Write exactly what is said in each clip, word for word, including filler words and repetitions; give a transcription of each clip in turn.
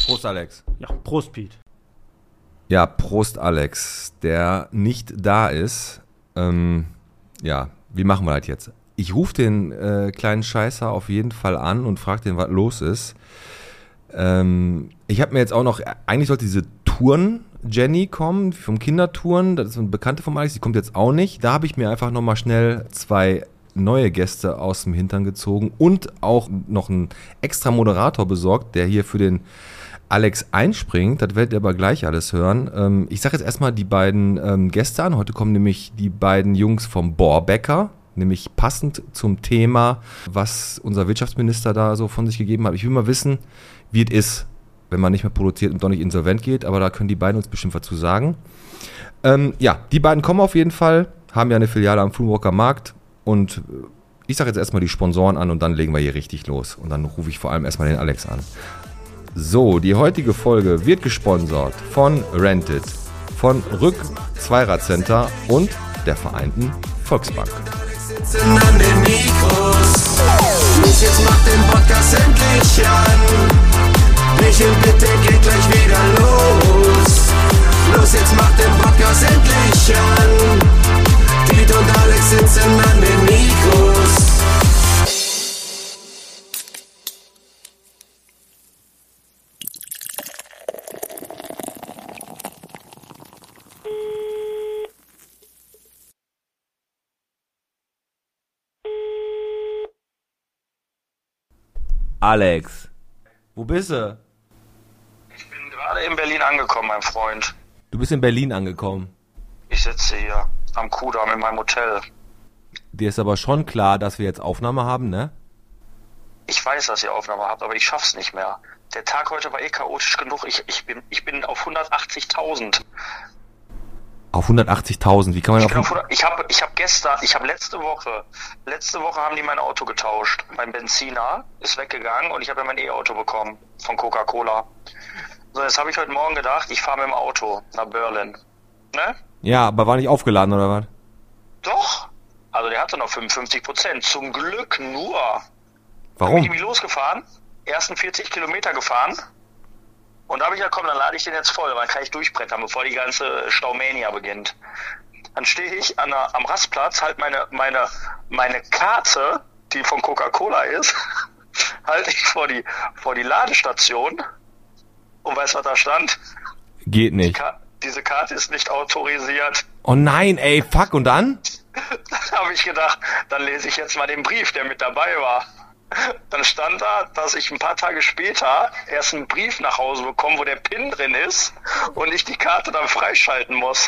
Prost, Alex. Ja, Prost, Piet. Ja, Prost, Alex, der nicht da ist. Ähm, ja, wie machen wir das jetzt? Ich rufe den äh, kleinen Scheißer auf jeden Fall an und frage den, was los ist. Ähm, ich habe mir jetzt auch noch, eigentlich sollte diese Touren Jenny kommen, vom Kindertouren, das ist eine Bekannte von Alex, die kommt jetzt auch nicht. Da habe ich mir einfach nochmal schnell zwei neue Gäste aus dem Hintern gezogen und auch noch einen extra Moderator besorgt, der hier für den Alex einspringt. Das werdet ihr aber gleich alles hören. Ähm, ich sage jetzt erstmal die beiden ähm, Gäste an. Heute kommen nämlich die beiden Jungs vom Bohrbäcker, nämlich passend zum Thema, was unser Wirtschaftsminister da so von sich gegeben hat. Ich will mal wissen, wie es ist, wenn man nicht mehr produziert und doch nicht insolvent geht, aber da können die beiden uns bestimmt was zu sagen. Ähm, ja, die beiden kommen auf jeden Fall, haben ja eine Filiale am Fulmrocker Markt und ich sage jetzt erstmal die Sponsoren an und dann legen wir hier richtig los. Und dann rufe ich vor allem erstmal den Alex an. So, die heutige Folge wird gesponsert von Rented, von Rück Zweirad-Center und der Vereinten Volksbank. Sitzen an den Mikros. Los, jetzt macht den Podcast endlich an. Michel, bitte geht gleich wieder los. Los, jetzt macht den Podcast endlich an. Piet und Alex sitzen an den Mikros. Alex, wo bist du? Ich bin gerade in Berlin angekommen, mein Freund. Du bist in Berlin angekommen. Ich sitze hier am Kudamm in meinem Hotel. Dir ist aber schon klar, dass wir jetzt Aufnahme haben, ne? Ich weiß, dass ihr Aufnahme habt, aber ich schaff's nicht mehr. Der Tag heute war eh chaotisch genug. Ich, ich, bin, ich bin auf hundertachtzigtausend. Auf hundertachtzigtausend, wie kann man Ich, auf... bin auf hundert ich habe ich hab gestern, ich habe letzte Woche, letzte Woche haben die mein Auto getauscht. Mein Benziner ist weggegangen und ich habe ja mein E-Auto bekommen von Coca-Cola. So, jetzt habe ich heute Morgen gedacht, ich fahre mit dem Auto nach Berlin. Ne? Ja, aber war nicht aufgeladen, oder was? Doch. Also der hatte noch fünfundfünfzig Prozent. Zum Glück nur. Dann bin Warum? ich irgendwie losgefahren, ersten vierzig Kilometer gefahren und da habe ich gesagt, komm, dann lade ich den jetzt voll, dann kann ich durchbrettern, bevor die ganze Staumania beginnt. Dann stehe ich an der, am Rastplatz, halt meine, meine, meine Karte, die von Coca-Cola ist, halte ich vor die, vor die Ladestation und weißt, was da stand? Geht Die nicht. Ka- diese Karte ist nicht autorisiert. Oh nein, ey, fuck, und dann? Dann habe ich gedacht, dann lese ich jetzt mal den Brief, der mit dabei war. Dann stand da, dass ich ein paar Tage später erst einen Brief nach Hause bekomme, wo der PIN drin ist und ich die Karte dann freischalten muss.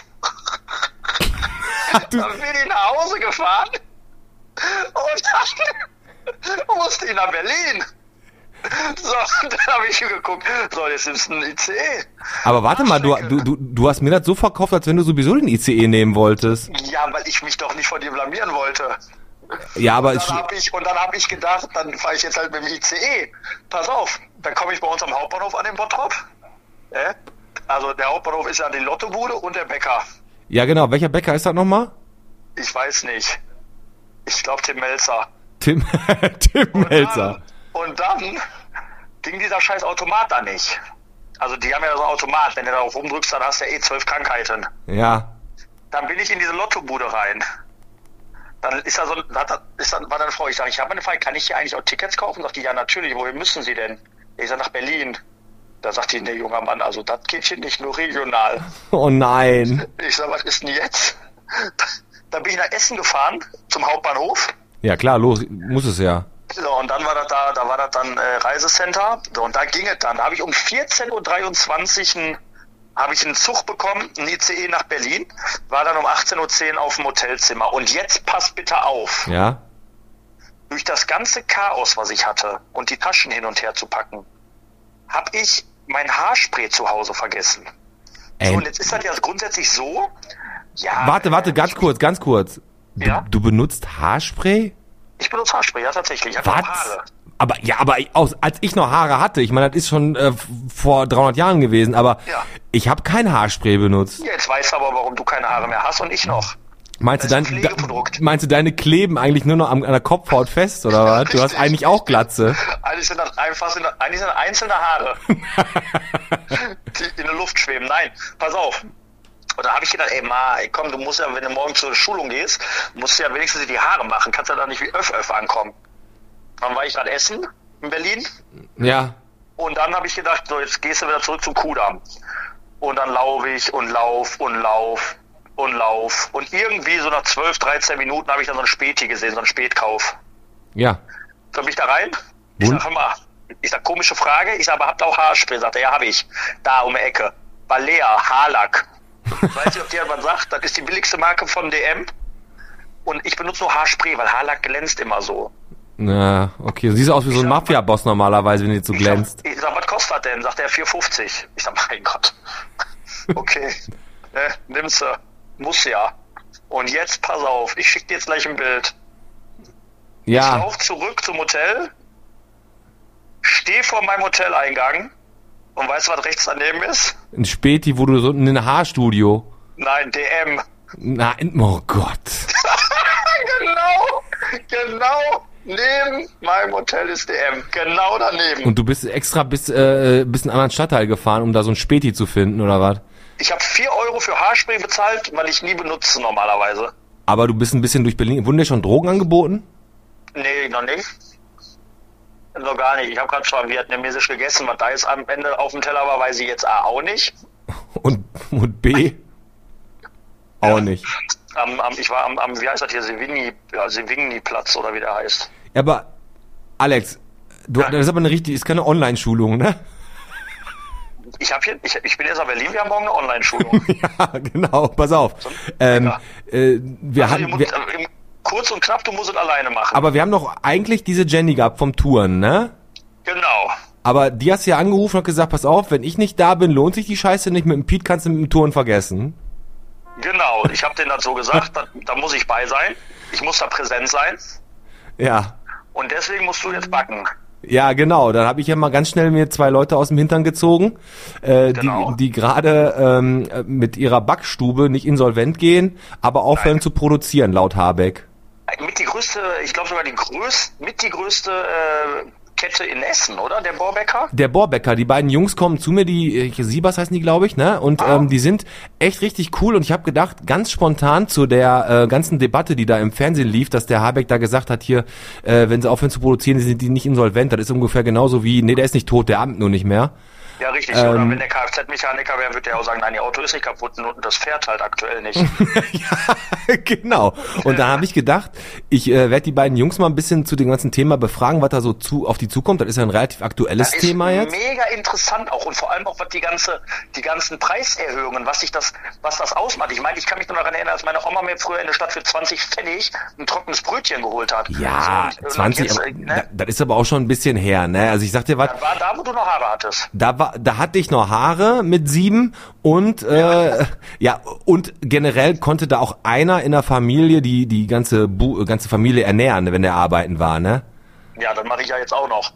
Dann bin ich nach Hause gefahren und dann musste ich nach Berlin. So, und dann habe ich geguckt, so, jetzt ist ein I C E. Aber warte mal, du, du, du, du hast mir das so verkauft, als wenn du sowieso den I C E nehmen wolltest. Ja, weil ich mich doch nicht vor dir blamieren wollte. Ja, aber Und es... dann habe ich, und dann hab ich gedacht, dann fahre ich jetzt halt mit dem I C E. Pass auf, dann komme ich bei uns am Hauptbahnhof an den Bottrop. Äh? Also der Hauptbahnhof ist ja die Lottobude und der Bäcker. Ja, genau, welcher Bäcker ist das nochmal? Ich weiß nicht. Ich glaube Tim Melzer. Tim, Tim Und Melzer. Dann, und dann ging dieser scheiß Automat da nicht. Also die haben ja so einen Automat, wenn du darauf rumdrückst, dann hast du ja eh zwölf Krankheiten. Ja. Dann bin ich in diese Lottobude rein. Dann ist da so, da ist dann, war dann eine Frau, ich sage, ich habe eine Frage, kann ich hier eigentlich auch Tickets kaufen? Sagt die, ja natürlich, wohin müssen Sie denn? Ich sage, nach Berlin. Da sagt die, ne, junger Mann, also das geht hier nicht, nur regional. Oh nein. Ich sage, was ist denn jetzt? Dann bin ich nach Essen gefahren, zum Hauptbahnhof. Ja klar, los, muss es ja. So, und dann war das da, da war das dann äh, Reisecenter. So, und da ging es dann. Da habe ich um vierzehn Uhr dreiundzwanzig einen, habe ich einen Zug bekommen, einen I C E nach Berlin, war dann um achtzehn Uhr zehn auf dem Hotelzimmer. Und jetzt passt bitte auf. Ja? Durch das ganze Chaos, was ich hatte und die Taschen hin und her zu packen, habe ich mein Haarspray zu Hause vergessen. Ey. So, und jetzt ist das ja grundsätzlich so, ja... Warte, warte, ganz kurz, ganz kurz. Du, Ja? du benutzt Haarspray? Ich benutze Haarspray, ja tatsächlich. Ich habe Was? noch Haare. Aber, ja, aber aus, als ich noch Haare hatte, ich meine, das ist schon äh, vor dreihundert Jahren gewesen, aber Ja. ich habe kein Haarspray benutzt. Jetzt weißt du aber, warum du keine Haare mehr hast und ich noch. Meinst du, Das dein, ist ein da, Pflegeprodukt. meinst du, deine kleben eigentlich nur noch an, an der Kopfhaut fest, oder was? Du hast Richtig. eigentlich auch Glatze. Eigentlich sind das einfach sind, das- eigentlich sind das einzelne Haare, die in der Luft schweben. Nein, pass auf. Und da habe ich gedacht, ey, Ma, ey, komm, du musst ja, wenn du morgen zur Schulung gehst, musst du ja wenigstens die Haare machen. Kannst ja da nicht wie Öff Öff ankommen. Dann war ich gerade essen in Berlin. Ja. Und dann habe ich gedacht, so, jetzt gehst du wieder zurück zum Kudamm. Und dann laufe ich und lauf und lauf und lauf. Und irgendwie so nach zwölf, dreizehn Minuten habe ich dann so ein Späti gesehen, so ein Spätkauf. Ja. Dann bin ich da rein. Ich Und? sag, hör mal, ich sag, komische Frage. Ich sag, aber habt ihr auch Haarspray? Sagt er, ja, hab ich. Da um die Ecke. Balea, Haarlack. Ich weiß nicht, ob dir jemand sagt, das ist die billigste Marke von D M. Und ich benutze nur Haarspray, weil Haarlack glänzt immer so. Ja, okay. Du siehst aus wie so ein Mafia-Boss normalerweise, wenn du jetzt so glänzt. Ich sag, ich sag, was kostet das denn? Sagt er, vier fünfzig. Ich sag, mein Gott. Okay. Ne, nimm's du. Muss ja. Und jetzt, pass auf, ich schick dir jetzt gleich ein Bild. Ich Ja. lauf zurück zum Hotel, steh vor meinem Hoteleingang und weißt du, was rechts daneben ist? Ein Späti, wo du so in ein Haarstudio. Nein, D M. Nein, oh Gott. Genau, genau neben meinem Hotel ist D M. Genau daneben. Und du bist extra bis, äh, bis in einen anderen Stadtteil gefahren, um da so ein Späti zu finden, oder was? Ich habe vier Euro für Haarspray bezahlt, weil ich nie benutze normalerweise. Aber du bist ein bisschen durch Berlin. Wurden dir schon Drogen angeboten? Nee, noch nicht. Noch gar nicht. Ich habe gerade schon vietnamesisch gegessen. Was da jetzt am Ende auf dem Teller war, weiß ich jetzt A auch nicht. Und, und B? Auch Ja. nicht. Am, am, ich war am, am, wie heißt das hier, Sevigny, ja, Sevigny-Platz oder wie der heißt. Ja, aber, Alex, du, Ja. das ist aber eine richtige, ist keine Online-Schulung, ne? Ich hab hier, ich, ich bin jetzt in Berlin, wir haben morgen eine Online-Schulung. Ja, genau, pass auf. Ähm, Ja. äh, wir Also, hatten, ihr wir, müsst, äh, kurz und knapp, du musst es alleine machen. aber wir haben doch eigentlich diese Jenny gehabt vom Touren, ne? Genau. Aber die hast du ja angerufen und gesagt, pass auf, wenn ich nicht da bin, lohnt sich die Scheiße nicht. Mit dem Pete kannst du mit dem Touren vergessen. Genau. Ich habe denen das so gesagt, da, da muss ich bei sein. Ich muss da präsent sein. Ja. Und deswegen musst du jetzt backen. Ja, genau. Dann habe ich ja mal ganz schnell mir zwei Leute aus dem Hintern gezogen, äh, Genau. die, die gerade ähm, mit ihrer Backstube nicht insolvent gehen, aber aufhören Nein. zu produzieren, laut Habeck. Mit die größte, ich glaube sogar die größte, mit die größte äh, Kette in Essen, oder? Der Borbäcker? Der Borbäcker, die beiden Jungs kommen zu mir, die äh, Siebers heißen die, glaube ich, ne? Und Ah. ähm, die sind echt richtig cool. Und ich habe gedacht, ganz spontan zu der äh, ganzen Debatte, die da im Fernsehen lief, dass der Habeck da gesagt hat, hier, äh, wenn sie aufhören zu produzieren, sind die nicht insolvent. Das ist ungefähr genauso wie, nee, der ist nicht tot, der ammt nur nicht mehr. Ja, richtig. Ähm. Oder wenn der Kfz-Mechaniker wäre, würde der auch sagen, nein, ihr Auto ist nicht kaputt, nur das fährt halt aktuell nicht. Ja, genau. Und da habe ich gedacht, ich äh, werde die beiden Jungs mal ein bisschen zu dem ganzen Thema befragen, was da so zu auf die zukommt. Das ist ja ein relativ aktuelles Das Thema ist jetzt. mega interessant auch und vor allem auch was die ganze, die ganzen Preiserhöhungen, was sich das, was das ausmacht. Ich meine, ich kann mich nur daran erinnern, als meine Oma mir früher in der Stadt für zwanzig Pfennig ein trockenes Brötchen geholt hat. Ja, So, und- und zwanzig, jetzt, aber, äh, ne? da- das ist aber auch schon ein bisschen her, ne? Also ich sag dir was, Das war da, wo du noch Haare hattest. da war, da hatte ich noch Haare mit sieben und äh, ja und generell konnte da auch einer in der Familie die die ganze Bu ganze Familie ernähren, wenn der arbeiten war, ne? Ja, das mache ich ja jetzt auch noch.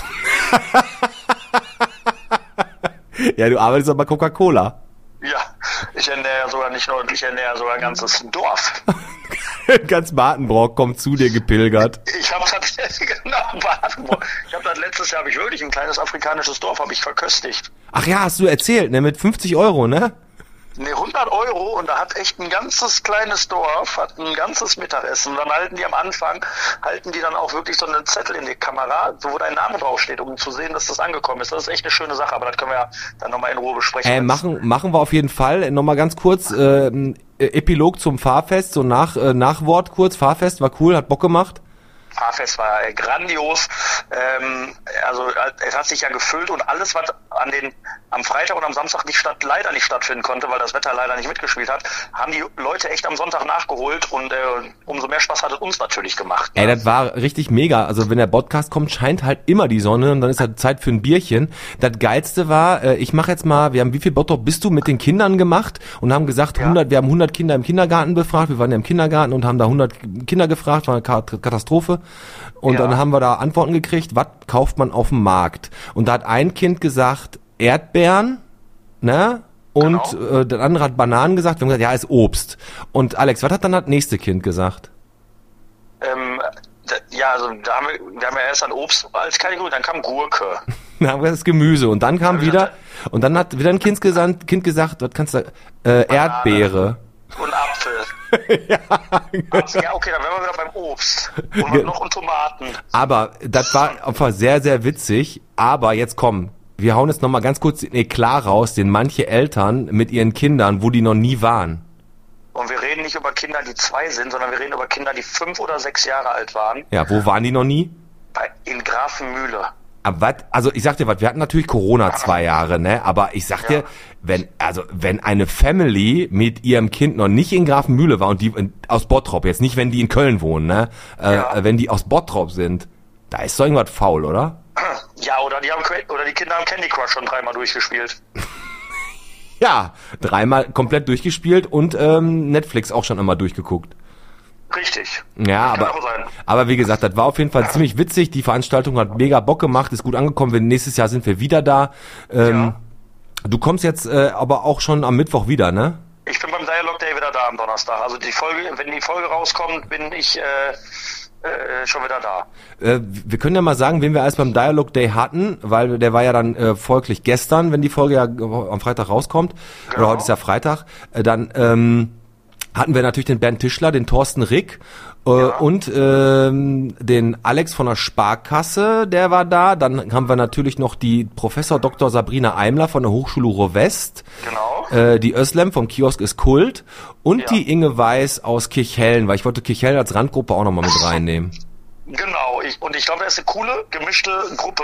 Ja, du arbeitest aber bei Coca-Cola. Ja, ich ernähre ja sogar nicht nur, ich ernähre sogar ein ganzes Dorf. Ganz Badenbrock kommt zu dir gepilgert. Ich habe das, genau, Badenburg. Ich habe das letztes Jahr, habe ich wirklich ein kleines afrikanisches Dorf, habe ich verköstigt. Ach ja, hast du erzählt, ne? Mit fünfzig Euro, ne? Ne, hundert Euro und da hat echt ein ganzes kleines Dorf, hat ein ganzes Mittagessen. Und dann halten die am Anfang, halten die dann auch wirklich so einen Zettel in die Kamera, wo dein Name draufsteht, um zu sehen, dass das angekommen ist. Das ist echt eine schöne Sache, aber das können wir ja dann nochmal in Ruhe besprechen. Äh, machen, machen wir auf jeden Fall. Nochmal ganz kurz, äh, ein Epilog zum Fahrfest, so nach, äh, Nachwort kurz. Fahrfest war cool, hat Bock gemacht. Fahrfest war äh, grandios. Ähm, also äh, es hat sich ja gefüllt und alles, was an den am Freitag und am Samstag nicht statt, leider nicht stattfinden konnte, weil das Wetter leider nicht mitgespielt hat, haben die Leute echt am Sonntag nachgeholt und äh, umso mehr Spaß hat es uns natürlich gemacht. Ey, das war richtig mega. Also wenn der Podcast kommt, scheint halt immer die Sonne und dann ist halt Zeit für ein Bierchen. Das Geilste war, äh, ich mache jetzt mal, wir haben, wie viel Bottrop bist du mit den Kindern gemacht und haben gesagt, Ja. hundert, wir haben hundert Kinder im Kindergarten befragt. Wir waren ja im Kindergarten und haben da hundert Kinder gefragt, war eine Kat- Katastrophe. Und Ja. dann haben wir da Antworten gekriegt, was kauft man auf dem Markt? Und da hat ein Kind gesagt, Erdbeeren, ne? Und Genau. äh, der andere hat Bananen gesagt. Wir haben gesagt, ja, ist Obst. Und Alex, was hat dann das nächste Kind gesagt? Ähm, da, ja, also da haben wir, wir haben ja erst an Obst als Kategorie, dann kam Gurke. Dann haben wir das Gemüse. Und dann kam Ja, wieder, gesagt, und dann hat wieder ein Kind gesagt, kind gesagt, was kannst du, äh, Erdbeere. Und Apfel. ja, Also, ja, okay, dann wären wir wieder beim Obst. Und noch und Tomaten. aber das war einfach sehr, sehr witzig. Aber jetzt komm, wir hauen jetzt nochmal ganz kurz den Eklat raus, den manche Eltern mit ihren Kindern, wo die noch nie waren. Und wir reden nicht über Kinder, die zwei sind, sondern wir reden über Kinder, die fünf oder sechs Jahre alt waren. Ja, wo waren die noch nie? Bei, in Grafenmühle. Aber was, also ich sag dir was, wir hatten natürlich Corona zwei Jahre, ne? Aber ich sag dir, Ja. wenn, also wenn eine Family mit ihrem Kind noch nicht in Grafenmühle war und die in, aus Bottrop, jetzt nicht, wenn die in Köln wohnen, ne? Äh, Ja. Wenn die aus Bottrop sind, da ist doch irgendwas faul, oder? Ja, oder die haben oder die Kinder haben Candy Crush schon dreimal durchgespielt. Ja, dreimal komplett durchgespielt und ähm, Netflix auch schon einmal durchgeguckt. Richtig. Ja, Kann aber, auch sein. aber wie gesagt, das war auf jeden Fall ziemlich witzig. Die Veranstaltung hat mega Bock gemacht, ist gut angekommen. Wir, nächstes Jahr sind wir wieder da. Ähm, Du kommst jetzt äh, aber auch schon am Mittwoch wieder, ne? Ich bin beim Dialog Day wieder da am Donnerstag. Also die Folge, wenn die Folge rauskommt, bin ich äh, äh, schon wieder da. Äh, wir können ja mal sagen, wen wir alles beim Dialog Day hatten, weil der war ja dann äh, folglich gestern, wenn die Folge ja am Freitag rauskommt. Genau. Oder heute ist ja Freitag. Äh, dann ähm, hatten wir natürlich den Bernd Tischler, den Thorsten Rick äh, Ja. und ähm, den Alex von der Sparkasse, der war da. Dann haben wir natürlich noch die Professor Doktor Sabrina Eimler von der Hochschule Ruhr-West. Genau. Äh, die Özlem vom Kiosk ist Kult und Ja. die Inge Weiß aus Kirchhellen, weil ich wollte Kirchhellen als Randgruppe auch nochmal mit reinnehmen. Genau. Ich, und ich glaube, das ist eine coole, gemischte Gruppe,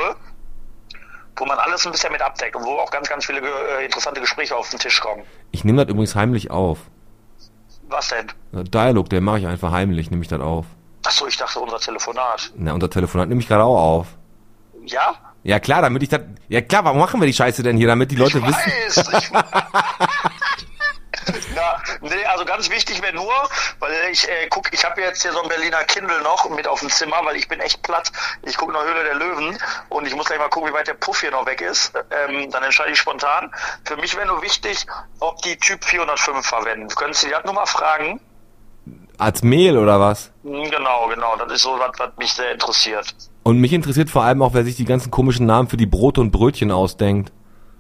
wo man alles ein bisschen mit abdeckt und wo auch ganz, ganz viele äh, interessante Gespräche auf den Tisch kommen. Ich nehme das übrigens heimlich auf. Was denn? Dialog, den mache ich einfach heimlich, nehme ich das auf. Achso, ich dachte, unser Telefonat. Na, unser Telefonat nehme ich gerade auch auf. Ja? Ja klar, damit ich das... Ja klar, warum machen wir die Scheiße denn hier? Damit die Leute ich wissen... weiß, ich weiß. Na, nee, also ganz wichtig wäre nur, weil ich äh, guck, ich habe jetzt hier so ein Berliner Kindle noch mit auf dem Zimmer, weil ich bin echt platt. Ich gucke noch Höhle der Löwen und ich muss gleich mal gucken, wie weit der Puff hier noch weg ist. Ähm, dann entscheide ich spontan. Für mich wäre nur wichtig, ob die Typ vierhundertfünf verwenden. Können Sie die halt nur mal fragen? Als Mail oder was? Hm, Genau, genau. Das ist so was, was mich sehr interessiert. Und mich interessiert vor allem auch, wer sich die ganzen komischen Namen für die Brote und Brötchen ausdenkt.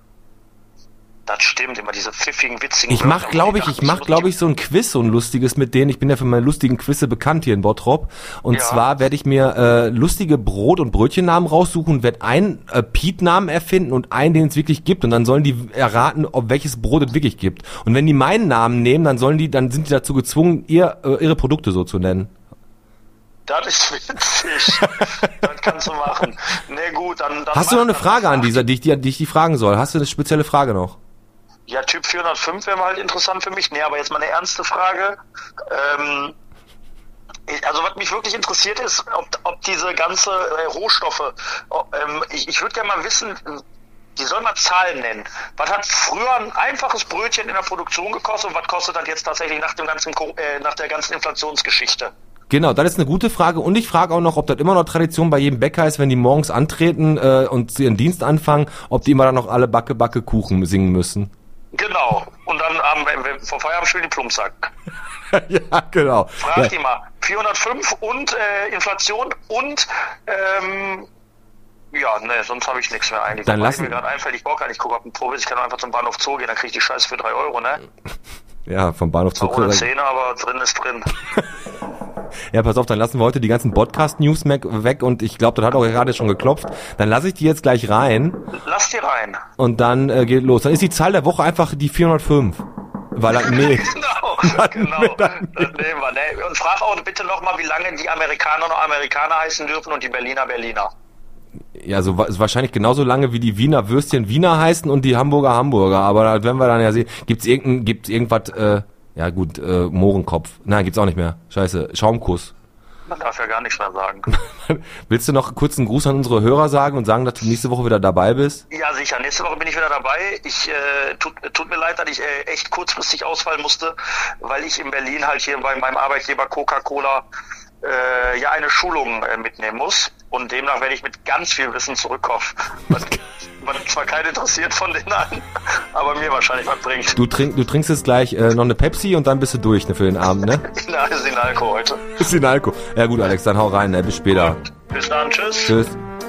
Das stimmt, immer diese pfiffigen, witzigen Ich mach, Wörter, glaube wo ich, ich dachte, mach, muss glaube die- ich, so ein Quiz, so ein lustiges mit denen. Ich bin ja für meine lustigen Quizze bekannt hier in Bottrop. Und Ja. zwar werde ich mir äh, lustige Brot- und Brötchennamen raussuchen und werde einen äh, Piet-Namen erfinden und einen, den es wirklich gibt. Und dann sollen die erraten, ob welches Brot es wirklich gibt. Und wenn die meinen Namen nehmen, dann sollen die, dann sind die dazu gezwungen, ihr, äh, ihre Produkte so zu nennen. Das ist witzig. Das kannst du machen. Nee, gut, dann... dann Hast du noch eine mach- Frage an dieser, die ich, die, die ich die fragen soll? Hast du eine spezielle Frage noch? Ja, Typ vierhundertfünf wäre mal halt interessant für mich. Nee, aber jetzt mal eine ernste Frage. Ähm, ich- also was mich wirklich interessiert ist, ob, ob diese ganze äh, Rohstoffe, ob, ähm, ich, ich würde gerne mal wissen, die sollen mal Zahlen nennen. Was hat früher ein einfaches Brötchen in der Produktion gekostet und was kostet das jetzt tatsächlich nach dem ganzen, Co- äh, nach der ganzen Inflationsgeschichte? Genau, das ist eine gute Frage und ich frage auch noch, ob das immer noch Tradition bei jedem Bäcker ist, wenn die morgens antreten äh, und ihren Dienst anfangen, ob die immer dann noch alle Backe, Backe, Kuchen singen müssen. Genau. Und dann haben wir vor Feierabend spielen die Plumpsack. Ja, genau. Frag Ja. die mal. vierhundertfünf und äh, Inflation und ähm, ja, ne, sonst habe ich nichts mehr eigentlich. Dann Wobei lassen- mir gerade einfällt, ich brauche gar nicht gucken, ob ein Probe ist. Ich kann doch einfach zum Bahnhof Zoo gehen, dann kriege ich die Scheiße für drei Euro, ne? Ja, vom Bahnhof Zwar zur ohne Zähne, aber drin ist drin. Ja, pass auf, dann lassen wir heute die ganzen Podcast-News weg und ich glaube, das hat auch gerade schon geklopft. Dann lasse ich die jetzt gleich rein Lass die rein. und dann äh, geht los. Dann ist die Zahl der Woche einfach die vierhundertfünf. Weil das, nee. Genau, genau. Das nehmen wir, ne? Und frag auch bitte nochmal, wie lange die Amerikaner noch Amerikaner heißen dürfen und die Berliner Berliner. Ja, so wa- ist wahrscheinlich genauso lange wie die Wiener Würstchen Wiener heißen und die Hamburger Hamburger. Aber das werden wir dann ja sehen. Gibt's irgendein, gibt's irgendwas, äh, ja gut, äh, Mohrenkopf. Nein, gibt's auch nicht mehr. Scheiße, Schaumkuss. Man darf ja gar nichts mehr sagen. Willst du noch kurz einen Gruß an unsere Hörer sagen und sagen, dass du nächste Woche wieder dabei bist? Ja, sicher. Nächste Woche bin ich wieder dabei. Ich äh, tut, tut mir leid, dass ich äh, echt kurzfristig ausfallen musste, weil ich in Berlin halt hier bei meinem Arbeitgeber Coca-Cola äh, ja eine Schulung äh, mitnehmen muss. Und demnach werde ich mit ganz viel Wissen zurückkommen. was zwar keinen interessiert von denen an, aber mir wahrscheinlich was bringt. Du, trink, du trinkst jetzt gleich äh, noch eine Pepsi und dann bist du durch ne, für den Abend, ne? Na, ist in Alko heute. Ist in Alko. Ja gut, Alex, dann hau rein, ne? Bis später. Bis dann, tschüss. Tschüss.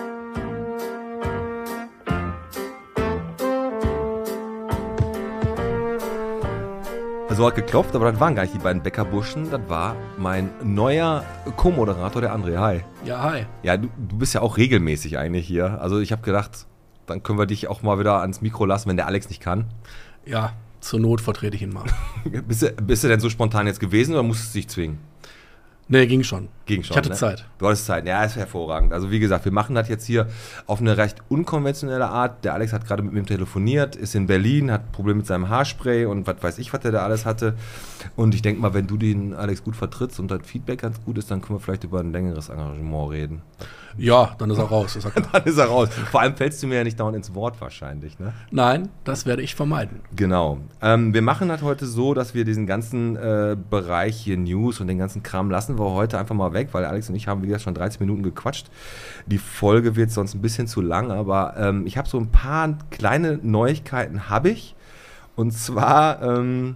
So hat geklopft, aber das waren gar nicht die beiden Bäckerburschen, das war mein neuer Co-Moderator, der André. Hi. Ja, hi. Ja, du, du bist ja auch regelmäßig eigentlich hier. Also ich habe gedacht, dann können wir dich auch mal wieder ans Mikro lassen, wenn der Alex nicht kann. Ja, zur Not vertrete ich ihn mal. bist, du, bist du denn so spontan jetzt gewesen oder musstest du dich zwingen? Nee, ging schon. Ging schon, Ich hatte ne? Zeit. Du hattest Zeit, ja, ist hervorragend. Also wie gesagt, wir machen das jetzt hier auf eine recht unkonventionelle Art. Der Alex hat gerade mit mir telefoniert, ist in Berlin, hat Probleme mit seinem Haarspray und was weiß ich, was der da alles hatte. Und ich denke mal, wenn du den Alex gut vertrittst und dein Feedback ganz gut ist, dann können wir vielleicht über ein längeres Engagement reden. Ja, dann ist er raus. Ist er klar. Dann ist er raus. Vor allem fällst du mir ja nicht dauernd ins Wort wahrscheinlich, ne? Nein, das werde ich vermeiden. Genau. Ähm, wir machen das heute so, dass wir diesen ganzen äh, Bereich hier News und den ganzen Kram lassen wir heute einfach mal weg, weil Alex und ich haben, wie gesagt, schon dreizehn Minuten gequatscht. Die Folge wird sonst ein bisschen zu lang, aber ähm, ich habe so ein paar kleine Neuigkeiten, habe ich. Und zwar ähm,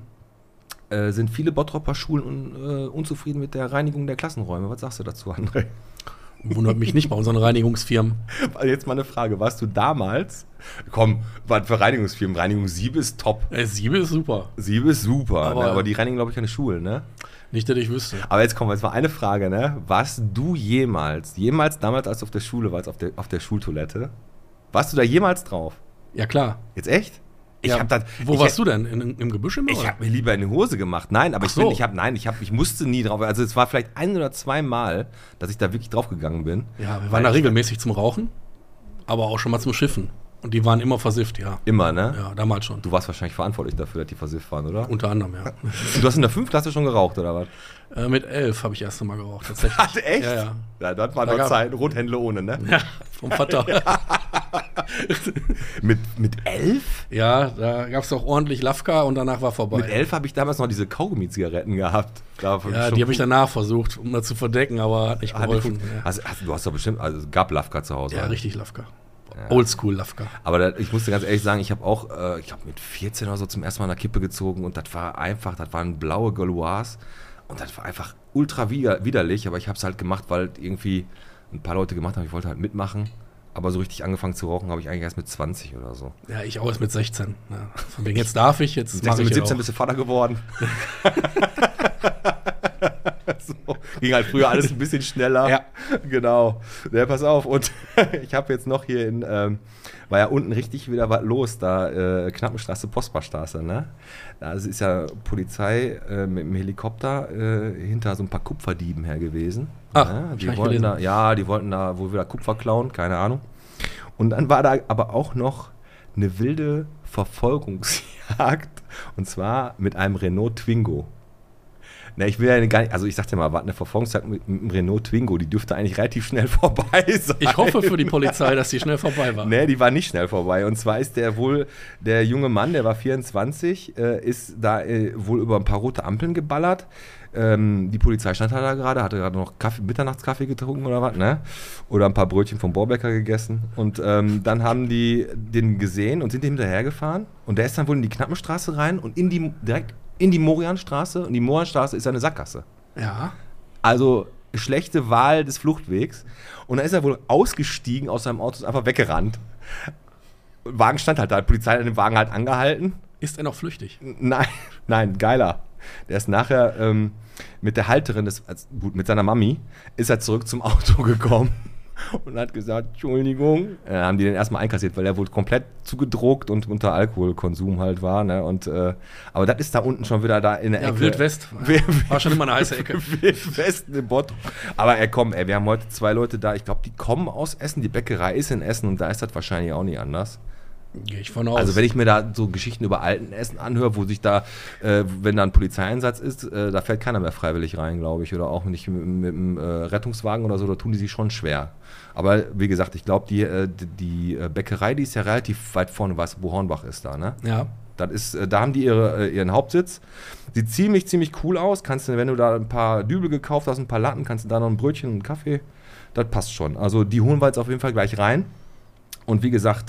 äh, sind viele Bottroper Schulen un, äh, unzufrieden mit der Reinigung der Klassenräume. Was sagst du dazu, André? Wundert mich nicht bei unseren Reinigungsfirmen. Jetzt mal eine Frage, warst du damals, komm, was für Reinigungsfirmen? Reinigung Siebe ist top. Äh, Siebe ist super. Siebe ist super, Aber- aber, ne? aber die reinigen, glaube ich, keine Schulen, ne? Nicht, dass ich wüsste. Aber jetzt kommen wir, jetzt mal eine Frage, ne? Warst du jemals, jemals damals, als du auf der Schule warst, auf der, auf der Schultoilette, warst du da jemals drauf? Ja, klar. Jetzt echt? Ich ja, hab das, wo ich, warst du denn? In, Im Gebüsch immer? Ich oder? habe mir lieber in die Hose gemacht. Nein, aber Ach ich so. finde, ich habe, nein, ich habe, ich musste nie drauf. Also es war vielleicht ein oder zwei Mal, dass ich da wirklich drauf gegangen bin. Ja, wir Weil waren da ich- regelmäßig zum Rauchen, aber auch schon mal zum Schiffen. Und die waren immer versifft, ja. Immer, ne? Ja, damals schon. Du warst wahrscheinlich verantwortlich dafür, dass die versifft waren, oder? Unter anderem, ja. Und du hast in der fünften Klasse schon geraucht, oder was? äh, mit elf habe ich erst einmal geraucht, tatsächlich. Echt? Ja, ja. Ja, das war Da noch gab- Zeit, Rothändle ohne, ne? Ja, vom Vater. Mit, mit elf? Ja, da gab es auch ordentlich Lafka und danach war vorbei. Mit elf habe ich damals noch diese Kaugummi-Zigaretten gehabt. Da hab Ja, schon- die habe ich danach versucht, um das zu verdecken, aber hat nicht Hat nicht geholfen. gut- Ja, also, also, du hast doch bestimmt, also es gab Lafka zu Hause. ja richtig Lafka. Oldschool Lafka. Aber da, ich muss dir ganz ehrlich sagen, ich habe auch, äh, ich habe mit vierzehn oder so zum ersten Mal eine Kippe gezogen und das war einfach, das waren blaue Gauloise und das war einfach ultra wider, widerlich, aber ich habe es halt gemacht, weil irgendwie ein paar Leute gemacht haben, ich wollte halt mitmachen, aber so richtig angefangen zu rauchen habe ich eigentlich erst mit zwanzig oder so. Ja, ich auch erst mit sechzehn. Ja. Von wegen, jetzt darf ich, jetzt Mit mache sechzehn, ich mit siebzehn auch. bist du Vater geworden. So, ging halt früher alles ein bisschen schneller. Ja. Genau. Ja, pass auf. Und ich habe jetzt noch hier in, ähm, war ja unten richtig wieder was los, da äh, Knappenstraße, Postbarstraße, ne? Da ist ja Polizei äh, mit dem Helikopter äh, hinter so ein paar Kupferdieben her gewesen. Ach, ja, hab ich die gleich wollten gelesen. da, ja, die wollten da wohl wieder Kupfer klauen, keine Ahnung. Und dann war da aber auch noch eine wilde Verfolgungsjagd und zwar mit einem Renault Twingo. Na, ich will ja gar nicht, also ich sag dir mal, war eine Verfolgungsjagd mit, mit einem Renault Twingo, die dürfte eigentlich relativ schnell vorbei sein. Ich hoffe für die Polizei, dass die schnell vorbei war. Nee, die war nicht schnell vorbei. Und zwar ist der wohl, der junge Mann, der war vierundzwanzig, äh, ist da äh, wohl über ein paar rote Ampeln geballert. Ähm, die Polizei stand da gerade, hatte gerade noch Kaffee, Mitternachtskaffee getrunken oder was, ne? Oder ein paar Brötchen vom Borbäcker gegessen. Und ähm, dann haben die den gesehen und sind dem hinterhergefahren. Und der ist dann wohl in die Knappenstraße rein und in die, direkt in die Morianstraße. Und die Morianstraße ist eine Sackgasse. Ja. Also schlechte Wahl des Fluchtwegs. Und dann ist er wohl ausgestiegen aus seinem Auto und ist einfach weggerannt. Wagen stand halt da, die Polizei hat den Wagen halt angehalten. Ist er noch flüchtig? Nein, nein, geiler. Der ist nachher ähm, mit der Halterin, des, also gut, mit seiner Mami, ist er zurück zum Auto gekommen und hat gesagt, Entschuldigung. Dann haben die den erstmal einkassiert, weil er wohl komplett zugedruckt und unter Alkoholkonsum halt war. Ne? Und, äh, aber das ist da unten schon wieder da in der Ja, Ecke. Wildwest. Wild- War schon immer eine heiße Ecke. Wildwesten im Bottrop. Aber ey, komm, ey, wir haben heute zwei Leute da, ich glaube, die kommen aus Essen, die Bäckerei ist in Essen und da ist das wahrscheinlich auch nicht anders. Gehe ich von aus. Also wenn ich mir da so Geschichten über Altenessen anhöre, wo sich da, äh, wenn da ein Polizeieinsatz ist, äh, da fährt keiner mehr freiwillig rein, glaube ich. Oder auch nicht mit, mit einem äh, Rettungswagen oder so, da tun die sich schon schwer. Aber wie gesagt, ich glaube, die, äh, die die Bäckerei, die ist ja relativ weit vorne, weißt du, wo Hornbach ist da, ne? ja. Das ist, äh, da haben die ihre, äh, ihren Hauptsitz. Sieht ziemlich, ziemlich cool aus. Kannst du, wenn du da ein paar Dübel gekauft hast, ein paar Latten, kannst du da noch ein Brötchen und einen Kaffee. Das passt schon. Also die holen wir jetzt auf jeden Fall gleich rein. Und wie gesagt,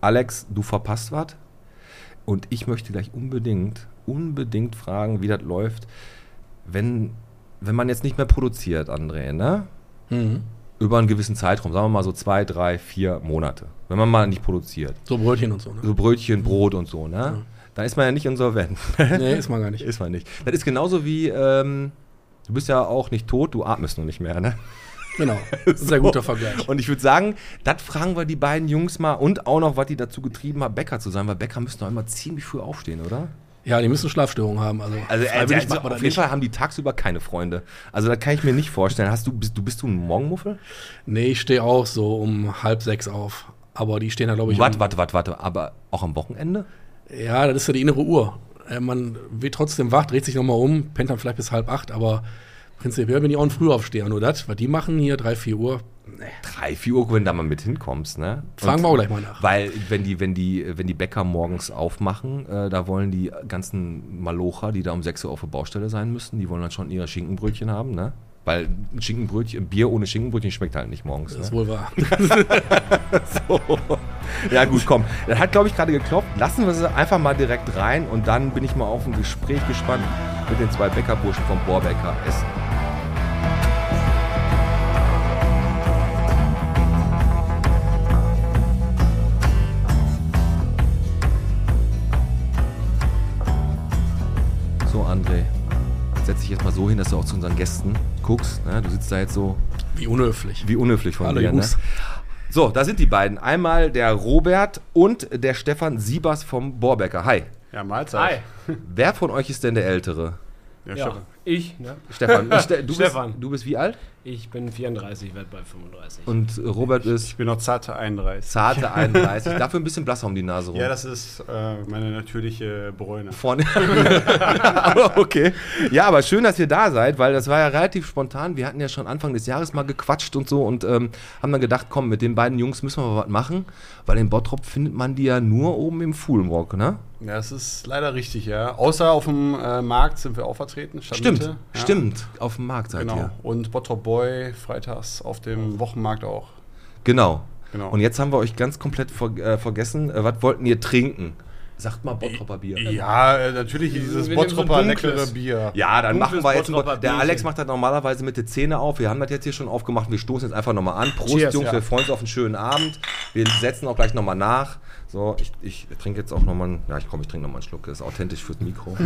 Alex, du verpasst was. Und ich möchte gleich unbedingt, unbedingt fragen, wie das läuft, wenn, wenn man jetzt nicht mehr produziert, André, ne? Mhm. Über einen gewissen Zeitraum, sagen wir mal so zwei, drei, vier Monate. Wenn man mal nicht produziert. So Brötchen und so, ne? So Brötchen, Brot und so, ne? Ja. Dann ist man ja nicht insolvent. Nee, ist man gar nicht. Ist man nicht. Das ist genauso wie, ähm, du bist ja auch nicht tot, du atmest noch nicht mehr, ne? Genau, sehr guter Vergleich. Und ich würde sagen, das fragen wir die beiden Jungs mal und auch noch, was die dazu getrieben haben, Bäcker zu sein, weil Bäcker müssen doch immer ziemlich früh aufstehen, oder? Ja, die müssen Schlafstörungen haben. Also, Also, also, freiwillig also macht man auf das jeden nicht. Fall haben die tagsüber keine Freunde. Also das kann ich mir nicht vorstellen. Hast du, bist, du, bist du ein Morgenmuffel? Nee, ich stehe auch so um halb sechs auf. Aber die stehen da, glaube ich, Warte, um, warte, warte, warte. Aber auch am Wochenende? Ja, das ist ja die innere Uhr. Äh, Man wird trotzdem wach, dreht sich nochmal um, pennt dann vielleicht bis halb acht, aber prinzipiell bin ich auch ein Frühaufsteher. Nur das, was die machen hier, drei, vier Uhr, nee. Drei, vier Uhr, wenn du da mal mit hinkommst, ne? Fragen Und- wir auch gleich mal nach. Weil, wenn die, wenn die, wenn die Bäcker morgens aufmachen, äh, da wollen die ganzen Malocher, die da um sechs Uhr auf der Baustelle sein müssen, die wollen dann schon ihre Schinkenbrötchen haben, ne? Weil ein Schinkenbrötchen, Bier ohne Schinkenbrötchen schmeckt halt nicht morgens. Das ist Ne? wohl wahr. So. Ja gut, komm. Das hat, glaube ich, gerade geklopft. Lassen wir sie einfach mal direkt rein und dann bin ich mal auf ein Gespräch gespannt mit den zwei Bäckerburschen vom Borbäcker Essen. So, André, setz dich jetzt mal so hin, dass du auch zu unseren Gästen guckst. Ne? Du sitzt da jetzt so Wie unhöflich. wie unhöflich von Hallo, dir. Ne? Jungs. So, da sind die beiden. Einmal der Robert und der Stefan Siebers vom Borbäcker. Hi. Ja, Mahlzeit. Hi. Wer von euch ist denn der Ältere? Ja, Ja, Stefan. ich, ne? Stefan. Ste- du, Stefan. Bist, du bist wie alt? Ich bin vierunddreißig, werde bald fünfunddreißig. Und Robert Ich ist bin noch zarte einunddreißig. zarte einunddreißig. Dafür ein bisschen blasser um die Nase rum. Ja, das ist äh, meine natürliche Bräune. Vorne. Aber okay. Ja, aber schön, dass ihr da seid, weil das war ja relativ spontan. Wir hatten ja schon Anfang des Jahres mal gequatscht und so und ähm, haben dann gedacht, komm, mit den beiden Jungs müssen wir mal was machen, weil in Bottrop findet man die ja nur oben im Fuhlenrock, ne? Ja, das ist leider richtig, ja. Außer auf dem äh, Markt sind wir auch vertreten. Stimmt, Stadtmitte. Ja. stimmt. Auf dem Markt seid Genau. ihr. Und Bottrop Boy freitags auf dem Wochenmarkt auch. Genau. Genau. Und jetzt haben wir euch ganz komplett ver äh, vergessen. Äh, was wollten ihr trinken? Sagt mal Bottropper Bier. Ja, äh, natürlich dieses Wir nehmen so ein Bottropper dunkles. leckere Bier. Ja, dann Dunkles machen wir jetzt. Bottroper Mal, der Bierchen. Alex macht das normalerweise mit der Zähne auf. Wir haben das jetzt hier schon aufgemacht. Wir stoßen jetzt einfach nochmal an. Prost, Cheers, Jungs. ja. Wir freuen uns auf einen schönen Abend. Wir setzen auch gleich nochmal nach. So, ich, ich trinke jetzt auch nochmal einen. Ja, ich komm, ich trinke nochmal einen Schluck. Das ist authentisch fürs Mikro.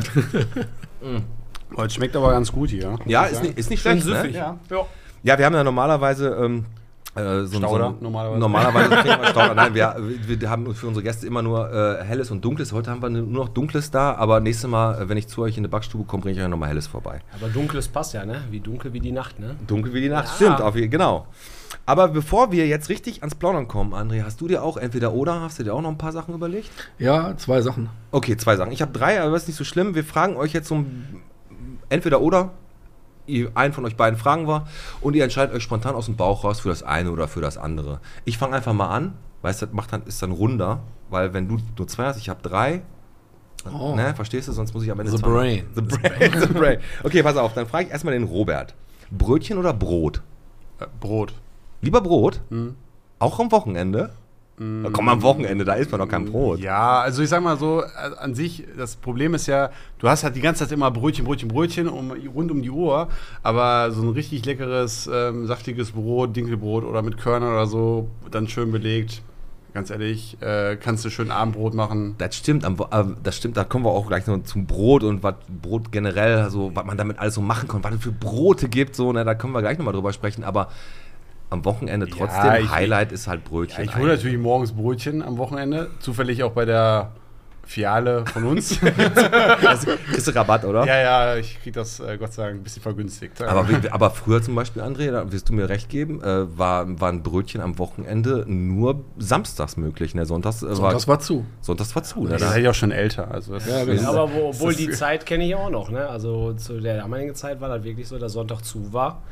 Oh, es schmeckt aber ganz gut hier. muss Ja, ich ist sagen. nicht, ist nicht Schön schlecht. Ne? süffig. Ja. Ja. Ja, wir haben ja normalerweise. Ähm, äh, so, Stauder, so, normalerweise. Normalerweise trinken wir Stauder. Nein, wir, wir haben für unsere Gäste immer nur äh, Helles und Dunkles. Heute haben wir nur noch Dunkles da, aber nächstes Mal, äh, wenn ich zu euch in die Backstube komme, bringe ich euch nochmal Helles vorbei. Aber dunkles passt ja, ne? Wie dunkel wie die Nacht, ne? Dunkel wie die Nacht, Ja. stimmt, auf, jeden- genau. Aber bevor wir jetzt richtig ans Plaudern kommen, André, hast du dir auch entweder oder, hast du dir auch noch ein paar Sachen überlegt? Ja, zwei Sachen. Okay, zwei Sachen. Ich habe drei, aber das ist nicht so schlimm. Wir fragen euch jetzt um entweder oder. Ihr, einen von euch beiden fragen wir und ihr entscheidet euch spontan aus dem Bauch raus für das eine oder für das andere. Ich fange einfach mal an, weil das macht dann, ist dann runder, weil wenn du nur zwei hast, ich habe drei, Oh. ne, verstehst du, sonst muss ich am Ende The zwei- brain. The brain. The brain. Okay, pass auf, dann frage ich erstmal den Robert. Brötchen oder Brot? Äh, Brot. Lieber Brot? Hm. Auch am Wochenende? Na, komm, am Wochenende, da isst man doch kein Brot. Ja, also ich sag mal so, äh, an sich, das Problem ist ja, du hast halt die ganze Zeit immer Brötchen, Brötchen, Brötchen um, rund um die Uhr, aber so ein richtig leckeres, ähm, saftiges Brot, Dinkelbrot oder mit Körnern oder so, dann schön belegt, ganz ehrlich, äh, kannst du schön Abendbrot machen. Das stimmt, am, Wo- äh, das stimmt, da kommen wir auch gleich noch zum Brot und was Brot generell, also was man damit alles so machen kann, was es für Brote gibt, so, ne, da können wir gleich nochmal drüber sprechen, aber am Wochenende Ja, trotzdem, ich- Highlight ist halt Brötchen. Ja, ich hole natürlich morgens Brötchen am Wochenende, zufällig auch bei der Fiale von uns. Also, kriegst du Rabatt, oder? ja, ja, ich krieg das äh, Gott sei Dank ein bisschen vergünstigt. Aber, wie- aber früher zum Beispiel, André, da wirst du mir recht geben, äh, war, waren Brötchen am Wochenende nur samstags möglich. Ne? Sonntags, äh, war, Das war zu. Sonntags war zu. Ne? da Da, seid ihr auch schon älter. Also das Ja, ist- genau. Aber wo, obwohl das die für- Zeit kenne ich auch noch, ne? Also zu der damaligen Zeit war das wirklich so, dass Sonntag zu war.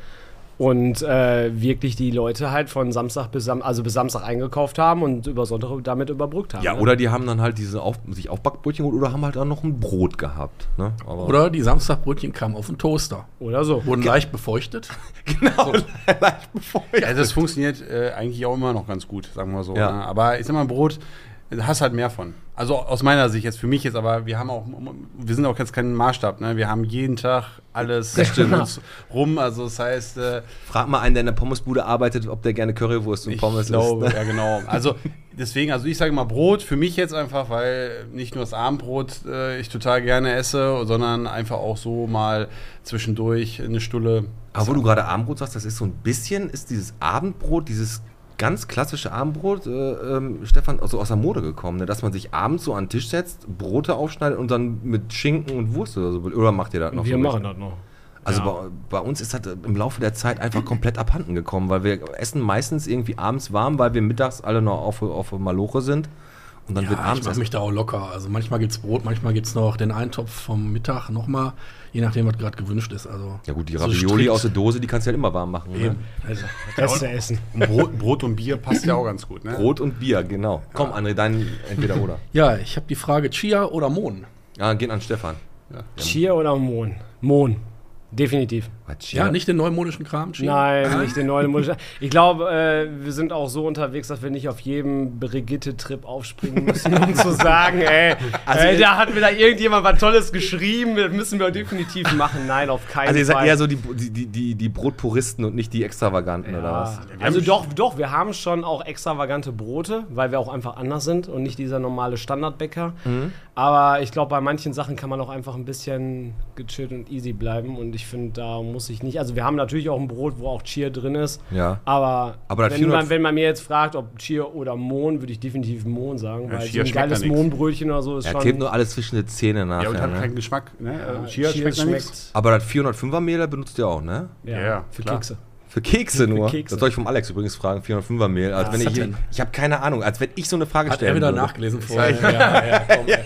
Und äh, wirklich die Leute halt von Samstag bis Sam also bis Samstag eingekauft haben und über Sonntag damit überbrückt haben. Ja, ne? oder die haben dann halt diese auf, sich Aufbackbrötchen geholt oder haben halt auch noch ein Brot gehabt. Ne? Aber Oder die Samstagbrötchen kamen auf den Toaster. Oder so. Wurden leicht befeuchtet. genau, leicht bevor Ja, also das funktioniert äh, eigentlich auch immer noch ganz gut, sagen wir so. Ja. Ne? Aber ich sag mal, Brot, du hast halt mehr von. Also aus meiner Sicht jetzt, für mich jetzt, aber wir haben auch, wir sind auch jetzt kein Maßstab, ne? Wir haben jeden Tag alles um uns rum, also das heißt, äh, Frag mal einen, der in der Pommesbude arbeitet, ob der gerne Currywurst und ich Pommes glaube, isst. ja genau. Also deswegen, also ich sage mal Brot für mich jetzt einfach, weil nicht nur das Abendbrot äh, ich total gerne esse, sondern einfach auch so mal zwischendurch eine Stulle. Aber wo du gerade Abendbrot sagst, das ist so ein bisschen, ist dieses Abendbrot, dieses ganz klassische Abendbrot, äh, ähm, Stefan, also aus der Mode gekommen, ne? Dass man sich abends so an den Tisch setzt, Brote aufschneidet und dann mit Schinken und Wurst oder so. Oder macht ihr das noch Wir so? machen das noch. Also Ja. bei, bei uns ist das im Laufe der Zeit einfach komplett abhanden gekommen, weil wir essen meistens irgendwie abends warm, weil wir mittags alle noch auf, auf Maloche sind. Und dann wird Ja, ich abends mache mich da auch locker. Also manchmal gibt's Brot, manchmal gibt's noch den Eintopf vom Mittag nochmal, je nachdem, was gerade gewünscht ist. Also Ja gut, die so Ravioli strikt. aus der Dose, die kannst du ja immer warm machen. Ne? Eben. Also, Beste Essen. Und Brot, Brot und Bier passt ja auch ganz gut, ne? Brot und Bier, genau. Komm, André, dein entweder oder. ja, ich habe die Frage Chia oder Mohn. Ja, geht an Stefan. Chia oder Mohn? Mohn. Definitiv. Ja, nicht den neumodischen Kram, Chia. Nein, nicht den neuen Mund. Ich glaube, äh, wir sind auch so unterwegs, dass wir nicht auf jedem Brigitte-Trip aufspringen müssen, um zu sagen, ey, Also ey da hat mir da irgendjemand was Tolles geschrieben, das müssen wir definitiv machen. Nein, auf keinen Also ihr seid Fall. eher so die, die, die, die Brotpuristen und nicht die Extravaganten, oder was? Ja. Also doch, doch, wir haben schon auch extravagante Brote, weil wir auch einfach anders sind und nicht dieser normale Standardbäcker. Mhm. Aber ich glaube, bei manchen Sachen kann man auch einfach ein bisschen gechillt und easy bleiben und ich finde, da muss ich nicht, also wir haben natürlich auch ein Brot, wo auch Chia drin ist, Ja. aber, Aber das wenn, vierhundert man, wenn man mir jetzt fragt, ob Chia oder Mohn, würde ich definitiv Mohn sagen, Ja, weil Chia so ein schmeckt geiles ja nix. Mohnbrötchen oder so ist Er schon... klebt nur alles zwischen den Zähnen nachher. Ja, und hat ne? keinen Geschmack, ne? Ja, Also Chia, schmeckt ja nichts. Aber das vierhundertfünfer Mehl das benutzt ihr auch, ne? ja, Ja, für klar. Kekse. Für Kekse nur. Kekse. Das soll ich vom Alex übrigens fragen, vierhundertfünfer Mehl. Als Was wenn ist ich das denn? ich habe keine Ahnung, als wenn ich so eine Frage Hat er stellen wieder würde. nachgelesen vorher. Ja, ja, komm, ey.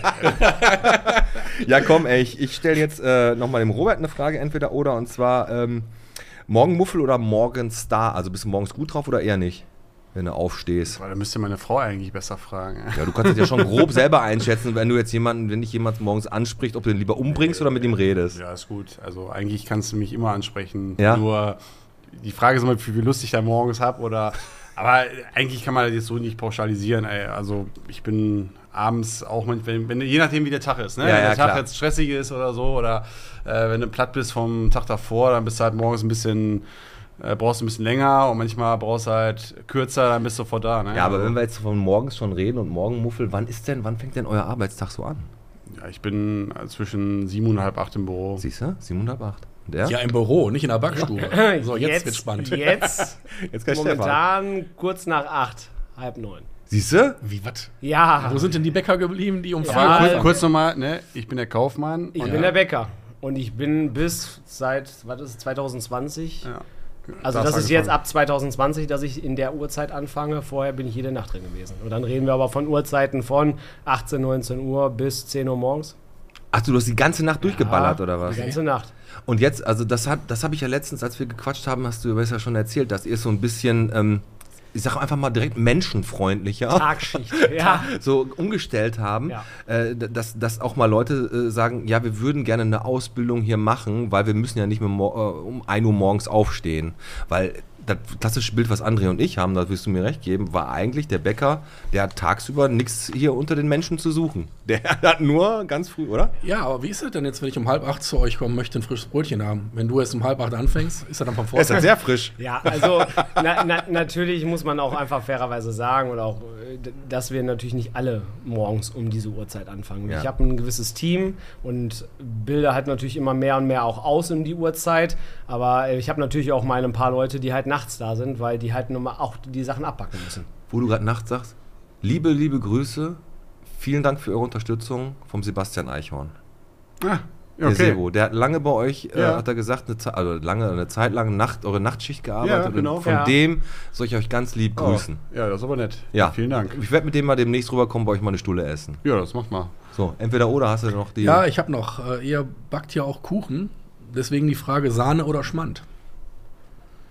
Ja, komm, ey, ich, ich stelle jetzt äh, nochmal dem Robert eine Frage, entweder oder, und zwar ähm, Morgenmuffel oder Morgenstar? Also bist du morgens gut drauf oder eher nicht, wenn du aufstehst? Boah, da müsste meine Frau eigentlich besser fragen. Ja, du kannst es ja schon grob selber einschätzen, wenn du jetzt jemanden, wenn dich jemand morgens anspricht, ob du den lieber umbringst oder mit ihm redest. Ja, ist gut. Also eigentlich kannst du mich immer ansprechen. Ja. Nur die Frage ist immer, wie viel Lust ich da morgens habe oder. Aber eigentlich kann man das jetzt so nicht pauschalisieren. Ey. Also ich bin abends auch manchmal, wenn, je nachdem wie der Tag ist. Ne? Ja, wenn ja, der Tag klar. jetzt stressig ist oder so oder äh, wenn du platt bist vom Tag davor, dann bist du halt morgens ein bisschen, äh, brauchst du ein bisschen länger und manchmal brauchst du halt kürzer, dann bist du sofort da. Ne? Ja, aber Also, wenn wir jetzt von morgens schon reden und Morgenmuffel, wann ist denn, wann fängt denn euer Arbeitstag so an? ja, ich bin zwischen sieben und halb acht im Büro. Siehst du? siebenhundertacht. Und er? Ja, im Büro, nicht in der Backstube. So, jetzt, wird's spannend. Jetzt, Jetzt kann Stefan. momentan kurz nach acht, halb neun. Siehst du? Wie, was? Ja, Wo sind denn die Bäcker geblieben, die um Ja, vier Uhr also- anfangen? Kurz nochmal, ne? Ich bin der Kaufmann. ich und- bin der Bäcker. Und ich bin bis seit, was ist es, zwanzig zwanzig? Ja. Also Da das hast ist du jetzt angefangen. ab zwanzig zwanzig, dass ich in der Uhrzeit anfange. Vorher bin ich jede Nacht drin gewesen. Und dann reden wir aber von Uhrzeiten von achtzehn, neunzehn Uhr bis zehn Uhr morgens. Ach du, du hast die ganze Nacht durchgeballert, Ja, oder was? Die ganze Nacht. Und jetzt, also das hat, das habe ich ja letztens, als wir gequatscht haben, hast du mir ja schon erzählt, dass ihr so ein bisschen, ähm, ich sage einfach mal direkt menschenfreundlicher Tagschicht. Ja. so umgestellt haben, Ja. äh, dass, dass auch mal Leute äh, sagen, ja, wir würden gerne eine Ausbildung hier machen, weil wir müssen ja nicht mehr mor- äh, um ein Uhr morgens aufstehen. Weil das klassische Bild, was André und ich haben, da wirst du mir recht geben, war eigentlich der Bäcker, der hat tagsüber nichts hier unter den Menschen zu suchen. Der hat nur ganz früh, oder? Ja, aber wie ist das denn jetzt, wenn ich um halb acht zu euch komme, möchte ein frisches Brötchen haben? Wenn du jetzt um halb acht anfängst, ist das dann vom Vorteil? sehr frisch. Ja, also na, na, natürlich muss man auch einfach fairerweise sagen oder auch, äh, d- dass wir natürlich nicht alle morgens um diese Uhrzeit anfangen. Ja. Ich habe ein gewisses Team und bilde halt natürlich immer mehr und mehr auch aus um die Uhrzeit, aber äh, ich habe natürlich auch mal ein paar Leute, die halt nachts da sind, weil die halt nur mal auch die Sachen abbacken müssen. Wo du gerade nachts sagst, liebe, liebe Grüße, vielen Dank für eure Unterstützung vom Sebastian Eichhorn. Ah, Der okay. Sebo, der hat lange bei euch, äh, Ja. hat er gesagt, eine, Ze- also lange, eine Zeit lang Nacht, eure Nachtschicht gearbeitet. Ja, genau. Und von Ja. dem soll ich euch ganz lieb grüßen. Oh, ja, das ist aber nett. Ja. Vielen Dank. Ich werde mit dem mal demnächst rüberkommen, bei euch mal eine Stulle essen. Ja, das macht mal. So, entweder oder hast du noch die... Ja, ich habe noch. Äh, ihr backt ja auch Kuchen. Deswegen die Frage Sahne oder Schmand.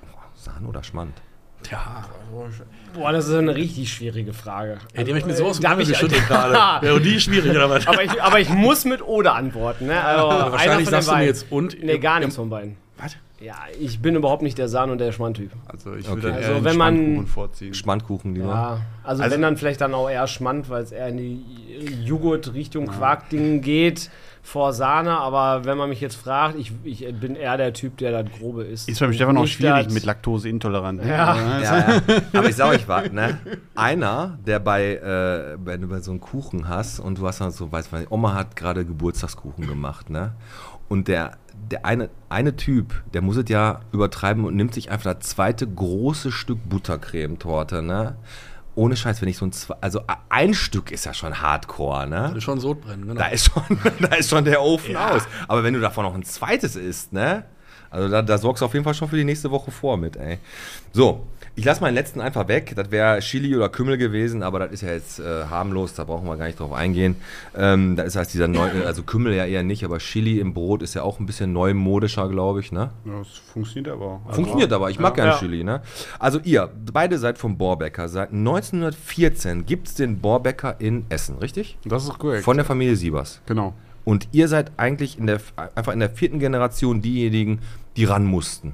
Sahne oder Schmand? Ja. Boah, das ist eine richtig schwierige Frage. Ey, die habe ich mir so aus dem Darf Ärmel ich- geschüttelt gerade. Wäre die schwierig, oder was? aber, ich, aber ich muss mit Oder antworten. Ne? Also Aber einer wahrscheinlich von sagst den du mir beiden. jetzt und. Nee, gar im- nichts von beiden. Was? Ja, ich bin überhaupt nicht der Sahne- und der Schmand-Typ. Also ich Okay. würde Also eher den wenn man- Schmandkuchen vorziehen. Schmandkuchen lieber. Ja, also, Also- wenn dann vielleicht dann auch eher Schmand, weil es eher in die Joghurt-Richtung Quark-Ding geht vor Sahne. Aber wenn man mich jetzt fragt, ich, ich bin eher der Typ, der das Grobe isst. Ist beim Stefan auch Nicht schwierig das- mit Laktoseintolerant. Ne? Ja. Also, Ja, ja. Aber ich sag euch was, ne? Einer, der bei, äh, wenn du bei so einen Kuchen hast und du hast dann so, weißt du, Oma hat gerade Geburtstagskuchen gemacht, ne? Und der, der eine, eine Typ, der muss es ja übertreiben und nimmt sich einfach das zweite große Stück Buttercremetorte, ne? Ohne Scheiß, wenn ich so ein, zwei, also ein Stück ist ja schon Hardcore, ne? Das ist schon Sodbrennen, genau. Da ist schon, da ist schon der Ofen aus. Aber wenn du davon noch ein zweites isst, ne? Also da, da sorgst du auf jeden Fall schon für die nächste Woche vor mit, ey. So, ich lasse meinen letzten einfach weg. Das wäre Chili oder Kümmel gewesen, aber das ist ja jetzt äh, harmlos, da brauchen wir gar nicht drauf eingehen. Ähm, da ist heißt dieser neu, also Kümmel ja eher nicht, aber Chili im Brot ist ja auch ein bisschen neumodischer, glaube ich, ne? Ja, das funktioniert aber. Also, Funktioniert aber, ich mag gern Ja. Chili, ne? Also ihr, beide seid vom Borbäcker. Seit neunzehnhundertvierzehn gibt es den Borbäcker in Essen, richtig? Das ist korrekt. Von der Familie Siebers. genau. Und ihr seid eigentlich in der, einfach in der vierten Generation diejenigen, die ran mussten.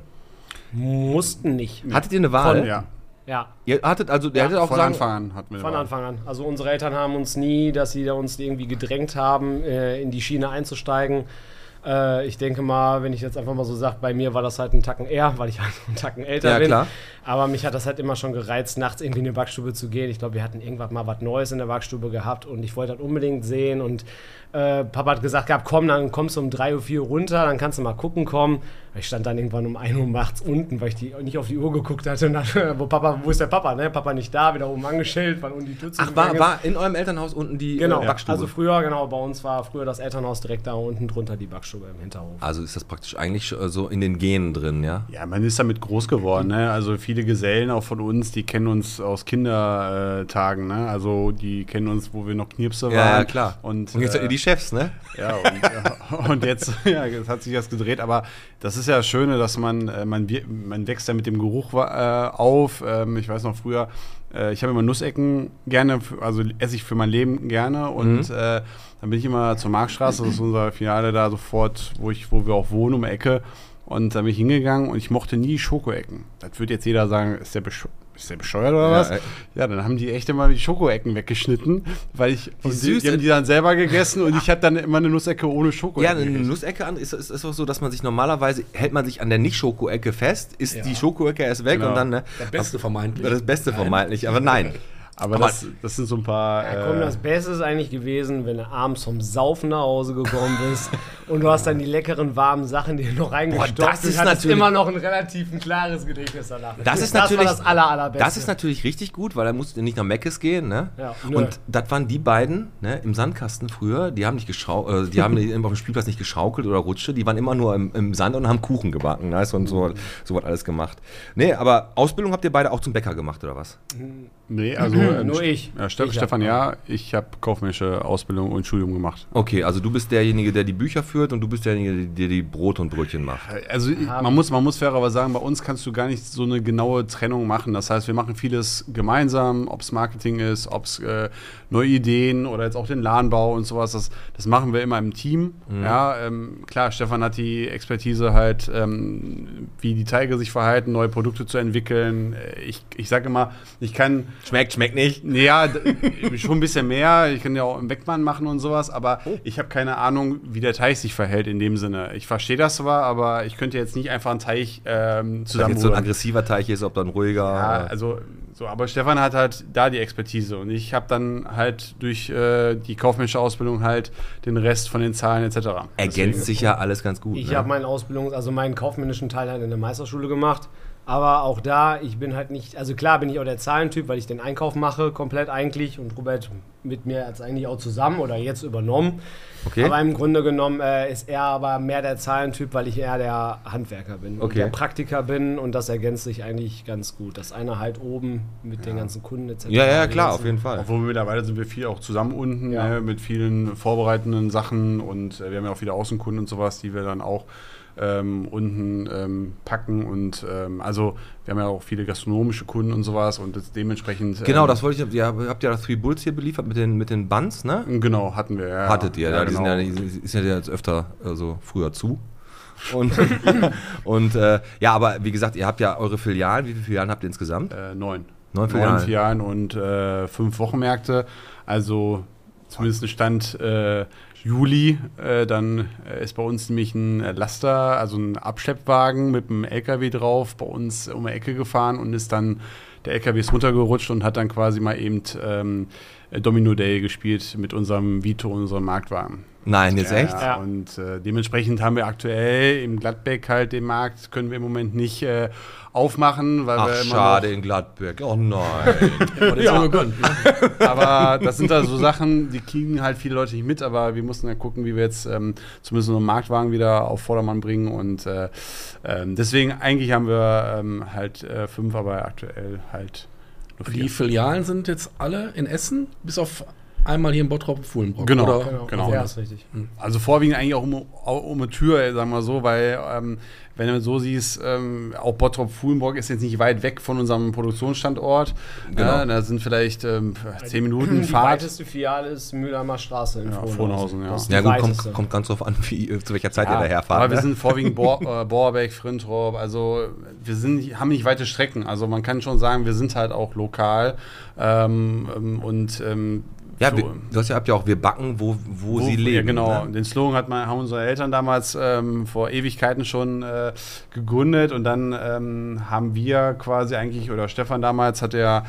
Mussten nicht. Hattet ihr eine Wahl? Von, ja, Ja, Ihr hattet also, ihr hättet auch von sagen, Anfang an hatten wir von eine Anfang an. Also unsere Eltern haben uns nie, dass sie da uns irgendwie gedrängt haben, äh, in die Schiene einzusteigen. Äh, ich denke mal, wenn ich jetzt einfach mal so sage, bei mir war das halt ein Tacken eher, weil ich halt einen Tacken älter Ja, bin. klar. Aber mich hat das halt immer schon gereizt, nachts irgendwie in die Backstube zu gehen. Ich glaube, wir hatten irgendwann mal was Neues in der Backstube gehabt und ich wollte das unbedingt sehen. Und äh, Papa hat gesagt gehabt, komm, dann kommst du um drei Uhr, vier Uhr runter, dann kannst du mal gucken kommen. Ich stand dann irgendwann um ein Uhr nachts unten, weil ich die, nicht auf die Uhr geguckt hatte. Und dann, wo, Papa, wo ist der Papa? Ne? Papa nicht da, wieder oben angestellt, weil unten die Tür ach, war, war in eurem Elternhaus unten die Genau, äh, Backstube? also früher, genau, bei uns war früher das Elternhaus direkt da unten drunter die Backstube im Hinterhof. Also ist das praktisch eigentlich äh, so in den Genen drin, ja? Ja, man ist damit groß geworden. Ne? Also viele Gesellen auch von uns, die kennen uns aus Kindertagen. Ne? Also die kennen uns, wo wir noch Knirpse waren. Ja, ja, klar. Und, Und jetzt seid äh, ihr die Chefs, ne? Ja, und, äh, und jetzt, ja, jetzt hat sich das gedreht, aber das ist ja das Schöne, dass man, äh, man, wir- man wächst ja mit dem Geruch äh, auf. Ähm, ich weiß noch früher, äh, ich habe immer Nussecken gerne, für, also esse ich für mein Leben gerne und Mhm. äh, dann bin ich immer zur Marktstraße, das ist unser Filiale da sofort, wo, ich, wo wir auch wohnen, um die Ecke. Und da bin ich hingegangen und ich mochte nie Schokoecken. Das würde jetzt jeder sagen, ist der, besch ist der bescheuert oder Ja, was? äh. Ja, dann haben die echt immer die Schokoecken weggeschnitten, weil ich, und die, süß. die haben die dann selber gegessen und ich hatte dann immer eine Nussecke ohne Schokoecken. Ja, eine gekriegt. Nussecke an ist, ist, ist auch so, dass man sich normalerweise, hält man sich an der Nicht-Schokoecke fest, ist Ja. die Schokoecke erst weg Genau. und dann, ne? Das Beste vermeintlich. Das Beste vermeintlich, aber nein. Aber, Aber- das, das sind so ein paar. Ja, komm, äh, das Beste ist eigentlich gewesen, wenn du abends vom Saufen nach Hause gekommen bist und du hast dann die leckeren, warmen Sachen, die du noch reingestopft Boah, das und ist hattest natürlich- immer noch ein relativ ein klares Gedächtnis danach. Das ist das natürlich, war das aller, allerbeste. das ist natürlich richtig gut, weil da musst du nicht nach Meckes gehen, ne? Ja, nö. und das waren die beiden, ne, im Sandkasten früher, die haben nicht geschau äh, die haben auf dem Spielplatz nicht geschaukelt oder rutschte, die waren immer nur im, im Sand und haben Kuchen gebacken, ne, und so, so was alles gemacht. Nee, aber Ausbildung habt ihr beide auch zum Bäcker gemacht, oder was? Nee, also. ähm, Nur ich. Ja, Ste Ich hab- Stefan, ja, ich habe kaufmännische Ausbildung und Studium gemacht. Okay, also du bist derjenige, der die Bücher führt und du bist derjenige, der die Brot und Brötchen macht. Also ich- man muss, man muss fairerweise sagen, bei uns kannst du gar nicht so eine genaue Trennung machen. Das heißt, wir machen vieles gemeinsam, ob es Marketing ist, ob es äh, neue Ideen oder jetzt auch den Ladenbau und sowas. Das, das machen wir immer im Team. Ja, ähm, klar, Stefan hat die Expertise halt, ähm, wie die Teige sich verhalten, neue Produkte zu entwickeln. Äh, Ich, ich sage immer, ich kann Schmeckt, schmeckt nicht. ja, d- schon ein bisschen mehr. Ich kann ja auch im Beckmann machen und sowas, aber ich habe keine Ahnung, wie der Teich sich verhält in dem Sinne. Ich verstehe das zwar, aber ich könnte jetzt nicht einfach einen Teich ähm, Ob jetzt so ein zusammenrühren. aggressiver Teich ist, ob dann ruhiger. Ja, also so, aber Stefan hat halt da die Expertise und ich habe dann halt durch äh, die kaufmännische Ausbildung halt den Rest von den Zahlen et cetera. ergänzt sich ja alles ganz gut. Ich ne? habe meinen Ausbildungs-, also meinen kaufmännischen Teil halt in der Meisterschule gemacht. Aber auch da, ich bin halt nicht, also klar bin ich auch der Zahlentyp, weil ich den Einkauf mache, komplett eigentlich. Und Robert mit mir jetzt eigentlich auch zusammen oder jetzt übernommen. Okay. Aber im Grunde genommen äh, ist er aber mehr der Zahlentyp, weil ich eher der Handwerker bin. Und Okay. der Praktiker bin und das ergänzt sich eigentlich ganz gut. Das eine halt oben mit den ganzen Kunden et cetera. Ja, ja, Die klar, ganzen- auf jeden Fall. Obwohl wir mittlerweile sind wir viel auch zusammen unten Ja. ne, mit vielen vorbereitenden Sachen und äh, wir haben ja auch viele Außenkunden und sowas, die wir dann auch ähm, unten ähm, packen und ähm, also wir haben ja auch viele gastronomische Kunden und sowas und das dementsprechend Genau, ähm, das wollte ich, ja, habt ihr das Three Bulls hier beliefert mit den, mit den Buns, ne? genau, hatten wir, ja. Hattet ihr, ja, ja, die genau. sind ja, die ist ja jetzt öfter, also früher zu. Und, und äh, ja, aber wie gesagt, ihr habt ja eure Filialen, wie viele Filialen habt ihr insgesamt? Äh, neun. Neun Filialen. Neun Filialen und äh, fünf Wochenmärkte. Also zumindest ein Stand äh, Juli. Äh, dann äh, ist bei uns nämlich ein Laster, also ein Abschleppwagen mit einem L K W drauf, bei uns um die Ecke gefahren und ist dann, der L K W ist runtergerutscht und hat dann quasi mal eben ähm, Domino Day gespielt mit unserem Vito, unserem Marktwagen. Nein, jetzt Ja, echt? Ja. Und äh, dementsprechend haben wir aktuell im Gladbeck halt den Markt, können wir im Moment nicht äh, aufmachen, weil Ach, wir immer schade noch, in Gladbeck. Oh nein. War das so gegönnt, ne? aber das sind da so Sachen, die kriegen halt viele Leute nicht mit, aber wir mussten dann gucken, wie wir jetzt ähm, zumindest so einen Marktwagen wieder auf Vordermann bringen und äh, ähm, deswegen eigentlich haben wir ähm, halt äh, fünf, aber aktuell halt nur vier. Die Filialen sind jetzt alle in Essen, bis auf einmal hier in Bottrop und Fuhlenbrock. Genau. Oder? Genau, Genau. Ja, ist richtig. Also vorwiegend eigentlich auch um, auch um eine Tür, sagen wir so, weil ähm, wenn du so siehst, ähm, auch Bottrop-Fuhlenbrock ist jetzt nicht weit weg von unserem Produktionsstandort. Genau. Äh, da sind vielleicht ähm, zehn Minuten Die Fahrt. weiteste Filiale ist Mülheimer Straße in Ja, Frohnhausen. Frohnhausen, ja. Das ist die Ja gut, weiteste. kommt, kommt ganz drauf an, wie, zu welcher Zeit Ja, ihr daherfahrt. aber wir ne? sind vorwiegend Bo äh, Borbeck, Frintrop, also wir sind, haben nicht weite Strecken. Also man kann schon sagen, wir sind halt auch lokal ähm, ähm, und ähm, Ja, so- wir, du hast ja, habt ja auch, wir backen, wo, wo, sie leben. Ja, genau. Ne? Den Slogan hat man, haben unsere Eltern damals ähm, vor Ewigkeiten schon äh, gegründet und dann ähm, haben wir quasi eigentlich, oder Stefan damals hat ja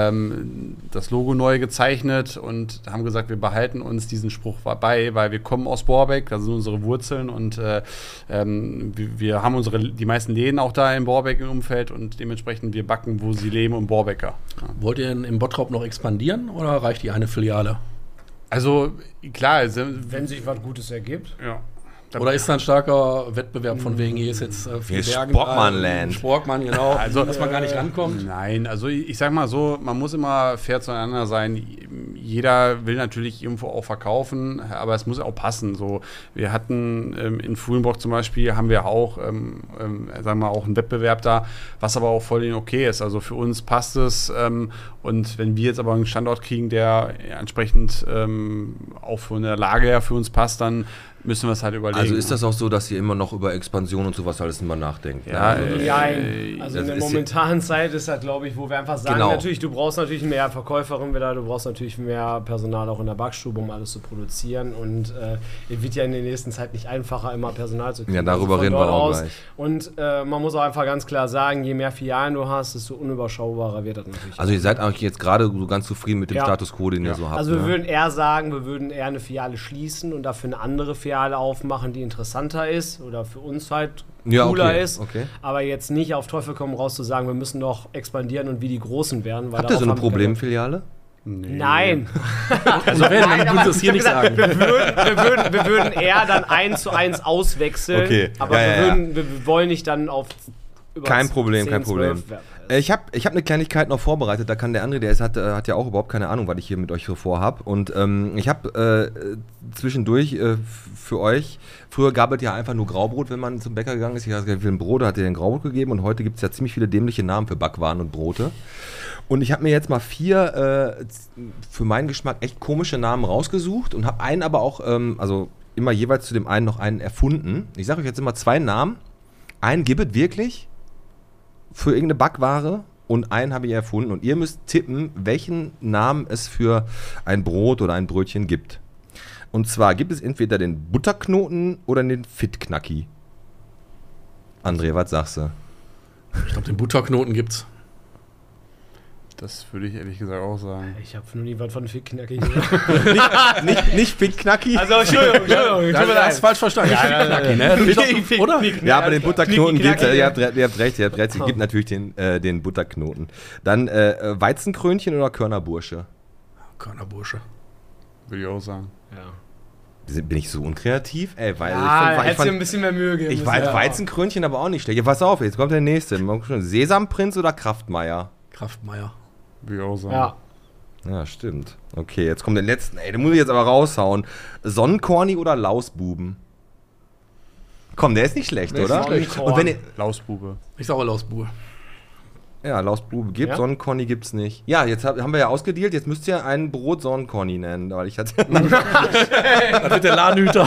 ähm, das Logo neu gezeichnet und haben gesagt, wir behalten uns diesen Spruch bei, weil wir kommen aus Borbeck, das sind unsere Wurzeln und äh, ähm, wir, wir haben unsere, die meisten Läden auch da in Borbeck im Umfeld und dementsprechend wir backen, wo sie leben und Borbecker. Ja. Wollt ihr in, in Bottrop noch expandieren oder reicht die eine Filiale? Also klar, also, Wenn sich was Gutes ergibt. ja. Oder ist da ein starker Wettbewerb von wegen, hier ist jetzt äh, Hier ist Bergen- Sportmanland. Sportmann, genau, Also, dass man gar nicht rankommt. Nein, also ich, ich sag mal so, man muss immer fair zueinander sein. Jeder will natürlich irgendwo auch verkaufen, aber es muss auch passen. So, wir hatten ähm, in Fuhlenbrock zum Beispiel, haben wir auch, ähm, ähm, sagen wir mal, auch einen Wettbewerb da, was aber auch voll okay ist. Also für uns passt es ähm, und wenn wir jetzt aber einen Standort kriegen, der entsprechend ähm, auch von der Lage her für uns passt, dann müssen wir es halt überlegen. Also ist das auch so, dass ihr immer noch über Expansion und sowas alles immer nachdenkt? ne? Ja, Also, äh, Nein, also das in der ist ja- momentanen Zeit ist das, glaube ich, wo wir einfach sagen, Genau. natürlich, du brauchst natürlich mehr Verkäuferin wieder, du brauchst natürlich mehr Personal auch in der Backstube, um alles zu produzieren und äh, es wird ja in der nächsten Zeit nicht einfacher, immer Personal zu kriegen. Ja, darüber von reden wir dort auch aus. gleich. Und äh, man muss auch einfach ganz klar sagen, je mehr Filialen du hast, desto unüberschaubarer wird das natürlich. Also ihr seid eigentlich jetzt gerade so ganz zufrieden mit dem Ja. Status quo, den ihr Ja. so habt. Also wir ne? würden eher sagen, wir würden eher eine Filiale schließen und dafür eine andere Filiale aufmachen, die interessanter ist oder für uns halt Ja, cooler okay, ist. okay. Aber jetzt nicht auf Teufel komm raus zu sagen, wir müssen noch expandieren und wie die Großen werden. Weil Habt ihr so darauf eine haben wir keine- Problemfiliale? Nee. Nein. Also wenn, dann kannst du es hier Ich nicht hab sagen. gesagt, wir, würden, wir, würden, wir würden eher dann eins zu eins auswechseln, Okay. aber Ja, wir, ja, ja. würden, wir wollen nicht dann auf über Kein Problem, zehn, kein Problem. zwölf werden. Äh, Ich habe ich hab eine Kleinigkeit noch vorbereitet, da kann der André, der ist, hat, äh, hat ja auch überhaupt keine Ahnung, was ich hier mit euch so vorhab. Und ähm, ich habe äh, zwischendurch äh, f- für euch, früher gab es ja einfach nur Graubrot, wenn man zum Bäcker gegangen ist. Ich habe gesagt, wie ein Brot, da hat er den Graubrot gegeben und heute gibt es ja ziemlich viele dämliche Namen für Backwaren und Brote. Und ich habe mir jetzt mal vier äh, z- für meinen Geschmack echt komische Namen rausgesucht und habe einen aber auch, ähm, also immer jeweils zu dem einen noch einen erfunden. Ich sage euch jetzt immer zwei Namen. Einen gibt es wirklich für irgendeine Backware und einen habe ich erfunden und ihr müsst tippen, welchen Namen es für ein Brot oder ein Brötchen gibt. Und zwar gibt es entweder den Butterknoten oder den Fitknacki. André, was sagst du? Ich glaube, den Butterknoten gibt's. Das würde ich ehrlich gesagt auch sagen. Ich habe noch nie was von Fickknackig gehört. nicht, nicht Fitknacki? Also, Entschuldigung, Entschuldigung. Da hast du falsch verstanden. Ja, ja, ja, ne? Fick- Doch, oder? ja, aber den Butterknoten Knicki, gibt es. knacki. Ihr habt, re- ihr habt recht, ihr habt recht. Es gibt natürlich den, äh, den Butterknoten. Dann äh, Weizenkrönchen oder Körnerbursche? Körnerbursche. Würde ich auch sagen. Ja. Bin ich so unkreativ? Ey, weil Ah, ich da fand, ich hättest du ein fand, bisschen mehr Mühe geben ich müssen. weiß Ja. Weizenkrönchen aber auch nicht schlecht. Ja, pass auf, jetzt kommt der nächste. Mal gucken. Sesamprinz oder Kraftmeier? Kraftmeier. Würde ich auch sagen. Ja. Ja, stimmt. Okay, jetzt kommt der letzte. Ey, den muss ich jetzt aber raushauen. Sonnenkorni oder Lausbuben? Komm, der ist nicht schlecht, Der ist oder? nicht schlecht. Und wenn ihr, Lausbube. Ich sag auch Lausbube. ja, Lausbube gibt, Ja? Sonnenconny gibt's nicht. Ja, jetzt hab, haben wir ja ausgedealt, jetzt müsst ihr ein Brot Sonnenconny nennen, weil ich hatte... Das wird der Ladenhüter.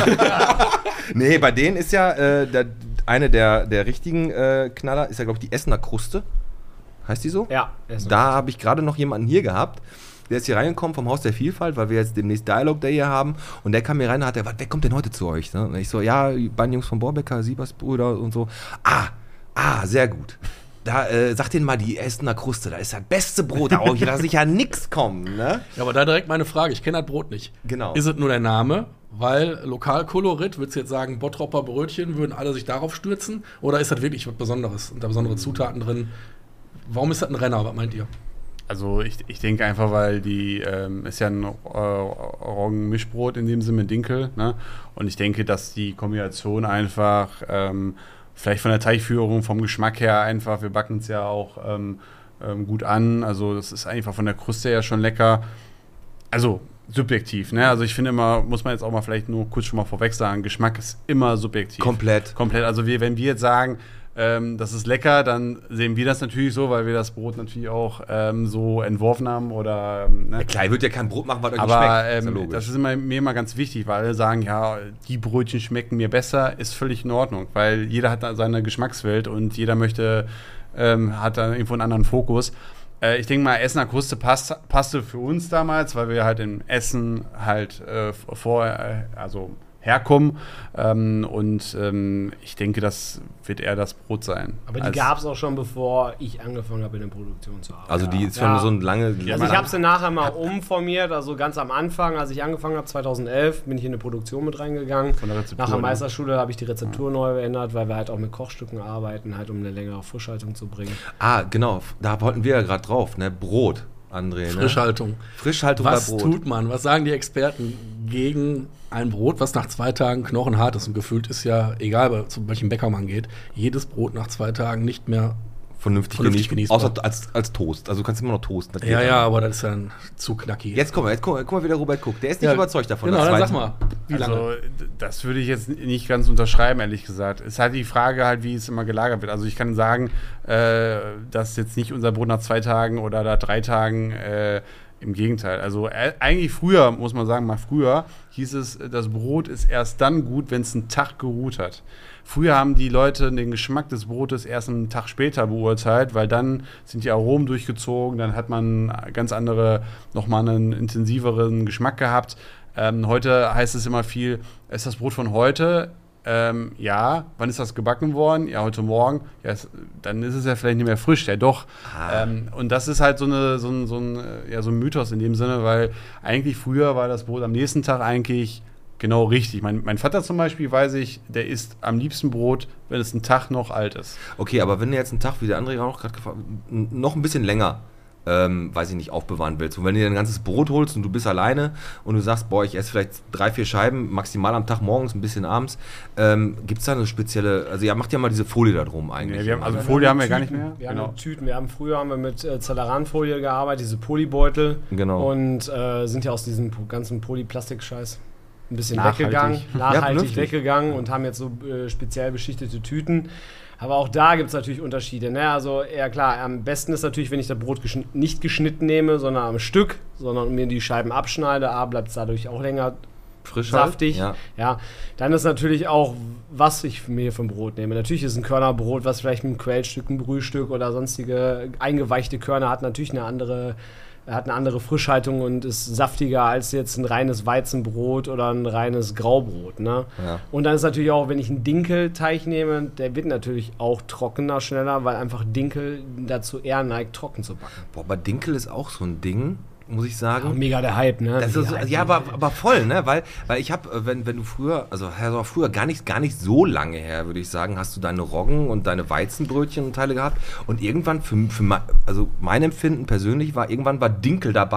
Nee, bei denen ist ja äh, der, eine der, der richtigen äh, Knaller, ist ja, glaube ich, die Essener Kruste. Heißt die so? Ja, Essen. Da habe ich gerade noch jemanden hier gehabt, der ist hier reingekommen vom Haus der Vielfalt, weil wir jetzt demnächst Dialog Day hier haben. Und der kam hier rein und hat gesagt, wer kommt denn heute zu euch? Ne? Und ich so, ja, die beiden Jungs von Borbecker, Siebers-Brüder und so. Ah, ah, sehr gut. Da, äh, sag denen mal, die Essener Kruste, da ist das beste Brot, da brauche ich da sicher nix kommen, ne? Ja, aber da direkt meine Frage, ich kenne das Brot nicht. Genau. Ist es nur der Name? Weil Lokalkolorit, würdest du jetzt sagen, Bottropper Brötchen, würden alle sich darauf stürzen? Oder ist das wirklich was Besonderes? Sind da besondere Zutaten drin? Warum ist das ein Renner? Was meint ihr? Also ich, ich denke einfach, weil die ähm, ist ja ein äh, Roggenmischbrot in dem Sinne mit Dinkel, ne? Und ich denke, dass die Kombination einfach ähm, vielleicht von der Teigführung, vom Geschmack her einfach, wir backen es ja auch ähm, ähm, gut an, also das ist einfach von der Kruste her schon lecker. Also subjektiv, ne? Also ich finde immer, muss man jetzt auch mal vielleicht nur kurz schon mal vorweg sagen, Geschmack ist immer subjektiv. Komplett. Komplett. Also wir, wenn wir jetzt sagen, ähm, das ist lecker, dann sehen wir das natürlich so, weil wir das Brot natürlich auch ähm, so entworfen haben oder ähm, ne? Ja, klar, ihr würdet ja kein Brot machen, was euch nicht Aber schmeckt. Ist ja ähm, logisch. das ist immer, mir immer ganz wichtig, weil alle sagen, ja, die Brötchen schmecken mir besser, ist völlig in Ordnung, weil jeder hat da seine Geschmackswelt und jeder möchte, ähm, hat da irgendwo einen anderen Fokus. Äh, ich denke mal, Essener Kruste passt, passte für uns damals, weil wir halt in Essen halt äh, vor, äh, also herkommen ähm, und ähm, ich denke, das wird eher das Brot sein. Aber die Als- gab es auch schon, bevor ich angefangen habe, in der Produktion zu arbeiten. Also die ist schon Ja. so ein lange... Also ich habe sie nachher mal umformiert, also ganz am Anfang, als ich angefangen habe, zweitausendelf, bin ich in eine Produktion mit reingegangen. Von der Rezeptur, Nach der ne? Meisterschule habe ich die Rezeptur neu geändert, weil wir halt auch mit Kochstücken arbeiten, halt um eine längere Frischhaltung zu bringen. Ah, genau, da wollten wir ja gerade drauf, ne? Brot, André, ne? Frischhaltung. Frischhaltung Was bei Brot. tut man? Was sagen die Experten gegen ein Brot, was nach zwei Tagen knochenhart ist? Und gefühlt ist ja, egal bei- zu welchem Bäcker man geht, jedes Brot nach zwei Tagen nicht mehr. Vernünftig, Vernünftig genießen. genießbar. Außer als, als Toast. Also du kannst immer noch toasten. das geht Ja, dann. ja, aber das ist dann zu knackig. Jetzt guck mal, jetzt guck, mal, guck mal, wie der Robert guckt. Der ist nicht Ja, überzeugt davon. Genau, das dann sag zweite mal, wie lange? Also, d- das würde ich jetzt nicht ganz unterschreiben, ehrlich gesagt. Es ist halt die Frage, halt, wie es immer gelagert wird. Also, ich kann sagen, äh, dass jetzt nicht unser Brot nach zwei Tagen oder nach drei Tagen, äh, im Gegenteil. Also, äh, eigentlich früher, muss man sagen, mal früher, hieß es, das Brot ist erst dann gut, wenn es einen Tag geruht hat. Früher haben die Leute den Geschmack des Brotes erst einen Tag später beurteilt, weil dann sind die Aromen durchgezogen, dann hat man ganz andere, nochmal einen intensiveren Geschmack gehabt. Ähm, heute heißt es immer viel, ist das Brot von heute? Ähm, ja. Wann ist das gebacken worden? Ja, heute Morgen. Ja, es, dann ist es ja vielleicht nicht mehr frisch. Ja, doch. Ah. Ähm, und das ist halt so, eine, so, ein, so, ein, äh, ja, so ein Mythos in dem Sinne, weil eigentlich früher war das Brot am nächsten Tag eigentlich genau richtig. Mein, mein Vater zum Beispiel, weiß ich, der isst am liebsten Brot, wenn es einen Tag noch alt ist. Okay, aber wenn du jetzt einen Tag, wie der André auch gerade gefragt hat, noch ein bisschen länger, ähm, weiß ich nicht, aufbewahren willst. Und wenn du dir ein ganzes Brot holst und du bist alleine und du sagst, boah, ich esse vielleicht drei, vier Scheiben, maximal am Tag morgens, ein bisschen abends, ähm, gibt es da eine spezielle, also ja, macht ja mal diese Folie da drum eigentlich. Nee, wir haben, also Wir Folie haben wir Tüten. gar nicht mehr. Wir Genau. haben Tüten. Wir haben früher haben wir mit äh, Zelleranfolie gearbeitet, diese Polybeutel. Genau. Und äh, sind ja aus diesem po- ganzen Polyplastik-Scheiß ein bisschen Nachhaltig. weggegangen, Ja, nachhaltig vernünftig. weggegangen und haben jetzt so äh, speziell beschichtete Tüten. Aber auch da gibt es natürlich Unterschiede. Ne? Also, ja klar, am besten ist natürlich, wenn ich das Brot geschn nicht geschnitten nehme, sondern am Stück, sondern mir die Scheiben abschneide. A, bleibt es dadurch auch länger Frisch halt, saftig. ja. Ja, dann ist natürlich auch, was ich mir für ein Brot nehme. Natürlich ist ein Körnerbrot, was vielleicht mit einem Quellstück, ein Brühstück oder sonstige eingeweichte Körner hat, natürlich eine andere, hat eine andere Frischhaltung und ist saftiger als jetzt ein reines Weizenbrot oder ein reines Graubrot. Ne? Ja. Und dann ist natürlich auch, wenn ich einen Dinkelteig nehme, der wird natürlich auch trockener, schneller, weil einfach Dinkel dazu eher neigt, trocken zu backen. Boah, aber Dinkel ist auch so ein Ding, muss ich sagen. Ja, mega der Hype, ne? Das ist, Mega so- Hype. ja, aber, aber voll, ne? Weil, weil ich habe, wenn, wenn du früher, also also früher gar nicht, gar nicht so lange her, würde ich sagen, hast du deine Roggen und deine Weizenbrötchen und Teile gehabt und irgendwann für, für mein, also mein Empfinden persönlich war, irgendwann war Dinkel dabei.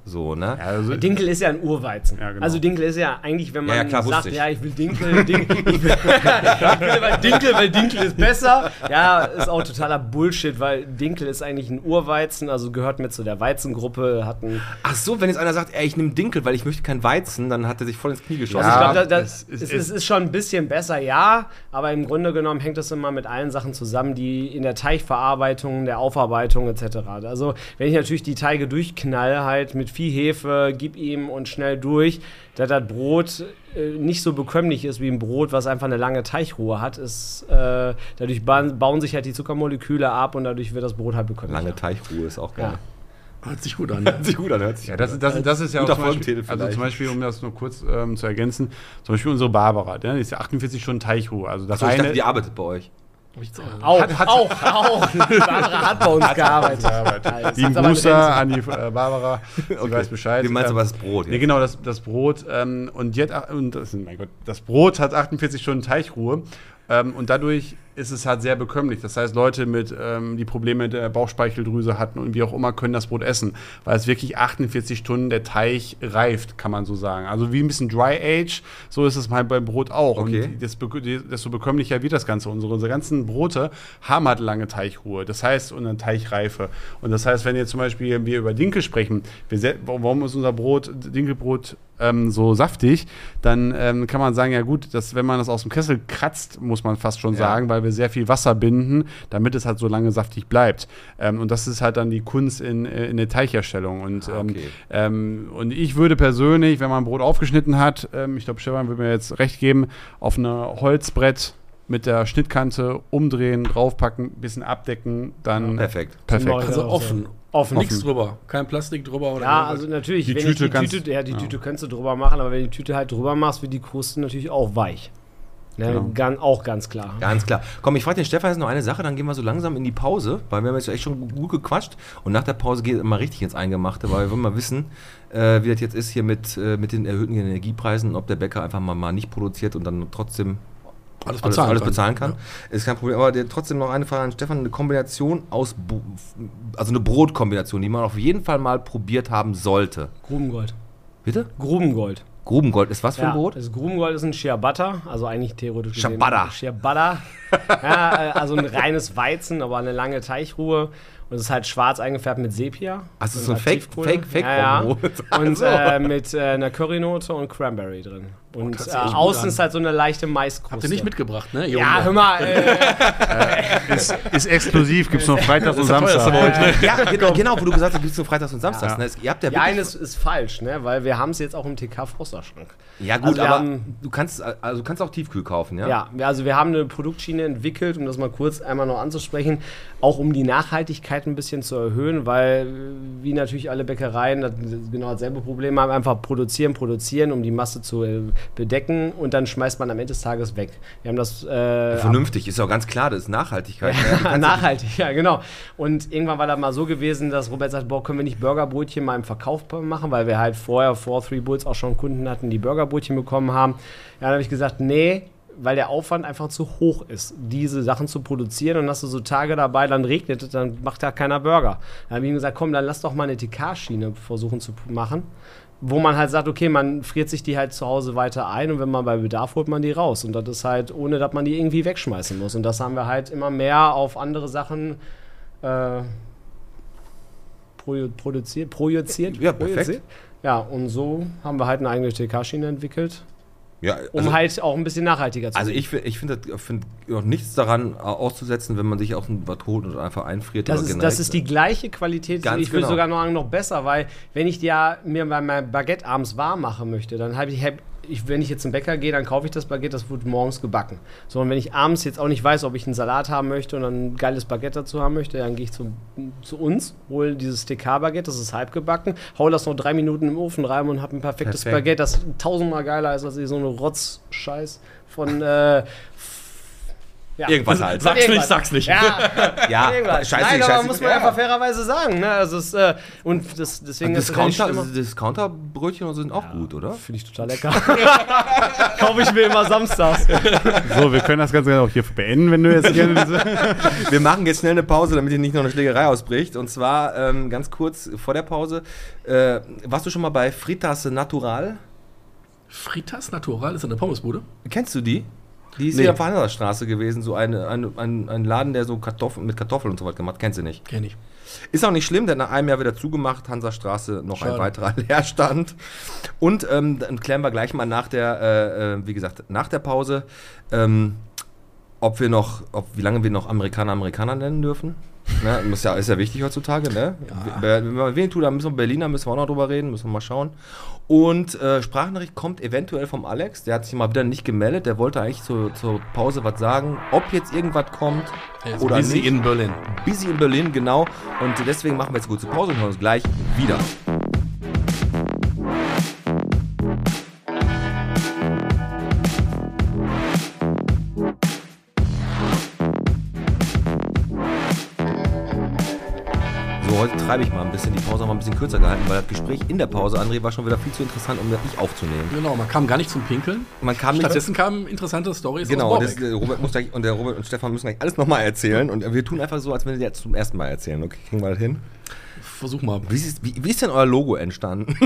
So, ne? Ja, also, Dinkel ist ja ein Urweizen. Ja, genau. Also Dinkel ist ja eigentlich, wenn man Ja, ja, klar, sagt, wusste ich. ja, ich will Dinkel, Dinkel, ich will, ich will weil Dinkel, weil Dinkel ist besser. Ja, ist auch totaler Bullshit, weil Dinkel ist eigentlich ein Urweizen, also gehört mit zu der Weizengruppe, hat ein Ach so, wenn jetzt einer sagt, ey, ich nehme Dinkel, weil ich möchte keinen Weizen, dann hat er sich voll ins Knie geschossen. Also ich Ja, glaube, da, da, es, es- es, es- ist schon ein bisschen besser, ja, aber im Grunde genommen hängt das immer mit allen Sachen zusammen, die in der Teichverarbeitung, der Aufarbeitung et cetera. Also wenn ich natürlich die Teige durchknalle, halt mit viel Hefe, gib ihm und schnell durch, dass das Brot äh, nicht so bekömmlich ist wie ein Brot, was einfach eine lange Teichruhe hat, ist, äh, dadurch ba bauen sich halt die Zuckermoleküle ab und dadurch wird das Brot halt bekömmlicher. Lange Teichruhe ist auch geil. Ja. Hört sich gut an. Ne? Hört sich gut an, hört sich Ja, das, das, das ist ja auch Guter zum Beispiel, Folgentitel also vielleicht. zum Beispiel, um das nur kurz ähm, zu ergänzen, zum Beispiel unsere Barbara, ne, die ist ja achtundvierzig Stunden Teichruhe. Also das So, ich dachte, eine, die arbeitet bei euch. Hab ich jetzt auch. Auch, auch, auch. Barbara hat bei uns gearbeitet. Ja, das Lieben ist aber eine Grüße Rente. an die äh, Barbara, sie weiß Bescheid. Du meinst Ähm, aber das Brot. Nee, genau, das, das Brot. Ähm, und jetzt, und das, mein Gott, das Brot hat achtundvierzig Stunden Teichruhe. Ähm, und dadurch ist es halt sehr bekömmlich. Das heißt, Leute, mit, ähm, die Probleme der Bauchspeicheldrüse hatten und wie auch immer, können das Brot essen, weil es wirklich achtundvierzig Stunden der Teig reift, kann man so sagen. Also wie ein bisschen Dry Age, so ist es mal beim Brot auch. Okay. Und desto, desto bekömmlicher wird das Ganze. Unsere, unsere ganzen Brote haben halt lange Teichruhe. Das heißt, und eine Teichreife. Und das heißt, wenn jetzt zum Beispiel wir über Dinkel sprechen, wir se- warum ist unser Brot, Dinkelbrot, ähm, so saftig, dann ähm, kann man sagen, ja gut, dass, wenn man das aus dem Kessel kratzt, muss man fast schon Ja. sagen, weil wir sehr viel Wasser binden, damit es halt so lange saftig bleibt. Ähm, und das ist halt dann die Kunst in, äh, in der Teichherstellung. Und, Ah, ähm, okay. ähm, und ich würde persönlich, wenn man Brot aufgeschnitten hat, ähm, ich glaube, Stefan würde mir jetzt recht geben, auf eine Holzbrett mit der Schnittkante umdrehen, draufpacken, bisschen abdecken, dann Perfekt. perfekt. Genau. Also Ja, offen. Offen. Nichts drüber. Kein Plastik drüber oder Ja, irgendwas. also natürlich, Die wenn Tüte ich die kannst- Tüte, ja, die ja. Tüte kannst du drüber machen, aber wenn du die Tüte halt drüber machst, wird die Kruste natürlich auch weich. Ne, Genau. gan, auch ganz klar. Ganz klar. Komm, ich frage den Stefan jetzt noch eine Sache, dann gehen wir so langsam in die Pause, weil wir haben jetzt echt schon gut gequatscht und nach der Pause geht es immer richtig ins Eingemachte, weil wir wollen mal wissen, äh, wie das jetzt ist hier mit, äh, mit den erhöhten Energiepreisen und ob der Bäcker einfach mal, mal nicht produziert und dann trotzdem alles alles, bezahlen alles kann. bezahlen kann. Ist kein Problem. Aber der, trotzdem noch eine Frage an Stefan. Eine Kombination aus, Bu- also eine Brotkombination, die man auf jeden Fall mal probiert haben sollte. Grubengold. Bitte? Grubengold. Grubengold ist was für ein Brot? Das Grubengold ist ein Ciabatta, also eigentlich theoretisch gesehen Ciabatta. Ciabatta. Ja, äh, also ein reines Weizen, aber eine lange Teichruhe. Und es ist halt schwarz eingefärbt mit Sepia. Also Und so ein Fake- Aktivkohle. Fake- Fake- ja, ja. Brot. Und Also. äh, mit äh, einer Currynote und Cranberry drin. Und das äh, sieht echt gut außen an. ist halt so eine leichte Maiskruste. Habt ihr nicht mitgebracht, ne? ihr Ja, Hunde? hör mal. Äh, Ist, ist exklusiv, gibt es nur Freitags und teuerste Samstag. bei euch, ne? Ja, genau, genau, wo du gesagt hast, gibt es nur Freitags und Samstags. Ja. Ne? Es- Ihr habt ja, ja, wirklich- eines ist falsch, ne? Weil wir haben es jetzt auch im T K-Frosterschrank. ja gut, also wir aber haben- du kannst, also du kannst auch Tiefkühl kaufen, ja? Ja, wir- also wir haben eine Produktschiene entwickelt, um das mal kurz einmal noch anzusprechen, auch um die Nachhaltigkeit ein bisschen zu erhöhen, weil wie natürlich alle Bäckereien das, genau dasselbe Problem haben, einfach produzieren, produzieren, um die Masse zu äh, bedecken und dann schmeißt man am Ende des Tages weg. Wir haben das äh, Vernünftig, ist ja auch ganz klar, das ist Nachhaltigkeit. ne? Du ja, kannst- nachhaltig, ja, genau. Und irgendwann war das mal so gewesen, dass Robert sagt, boah, können wir nicht Burgerbrötchen mal im Verkauf machen, weil wir halt vorher vor Three Bulls auch schon Kunden hatten, die Burgerbrötchen bekommen haben. Ja, dann habe ich gesagt, nee, weil der Aufwand einfach zu hoch ist, diese Sachen zu produzieren. Und hast du so Tage dabei, dann regnet es, dann macht da keiner Burger. Dann habe ich ihm gesagt, komm, dann lass doch mal eine T K-Schiene versuchen zu machen, wo man halt sagt, okay, man friert sich die halt zu Hause weiter ein und wenn man bei Bedarf holt man die raus. Und das ist halt, ohne dass man die irgendwie wegschmeißen muss. Und das haben wir halt immer mehr auf andere Sachen äh, proju- produziert, projiziert. Ja, perfekt. projiziert. Ja, und so haben wir halt eine eigene T K-Schiene entwickelt, Ja, um also, halt auch ein bisschen nachhaltiger zu also sein. ich, fi- ich finde find auch nichts daran auszusetzen, wenn man sich auch was holt und einfach einfriert. Das oder ist, generell- das ist die gleiche Qualität, Ganz ich würde genau. sogar noch sagen, noch besser, weil wenn ich ja mir mein mein Baguette abends warm machen möchte, dann habe ich, hab ich, wenn ich jetzt zum Bäcker gehe, dann kaufe ich das Baguette, das wird morgens gebacken. So, und wenn ich abends jetzt auch nicht weiß, ob ich einen Salat haben möchte und dann ein geiles Baguette dazu haben möchte, dann gehe ich zu, zu uns, hole dieses T K-Baguette, das ist halb gebacken, hau das noch drei Minuten im Ofen rein und habe ein perfektes Perfekt. Baguette, das tausendmal geiler ist als so eine Rotz-Scheiß von äh, Ja. Irgendwas halt. Sag's nicht, Irgendwas. sag's nicht. Ja, Ja, irgendwas. scheiße, Nein, aber scheiße. muss man Ja. einfach fairerweise sagen. Ne? Also es, äh, und das, deswegen ist es ja nicht Discounter, schlimmer. Discounterbrötchen sind auch gut, oder? Finde ich total lecker. Kaufe ich mir immer samstags. So, wir können das Ganze auch hier beenden, wenn du jetzt gerne diese. Wir machen jetzt schnell eine Pause, damit hier nicht noch eine Schlägerei ausbricht. Und zwar ähm, ganz kurz vor der Pause. Äh, warst du schon mal bei Fritas Natural? Fritas Natural ist eine Pommesbude. Kennst du die? Die ist Nee. hier auf der Hansastraße gewesen, so eine, eine, ein, ein Laden, der so Kartoffeln mit Kartoffeln und so was gemacht. Kennst du nicht? Kenn ich. Ist auch nicht schlimm, denn nach einem Jahr wieder zugemacht, Hansastraße noch Schade. ein weiterer Leerstand. Und ähm, dann klären wir gleich mal nach der, äh, äh, wie gesagt, nach der Pause, ähm, ob wir noch, ob, wie lange wir noch Amerikaner Amerikaner nennen dürfen. Ne, muss ja, ist ja wichtig heutzutage, ne? Ja. Wenn wir wen tun, dann müssen wir Berliner, müssen wir auch noch drüber reden, müssen wir mal schauen. Und äh, Sprachnachricht kommt eventuell vom Alex, der hat sich mal wieder nicht gemeldet, der wollte eigentlich zur, zur Pause was sagen, ob jetzt irgendwas kommt Er ist oder busy nicht. in Berlin. Busy in Berlin, genau. Und deswegen machen wir jetzt eine kurze Pause und hören uns gleich wieder. So, heute treibe ich mal ein bisschen. Die Pause haben wir ein bisschen kürzer gehalten, weil das Gespräch in der Pause, André, war schon wieder viel zu interessant, um das nicht aufzunehmen. Genau, man kam gar nicht zum Pinkeln. Man kam nicht Stattdessen kamen interessante Storys Genau, aus das, Borbeck. der Robert muss gleich, und der Robert und Stefan müssen gleich alles nochmal erzählen. Und wir tun einfach so, als wenn wir jetzt zum ersten Mal erzählen. Okay, kriegen wir das hin? Versuch mal. Wie ist, wie, wie ist denn euer Logo entstanden?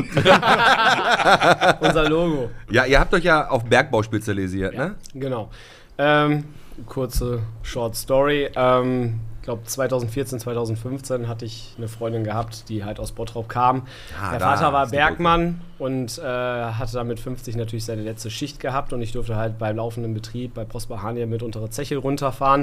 Unser Logo. Ja, ihr habt euch ja auf Bergbau spezialisiert, ne? Genau. Ähm, kurze Short Story. Ähm, ich glaube zwanzig vierzehn, zwanzig fünfzehn hatte ich eine Freundin gehabt, die halt aus Bottrop kam. Ah, Der da Vater war ist die Bergmann und äh, hatte dann mit fünfzig natürlich seine letzte Schicht gehabt und ich durfte halt beim laufenden Betrieb bei Prosper Haniel mit untere Zeche runterfahren.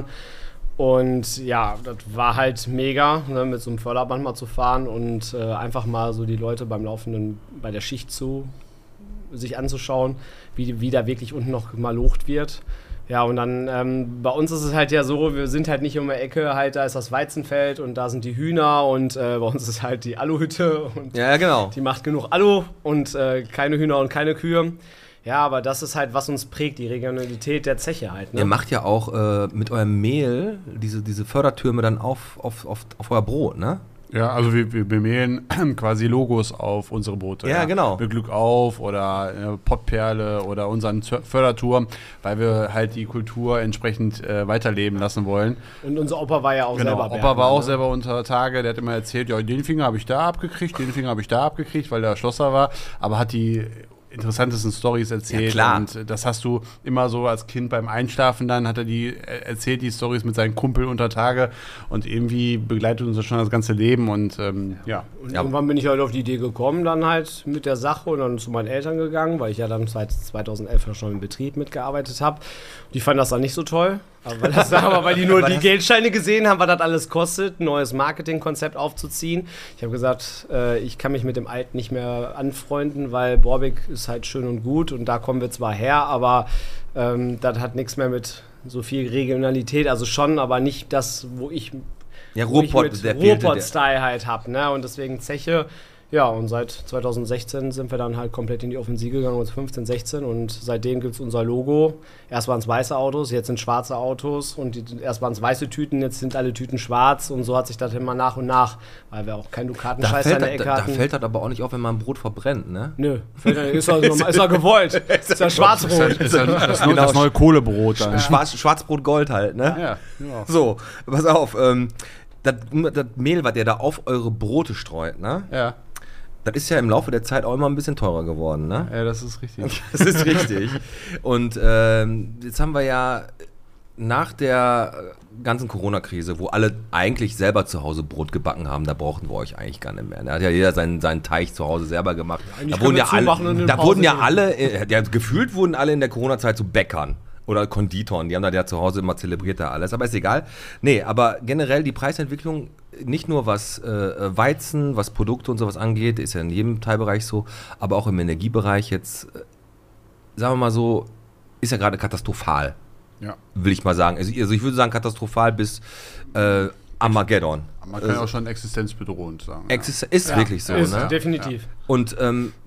Und ja, das war halt mega, ne, mit so einem Förderband mal zu fahren und äh, einfach mal so die Leute beim Laufenden bei der Schicht zu sich anzuschauen, wie, wie da wirklich unten noch mal locht wird. Ja, und dann ähm, bei uns ist es halt ja so, wir sind halt nicht um die Ecke, halt da ist das Weizenfeld und da sind die Hühner und äh, bei uns ist halt die Aluhütte und Ja, genau. die macht genug Alu und äh, keine Hühner und keine Kühe. Ja, aber das ist halt, was uns prägt, die Regionalität der Zeche halt. Ne? Ihr macht ja auch äh, mit eurem Mehl diese, diese Fördertürme dann auf, auf, auf, auf euer Brot, ne? Ja, also wir, wir bemehlen quasi Logos auf unsere Boote. Ja, genau. Mit Glück auf oder äh, Pottperle oder unseren Z- Förderturm, weil wir halt die Kultur entsprechend äh, weiterleben lassen wollen. Und unser Opa war ja auch Genau, selber Opa Bergmann, war auch ne? selber unter Tage, der hat immer erzählt, ja, den Finger habe ich da abgekriegt, den Finger habe ich da abgekriegt, weil der Schlosser war, aber hat die interessantesten Storys erzählt. Ja, klar. Und das hast du immer so als Kind beim Einschlafen dann, hat er die äh, erzählt, die Storys mit seinem Kumpel unter Tage und irgendwie begleitet uns das schon das ganze Leben und ähm, ja. Und Ja. irgendwann bin ich halt auf die Idee gekommen, dann halt mit der Sache und dann zu meinen Eltern gegangen, weil ich ja dann seit zweitausendelf schon im Betrieb mitgearbeitet habe. Die fanden das dann nicht so toll, aber weil, das, aber weil die nur Aber die das- Geldscheine gesehen haben, was das alles kostet, ein neues Marketingkonzept aufzuziehen. Ich habe gesagt, äh, ich kann mich mit dem Alten nicht mehr anfreunden, weil Borbeck ist halt schön und gut und da kommen wir zwar her, aber ähm, das hat nichts mehr mit so viel Regionalität, also schon, aber nicht das, wo ich Ja, wo ich Ruhrpott, mit der fehlte. Der, Ruhrpott-Style halt hab, ne? Und deswegen Zeche. Ja, und seit zwanzig sechzehn sind wir dann halt komplett in die Offensive gegangen, uns fünfzehn, sechzehn und seitdem gibt es unser Logo. Erst waren es weiße Autos, jetzt sind schwarze Autos und die, erst waren es weiße Tüten, jetzt sind alle Tüten schwarz und so hat sich das immer nach und nach, weil wir auch keinen da, Dukatenscheiß fällt an der das, Ecke da, da hatten. fällt das aber auch nicht auf, wenn man ein Brot verbrennt, ne? Nö, fällt, ist ja normal- ist ja gewollt. Ist ja schwarzrot. Ist ja das, Genau. das neue Kohlebrot dann. Schwarz, Schwarzbrot Gold halt, ne? Ja, genau. So, pass auf, ähm, das, das Mehl, was ihr da auf eure Brote streut, ne? Ja. Das ist ja im Laufe der Zeit auch immer ein bisschen teurer geworden, ne? Ja, das ist richtig. Das ist richtig. Und ähm, jetzt haben wir ja nach der ganzen Corona-Krise, wo alle eigentlich selber zu Hause Brot gebacken haben, da brauchten wir euch eigentlich gar nicht mehr. Da hat ja jeder seinen, seinen Teig zu Hause selber gemacht. eigentlich Da wurden können ja wir alle, zumachen und in da Pause wurden ja gehen. alle, äh, ja, gefühlt wurden alle in der Corona-Zeit zu Bäckern. Oder Konditoren, die haben da ja zu Hause immer zelebriert da alles, aber ist egal. Nee, aber generell die Preisentwicklung, nicht nur was äh, Weizen, was Produkte und sowas angeht, ist ja in jedem Teilbereich so, aber auch im Energiebereich jetzt, äh, sagen wir mal so, ist ja gerade katastrophal, Ja. will ich mal sagen. Also, also ich würde sagen katastrophal bis äh, Armageddon. Man kann ja auch schon existenzbedrohend sagen. Exist ist wirklich so, Ist ne? definitiv. Und ähm,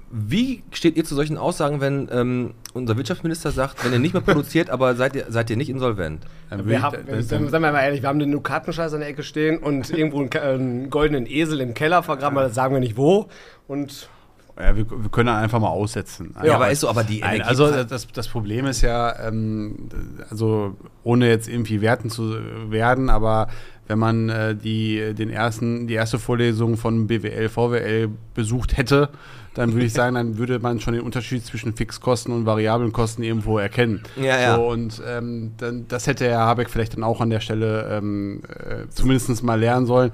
Wie steht ihr zu solchen Aussagen, wenn ähm, unser Wirtschaftsminister sagt, wenn ihr nicht mehr produziert, aber seid ihr, seid ihr nicht insolvent? Wir haben, sagen wir mal ehrlich, wir haben den Dukatenscheiß an der Ecke stehen und irgendwo einen, einen goldenen Esel im Keller vergraben, aber das sagen wir nicht wo. Und Ja, wir, wir können einfach mal aussetzen. Ja, aber ist so, aber die Nein, Energie. also das, das Problem ist ja, ähm, also ohne jetzt irgendwie werten zu werden, aber wenn man äh, die, den ersten, die erste Vorlesung von B W L, V W L besucht hätte, dann würde ich sagen, dann würde man schon den Unterschied zwischen Fixkosten und variablen Kosten irgendwo erkennen. Ja, ja. So, und ähm, dann, das hätte Herr Habeck vielleicht dann auch an der Stelle ähm, äh, zumindest mal lernen sollen.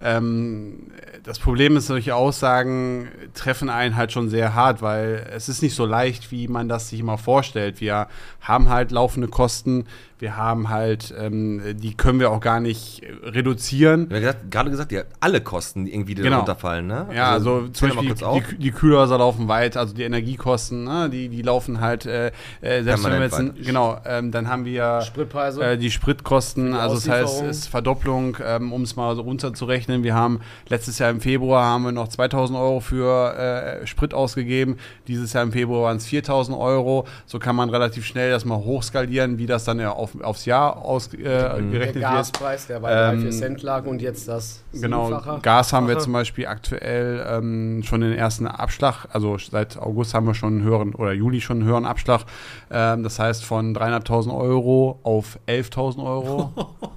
Ähm, das Problem ist, solche Aussagen treffen einen halt schon sehr hart, weil es ist nicht so leicht, wie man das sich immer vorstellt. Wir haben halt laufende Kosten, wir haben halt, ähm, die können wir auch gar nicht reduzieren. Wir haben gesagt, gerade gesagt, ja, alle Kosten die irgendwie, die Genau. darunter fallen, ne? Ja, also, zum zähl mal Beispiel kurz die, auf. die, die Kühlhäuser laufen weit, also die Energiekosten, ne, die, die laufen halt, äh, äh, selbst wenn wir jetzt, Permanent ein, genau, ähm, dann haben wir Spritpreise. äh, die Spritkosten, die also das heißt, Auslieferung. es ist Verdopplung, ähm, um es mal so runterzurechnen. Wir haben letztes Jahr im Februar haben wir noch zweitausend Euro für äh, Sprit ausgegeben, dieses Jahr im Februar waren es viertausend Euro, so kann man relativ schnell das mal hochskalieren, wie das dann ja auf, aufs Jahr ausgerechnet der äh, wird. Gaspreis, der bei drei, Ähm, vier Cent lag und jetzt das Genau, Siebenfache. Gas haben wir Fache. zum Beispiel aktuell ähm, schon den ersten Abschlag, also seit August haben wir schon einen höheren, oder Juli schon einen höheren Abschlag. Ähm, das heißt von dreieinhalbtausend Euro auf elftausend Euro.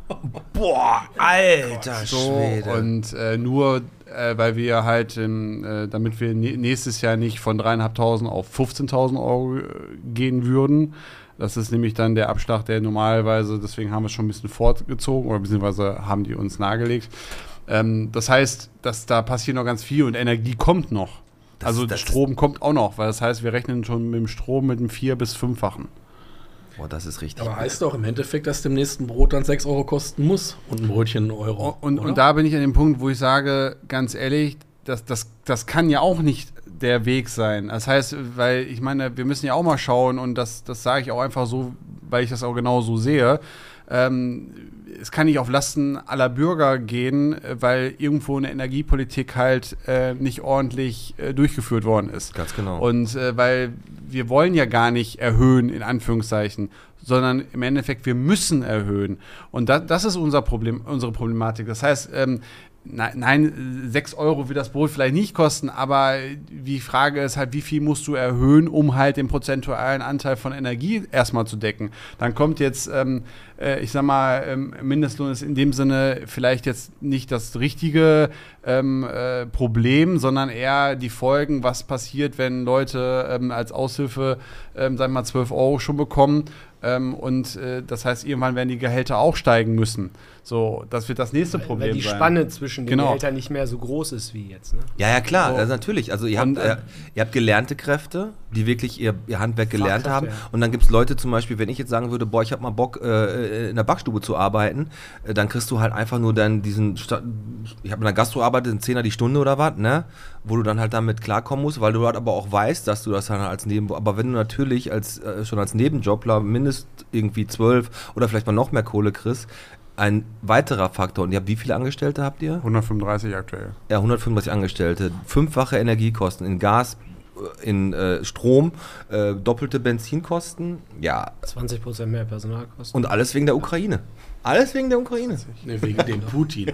Boah, alter So, Schwede. und äh, nur äh, weil wir halt, ähm, äh, damit wir nä- nächstes Jahr nicht von dreieinhalbtausend auf fünfzehntausend Euro äh, gehen würden. Das ist nämlich dann der Abschlag, der normalerweise, deswegen haben wir es schon ein bisschen fortgezogen oder beziehungsweise haben die uns nahegelegt. Ähm, das heißt, dass da passiert noch ganz viel und Energie kommt noch. Das- also das- Strom kommt auch noch, weil das heißt, wir rechnen schon mit dem Strom mit einem vier- bis fünffachen. Boah, das ist richtig. Aber heißt doch im Endeffekt, dass dem nächsten Brot dann sechs Euro kosten muss und ein Brötchen einen Euro. Und, oder? und da bin ich an dem Punkt, wo ich sage, ganz ehrlich, das, das, das kann ja auch nicht der Weg sein. Das heißt, weil ich meine, wir müssen ja auch mal schauen und das, das sage ich auch einfach so, weil ich das auch genau so sehe. Ähm, es kann nicht auf Lasten aller Bürger gehen, weil irgendwo eine Energiepolitik halt äh, nicht ordentlich äh, durchgeführt worden ist. Ganz genau. Und äh, weil wir wollen ja gar nicht erhöhen, in Anführungszeichen, sondern im Endeffekt, wir müssen erhöhen. Und da, das ist unser Problem, unsere Problematik. Das heißt, ähm, nein, nein, sechs Euro wird das Brot vielleicht nicht kosten, aber die Frage ist halt, wie viel musst du erhöhen, um halt den prozentualen Anteil von Energie erstmal zu decken. Dann kommt jetzt, ähm, äh, ich sag mal, ähm, Mindestlohn ist in dem Sinne vielleicht jetzt nicht das richtige ähm, äh, Problem, sondern eher die Folgen, was passiert, wenn Leute ähm, als Aushilfe, ähm, sagen wir mal, zwölf Euro schon bekommen. Ähm, und äh, das heißt, irgendwann werden die Gehälter auch steigen müssen. So, das wird das nächste Weil- Problem Weil die sein. Spanne zwischen den Genau. Gehältern nicht mehr so groß ist wie jetzt. Ne? Ja, ja, klar, So. also natürlich. Also ihr habt, Und, äh, äh, ihr habt gelernte Kräfte, die wirklich ihr, ihr Handwerk gelernt haben. Fachkräfte, ja. Und dann gibt es Leute zum Beispiel, wenn ich jetzt sagen würde, boah, ich habe mal Bock, äh, in der Backstube zu arbeiten, äh, dann kriegst du halt einfach nur dann diesen, Sta- ich habe in der Gastro gearbeitet, einen Zehner die Stunde oder was, ne? Wo du dann halt damit klarkommen musst, weil du halt aber auch weißt, dass du das dann als Neben... Aber wenn du natürlich als äh, schon als Nebenjobler mindest irgendwie zwölf oder vielleicht mal noch mehr Kohle kriegst, ein weiterer Faktor, und ihr habt wie viele Angestellte habt ihr? hundertfünfunddreißig aktuell. Ja, hundertfünfunddreißig Angestellte, fünffache Energiekosten in Gas, in äh, Strom, äh, doppelte Benzinkosten, ja, zwanzig Prozent mehr Personalkosten. und alles wegen der Ukraine. Alles wegen der Ukraine. Nee, wegen dem Putin.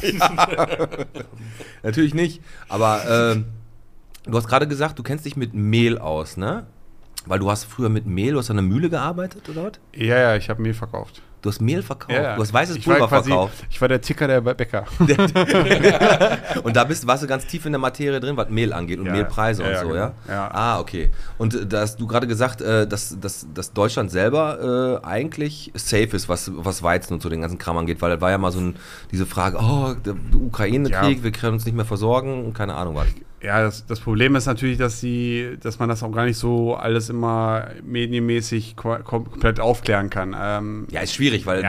Natürlich nicht, aber ähm, du hast gerade gesagt, du kennst dich mit Mehl aus, ne? Weil du hast früher mit Mehl, du hast an einer Mühle gearbeitet, oder was? Ja, ja, ich habe Mehl verkauft. Du hast Mehl verkauft, Ja, ja. du hast weißes Ich war Pulver quasi- verkauft. Ich war der Ticker der Bäcker. Und da bist, warst du ganz tief in der Materie drin, was Mehl angeht und Ja, Mehlpreise ja, und ja, so, genau. ja? Ja. Ah, okay. Und äh, da hast du gerade gesagt, äh, dass, dass, dass Deutschland selber äh, eigentlich safe ist, was, was Weizen und so den ganzen Kram angeht, weil das war ja mal so ein, diese Frage, oh, der Ukraine-Krieg, Ja. wir können uns nicht mehr versorgen und keine Ahnung was. Ja, das, das Problem ist natürlich, dass die, dass man das auch gar nicht so alles immer medienmäßig ko- kom- komplett aufklären kann. Ähm, Ja, ist schwierig, weil Ja. die,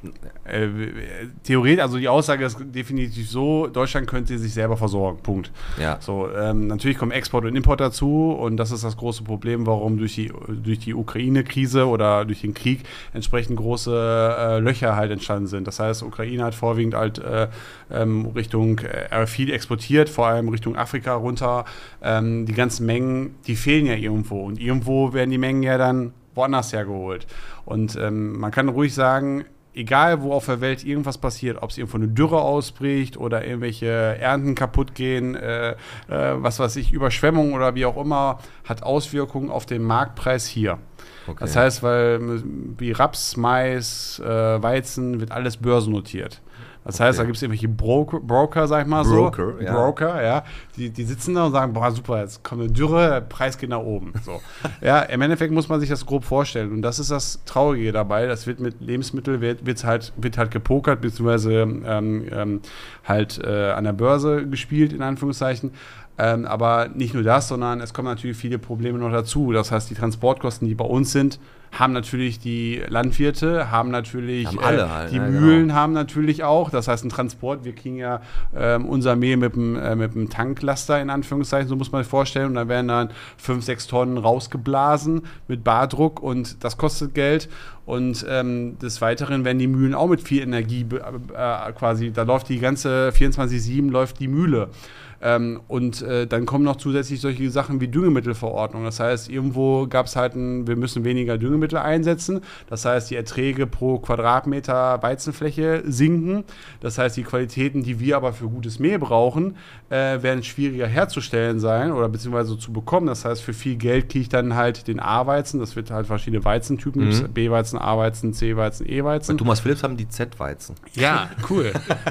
Äh, Theoretisch, also die Aussage ist definitiv so, Deutschland könnte sich selber versorgen, Punkt. Ja. So, ähm, natürlich kommen Export und Import dazu und das ist das große Problem, warum durch die, durch die Ukraine-Krise oder durch den Krieg entsprechend große äh, Löcher halt entstanden sind. Das heißt, Ukraine hat vorwiegend halt äh, ähm, Richtung äh, viel exportiert, vor allem Richtung Afrika runter. Ähm, die ganzen Mengen, die fehlen ja irgendwo und irgendwo werden die Mengen ja dann woanders hergeholt. Und ähm, man kann ruhig sagen, egal wo auf der Welt irgendwas passiert, ob es irgendwo eine Dürre ausbricht oder irgendwelche Ernten kaputt gehen, äh, äh, was weiß ich, Überschwemmungen oder wie auch immer, hat Auswirkungen auf den Marktpreis hier. Okay. Das heißt, weil wie Raps, Mais, äh, Weizen, wird alles börsennotiert. Das heißt, da gibt es irgendwelche Broker, Broker, sag ich mal Broker, so. ja. Broker, ja. Die, die sitzen da und sagen, boah, super, jetzt kommt eine Dürre, der Preis geht nach oben. So. Ja, im Endeffekt muss man sich das grob vorstellen. Und das ist das Traurige dabei. Das wird mit Lebensmitteln, wird, wird's halt, wird halt gepokert, beziehungsweise ähm, ähm, halt äh, an der Börse gespielt, in Anführungszeichen. Ähm, aber nicht nur das, sondern es kommen natürlich viele Probleme noch dazu. Das heißt, die Transportkosten, die bei uns sind, haben natürlich die Landwirte, haben natürlich Haben alle äh, halt, die ne, Mühlen genau. haben natürlich auch. Das heißt, ein Transport, wir kriegen ja ähm, unser Mehl mit dem, äh, mit dem Tanklaster, in Anführungszeichen, so muss man sich vorstellen. Und da werden dann fünf, sechs Tonnen rausgeblasen mit Bardruck und das kostet Geld. Und ähm, des Weiteren werden die Mühlen auch mit viel Energie äh, quasi, da läuft die ganze vierundzwanzig sieben läuft die Mühle. Ähm, und äh, dann kommen noch zusätzlich solche Sachen wie Düngemittelverordnung. Das heißt, irgendwo gab es halt ein, wir müssen weniger Düngemittel einsetzen. Das heißt, die Erträge pro Quadratmeter Weizenfläche sinken. Das heißt, die Qualitäten, die wir aber für gutes Mehl brauchen, äh, werden schwieriger herzustellen sein oder beziehungsweise zu bekommen. Das heißt, für viel Geld kriege ich dann halt den A-Weizen. Das wird halt verschiedene Weizentypen. Mhm. B-Weizen, A-Weizen, C-Weizen, E-Weizen. Bei Thomas Philips haben die Z-Weizen. Ja, cool.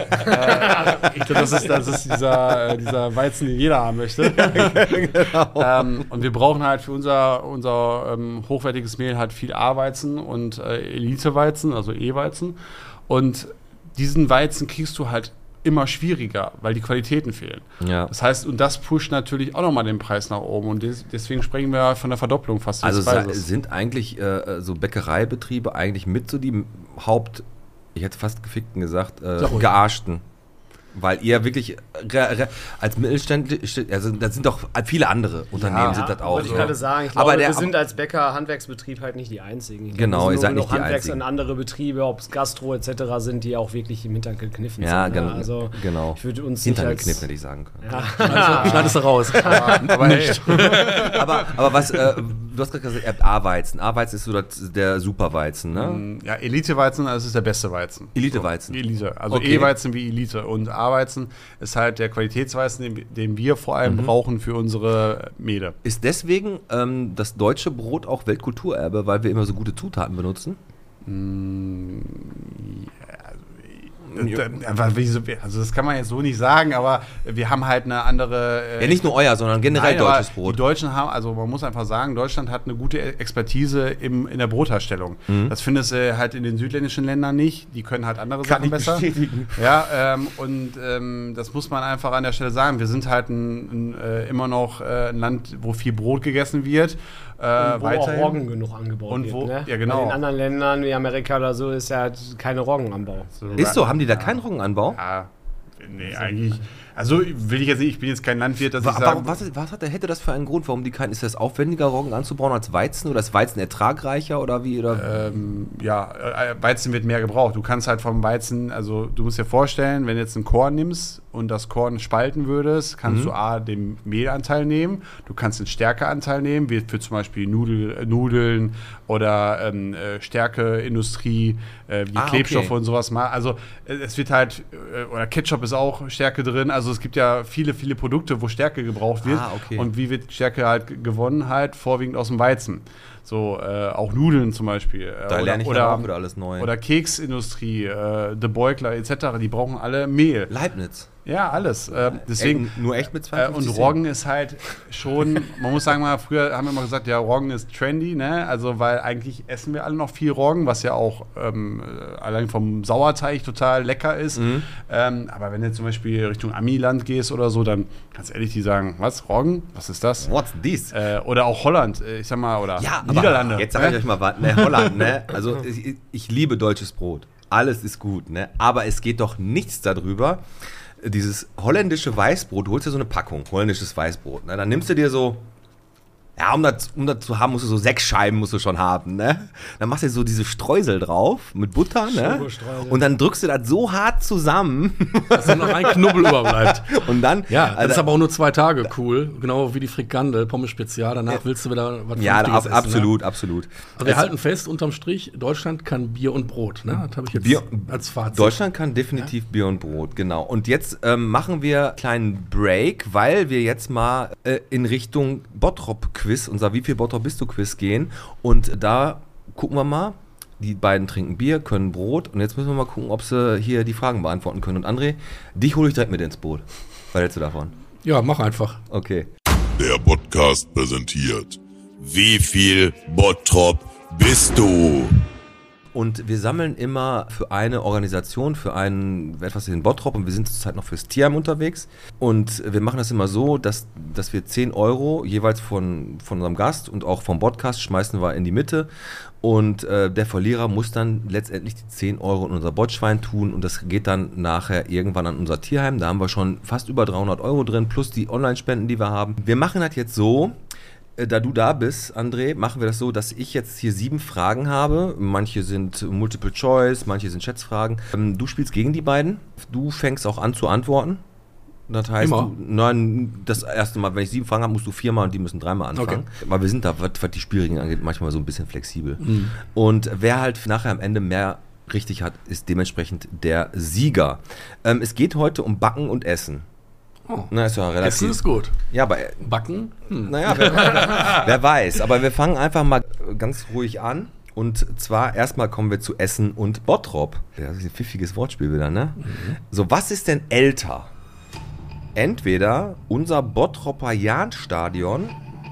äh, ich glaube, das ist, das ist dieser, äh, dieser Weizen, den jeder haben möchte. Genau. ähm, und wir brauchen halt für unser, unser ähm, hochwertiges Mehl halt viel A-Weizen und äh, Elite-Weizen, also E-Weizen. Und diesen Weizen kriegst du halt immer schwieriger, weil die Qualitäten fehlen. Ja. Das heißt, und das pusht natürlich auch nochmal den Preis nach oben. Und des, deswegen sprechen wir von der Verdopplung fast des Also sa- Preises. sind eigentlich äh, so Bäckereibetriebe eigentlich mit so die Haupt, ich hätte fast gefickten gesagt, äh, Sag ruhig. gearschten. Weil ihr wirklich re, re, als Mittelständler, also das sind doch viele andere Unternehmen sind das auch. Wollte ich so. gerade sagen, ich Aber glaube, der- wir sind als Bäcker, Handwerksbetrieb halt nicht die Einzigen. Ich Genau, glaube, ihr es seid sind nicht nur die noch Handwerks- Einzigen. und andere Betriebe, ob es Gastro et cetera sind, die auch wirklich im Hintern gekniffen Ja, sind. gen- ne? Also genau. ich würde uns Hintern nicht als- geknippt, hätte ich sagen können. Ja. Schneidest du raus. aber nicht. aber, aber was, äh, du hast gerade gesagt, ihr habt A-Weizen. A-Weizen ist so das, der Superweizen, ne? Ja, Elite-Weizen, das ist der beste Weizen. Elite-Weizen. Elite. Also Okay. E-Weizen wie Elite. Und A-Weizen ist halt der Qualitätsweizen, den, den wir vor allem Mhm. brauchen für unsere Mehle. Ist deswegen ähm, das deutsche Brot auch Weltkulturerbe, weil wir immer so gute Zutaten benutzen? Äh, aber wieso- Also das kann man jetzt so nicht sagen, aber wir haben halt eine andere... äh, Ja, nicht nur euer, sondern generell Nein, aber deutsches Brot. Die Deutschen haben, also man muss einfach sagen, Deutschland hat eine gute Expertise im, in der Brotherstellung. Mhm. Das findest du halt in den südländischen Ländern nicht. Die können halt andere Sachen besser. Ja, ähm, und ähm, das muss man einfach an der Stelle sagen. Wir sind halt ein, ein, äh, immer noch äh, ein Land, wo viel Brot gegessen wird. Äh, Und wo auch weiterhin. Roggen genug angebaut Und wird. wo- ne? ja, genau. In den anderen Ländern wie Amerika oder so ist ja halt keine Roggenanbau. Ist so, haben die da keinen Roggenanbau? Ja, nee, eigentlich. Also will ich jetzt nicht, ich bin jetzt kein Landwirt, dass ich Aber sage. was, was hat, hätte das für einen Grund, warum die keinen, ist das aufwendiger, Roggen anzubauen als Weizen oder ist Weizen ertragreicher oder wie? Oder? Ähm, ja, äh, Weizen wird mehr gebraucht. Du kannst halt vom Weizen, also du musst dir vorstellen, wenn du jetzt ein Korn nimmst und das Korn spalten würdest, kannst Mhm. du A, den Mehlanteil nehmen, du kannst den Stärkeanteil nehmen, wie für zum Beispiel Nudel, äh, Nudeln oder ähm, äh, Stärkeindustrie, äh, wie Ah, Klebstoffe okay. und sowas mal. Also äh, es wird halt, äh, oder Ketchup ist auch Stärke drin, also es gibt ja viele, viele Produkte, wo Stärke gebraucht wird. Ah, okay. Und wie wird Stärke halt gewonnen? Halt vorwiegend aus dem Weizen. So, äh, auch Nudeln zum Beispiel. Äh, Da oder, lerne ich oder, dann auch wieder alles neu. Oder Keksindustrie, äh, De Beugler et cetera. Die brauchen alle Mehl. Leibniz. Ja, alles. Äh, deswegen. Äh, nur echt mit Äh, zweiundfünfzig und Roggen ist halt schon, man muss sagen mal, früher haben wir immer gesagt, ja, Roggen ist trendy, ne? Also, weil eigentlich essen wir alle noch viel Roggen, was ja auch ähm, allein vom Sauerteig total lecker ist. Mhm. Ähm, aber wenn du zum Beispiel Richtung Amiland gehst oder so, dann ganz ehrlich, die sagen, was, Roggen? Was ist das? What's this? Äh, oder auch Holland, äh, ich sag mal, oder Ja, Niederlande. aber jetzt sage ich ne? euch mal was. Ne, Holland, ne? Also ich, ich liebe deutsches Brot. alles ist gut, ne? Aber es geht doch nichts darüber. Dieses holländische Weißbrot, du holst dir so eine Packung, holländisches Weißbrot, ne? Dann nimmst du dir so, ja, um das, um das zu haben, musst du so sechs Scheiben musst du schon haben, ne? Dann machst du so diese Streusel drauf mit Butter, ne? Und dann drückst du das so hart zusammen, dass dann noch ein Knubbel überbleibt. Und dann, ja, das also, ist aber auch nur zwei Tage cool, genau wie die Frikandel, Pommes Spezial. Danach ja. willst du wieder was Ja, ab, essen, absolut, ne? absolut. Aber wir es halten fest, unterm Strich, Deutschland kann Bier und Brot, ne? Das habe ich jetzt Bier, als Fazit. Deutschland kann definitiv ja? Bier und Brot, genau. Und jetzt ähm, machen wir einen kleinen Break, weil wir jetzt mal äh, in Richtung Bottrop-Quiz, unser Wie viel Bottrop bist du Quiz gehen. Und da gucken wir mal. Die beiden trinken Bier, können Brot. Und jetzt müssen wir mal gucken, ob sie hier die Fragen beantworten können. Und André, dich hole ich direkt mit ins Boot. Was hältst du davon? Ja, mach einfach. Okay. Der Podcast präsentiert. Wie viel Bottrop bist du? Und wir sammeln immer für eine Organisation, für einen, etwas in Bottrop, und wir sind zurzeit noch fürs Tierheim unterwegs. Und wir machen das immer so, dass, dass wir zehn Euro jeweils von, von unserem Gast und auch vom Podcast schmeißen wir in die Mitte. Und äh, der Verlierer muss dann letztendlich die zehn Euro in unser Botschwein tun, und das geht dann nachher irgendwann an unser Tierheim. Da haben wir schon fast über dreihundert Euro drin, plus die Online-Spenden, die wir haben. Wir machen das jetzt so. Da du da bist, André, machen wir das so, dass ich jetzt hier sieben Fragen habe. Manche sind Multiple Choice, manche sind Schätzfragen. Du spielst gegen die beiden. Du fängst auch an zu antworten. Das heißt, du, nein, das erste Mal, wenn ich sieben Fragen habe, musst du viermal und die müssen dreimal anfangen. Okay. Aber wir sind da, was, was die Spielregeln angeht, manchmal so ein bisschen flexibel. Mhm. Und wer halt nachher am Ende mehr richtig hat, ist dementsprechend der Sieger. Ähm, es geht heute um Backen und Essen. Oh. Na, ist ja relativ. Essen ist gut. Ja, aber Backen? Hm. Naja, wer, wer weiß. Aber wir fangen einfach mal ganz ruhig an. Und zwar erstmal kommen wir zu Essen und Bottrop. Das ist ein pfiffiges Wortspiel wieder, ne? Mhm. So, was ist denn älter? Entweder unser Bottropper Jahnstadion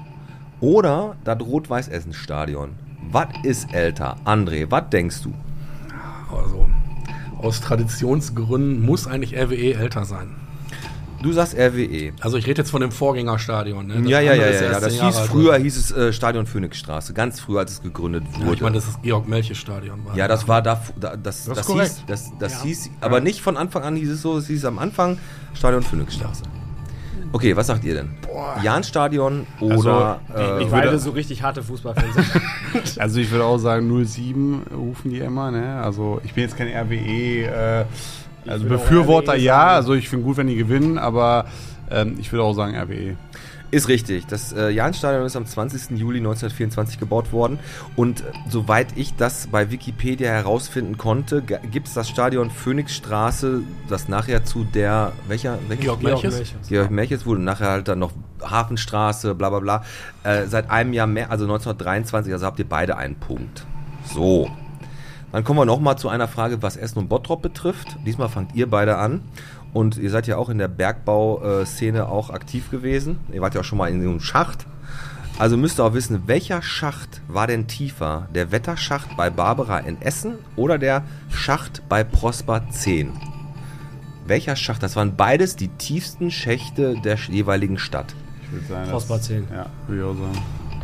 oder das Rot-Weiß-Essen-Stadion. Was ist älter? André, was denkst du? Also, aus Traditionsgründen muss eigentlich R W E älter sein. Du sagst R W E. Also ich rede jetzt von dem Vorgängerstadion. Ne? Ja, ja, ja, ja, ja. Das hieß früher hieß es äh, Stadion Phoenixstraße. Ganz früher, als es gegründet wurde. Ja, ich meine, das ist Georg-Melche-Stadion. Ja, das war da, da das, das, das hieß, das, das ja. hieß, aber ja. nicht von Anfang an hieß es so, es hieß am Anfang Stadion Phoenixstraße. Okay, was sagt ihr denn? Jahnstadion oder... Also, äh, ich beide so richtig harte Fußballfans sind. Also ich würde auch sagen null sieben rufen die immer, ne? Also ich bin jetzt kein R W E... Äh, Also Befürworter ja, also ich finde gut, wenn die gewinnen, aber ähm, ich würde auch sagen R W E. Ist richtig. Das äh, Jahnstadion ist am zwanzigsten Juli neunzehnhundertvierundzwanzig gebaut worden, und äh, soweit ich das bei Wikipedia herausfinden konnte, g- gibt es das Stadion Phoenixstraße, das nachher zu der, welcher? welcher Georg Melches. Georg Melches wurde nachher halt dann noch Hafenstraße, bla bla bla. Äh, seit einem Jahr mehr, also neunzehnhundertdreiundzwanzig, also habt ihr beide einen Punkt. So. Dann kommen wir nochmal zu einer Frage, was Essen und Bottrop betrifft. Diesmal fangt ihr beide an. Und ihr seid ja auch in der Bergbauszene auch aktiv gewesen. Ihr wart ja auch schon mal in so einem Schacht. Also müsst ihr auch wissen, welcher Schacht war denn tiefer? Der Wetterschacht bei Barbara in Essen oder der Schacht bei Prosper zehn? Welcher Schacht? Das waren beides die tiefsten Schächte der jeweiligen Stadt. Ich würde sagen, Prosper zehn. Ja, würde ich auch sagen.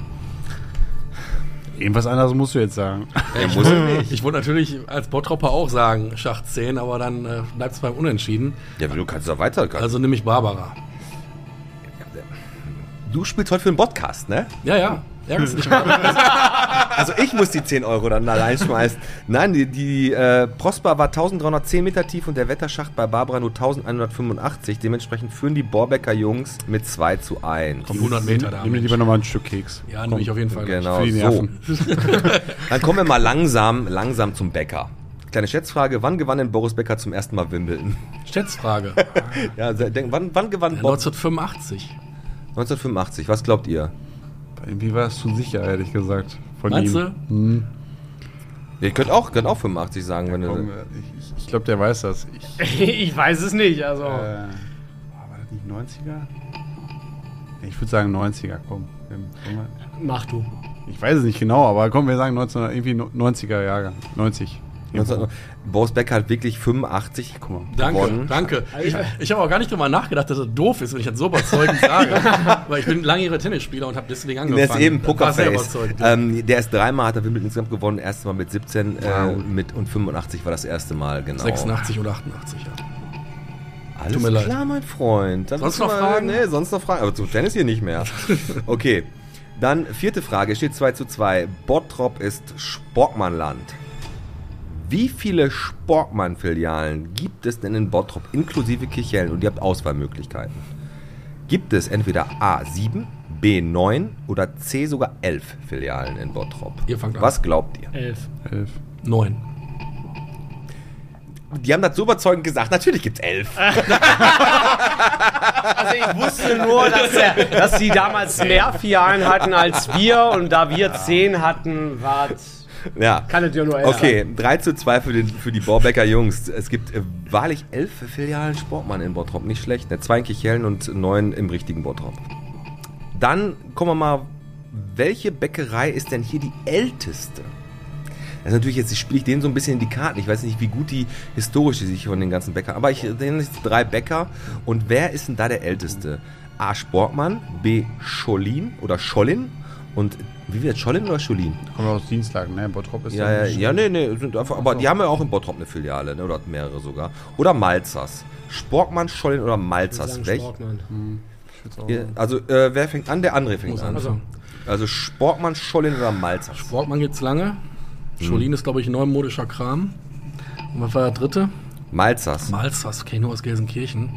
Irgendwas anderes musst du jetzt sagen. Ja, ich, muss nicht. Ich wollte natürlich als Bottropper auch sagen Schacht zehn, aber dann äh, bleibt es beim Unentschieden. Ja, du kannst doch weiter. Kannst. Also nehme ich Barbara. Du spielst heute für einen Podcast, ne? Ja, ja. Ärgerst dich mal. Also ich muss die zehn Euro dann da reinschmeißen. Nein, die, die äh, Prosper war dreizehnhundertzehn Meter tief und der Wetterschacht bei Barbara nur elfhundertfünfundachtzig. Dementsprechend führen die Borbecker Jungs mit zwei zu eins. Komm, hundert Meter da. Nimm mir lieber nochmal ein Stück Keks. Ja, nehme ich auf jeden Fall. Genau, für die so. Nerven. Dann kommen wir mal langsam, langsam zum Bäcker. Kleine Schätzfrage, wann gewann denn Boris Becker zum ersten Mal Wimbledon? Schätzfrage. Ja, denk, wann, wann gewann Ja, Bob? neunzehnhundertfünfundachtzig. neunzehnhundertfünfundachtzig, was glaubt ihr? Irgendwie war es zu sicher, ehrlich gesagt. Von Meinst ihm. du? Hm. Ihr könnt auch, könnt auch fünfundachtzig sagen, wenn Komm, du. ich ich glaube, der weiß das. Ich, Ich weiß es nicht, also. äh, war das nicht neunziger? Ich würde sagen neunziger, komm. Mach du. Ich weiß es nicht genau, aber komm, wir sagen neunzehn, irgendwie neunziger Jahrgang. neunzig. Boris Becker hat wirklich fünfundachtzig Danke, gewonnen. danke. Ich, ich habe auch gar nicht drüber nachgedacht, dass das doof ist, wenn ich das so überzeugend sage. Weil ich bin langjähriger Tennisspieler und habe deswegen angefangen. Der ist eben Pokerface. Ja. Ähm, der ist dreimal, hat er Wimbledon insgesamt gewonnen. Erstes Mal mit siebzehn äh, mit, und fünfundachtzig war das erste Mal, genau. sechsundachtzig oder achtundachtzig, ja. Alles Tut mir leid. klar, mein Freund. Dann Sonst bist du noch mal- Fragen? Nee, sonst noch Fragen. Aber zum Tennis hier nicht mehr. Okay. Dann vierte Frage, steht zwei zu zwei. Bottrop ist Sportmannland. Wie viele Sportmann-Filialen gibt es denn in Bottrop, inklusive Kirchhellen? Und ihr habt Auswahlmöglichkeiten. Gibt es entweder A sieben, B neun oder C sogar elf Filialen in Bottrop? Ihr fangt an. Was glaubt ihr? Elf. Elf. Neun. Die haben das so überzeugend gesagt, natürlich gibt es elf. Also ich wusste nur, dass, der, dass die damals mehr Filialen hatten als wir und da wir zehn hatten, war Ja. kann es ja nur elf Okay, drei zu zwei für, den, für die Borbecker Jungs. Es gibt äh, wahrlich elf Filialen Sportmann in Bottrop. Nicht schlecht. Ne? Zwei in Kirchhellen und neun im richtigen Bottrop. Dann kommen wir mal, welche Bäckerei ist denn hier die älteste? Das ist natürlich, jetzt spiele ich denen so ein bisschen in die Karten. Ich weiß nicht, wie gut die historisch die sich von den ganzen Bäckern. Aber ich nenne jetzt drei Bäcker. Und wer ist denn da der älteste? A. Sportmann, B. Schollin oder Schollin und wie wird Schollin oder Scholin? Kommen wir aus Dienstlagen, ne? Bottrop ist Ja, ja, ja, nee, nee, sind einfach, aber die haben ja auch in Bottrop eine Filiale, ne, oder mehrere sogar. Oder Malzers. Sportmann, Schollin oder Malzers? Welch? Hm, ich würd's auch- Ihr- Also, äh, wer fängt an? Der andere fängt Muss an. anfangen. Also, Sportmann, Schollin oder Malzers? Sportmann gibt's lange. Hm. Scholin ist, glaube ich, neumodischer Kram. Und was war der dritte? Malzers. Malzers, okay, nur aus Gelsenkirchen.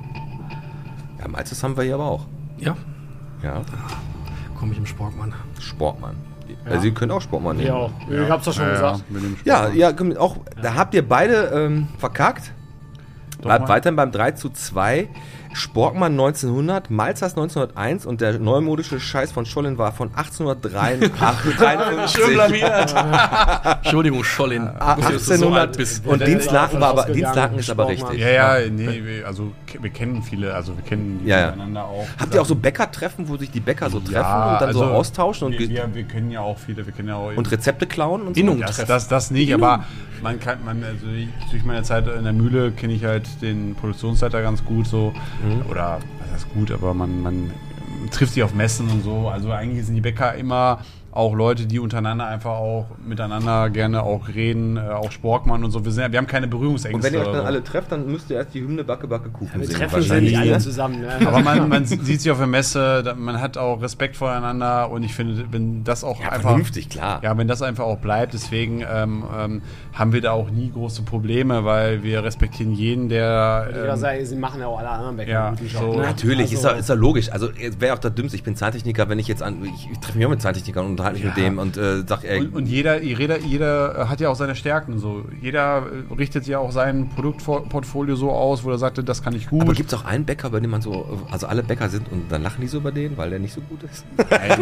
Ja, Malzers haben wir hier aber auch. Ja, Ja, komme ich im Sportmann. Sportmann. Also, Sie können auch Sportmann nehmen. Ja, auch. Ich hab's doch schon Ja, gesagt. ja, mit dem Ja, Sportmann. ja, komm, auch, da habt ihr beide ähm, verkackt. Bleibt mal. weiterhin beim drei zu zwei. Sportmann neunzehnhundert, Malzers neunzehnhunderteins und der neumodische Scheiß von Schollin war von achtzehnhundertdreiundfünfzig. Schön blamiert. Entschuldigung, Schollin. Ah, Muss ich, dass du so alt bist. Und Der Dienstlaken ist war aber, ausgegangen, Dienstlaken ist aber Sportmann. richtig. Ja, ja, nee, wir, also ke- wir kennen viele, also wir kennen die Ja, ja. miteinander auch. Habt ihr auch so Bäckertreffen, wo sich die Bäcker so treffen Ja, und dann so also austauschen und, wir, ge- wir, wir kennen ja auch viele, wir kennen ja auch und Rezepte klauen und so? Innung das, treffen. das, das nicht, aber man kann, man, also ich, durch meine Zeit in der Mühle kenne ich halt den Produktionsleiter ganz gut so, oder was heißt gut, aber man, man trifft sich auf Messen und so, also eigentlich sind die Bäcker immer auch Leute, die untereinander einfach auch miteinander gerne auch reden, äh, auch Sportmann und so, wir, sind, wir haben keine Berührungsängste. Und wenn ihr euch oder dann so. alle trefft, dann müsst ihr erst die Hymne Backe Backe Kuchen Wir singen. treffen sie wahrscheinlich, nicht alle ne? zusammen. Ne? Aber man, man sieht sich auf der Messe, da- man hat auch Respekt voreinander und ich finde, wenn das auch Ja, einfach... vernünftig, klar. Ja, wenn das einfach auch bleibt, deswegen ähm, ähm, haben wir da auch nie große Probleme, weil wir respektieren jeden, der... Ich würde Ähm, sagen, sie machen ja auch alle anderen Bäcker ja, einen guten so- Job. Ne? Natürlich, ist, Also- ja, ist ja logisch. Also wäre auch das Dümmste. Ich bin Zahntechniker, wenn ich jetzt an. Ich, ich treffe mich auch mit Zahntechnikern und unterhalte mich mit dem und äh, sag, ey, und, und jeder, jeder, jeder hat ja auch seine Stärken. So. Jeder äh, richtet ja auch sein Produktportfolio so aus, wo er sagte, das kann ich gut. aber gibt es auch einen Bäcker, bei dem man so, also alle Bäcker sind und dann lachen die so über den, weil der nicht so gut ist?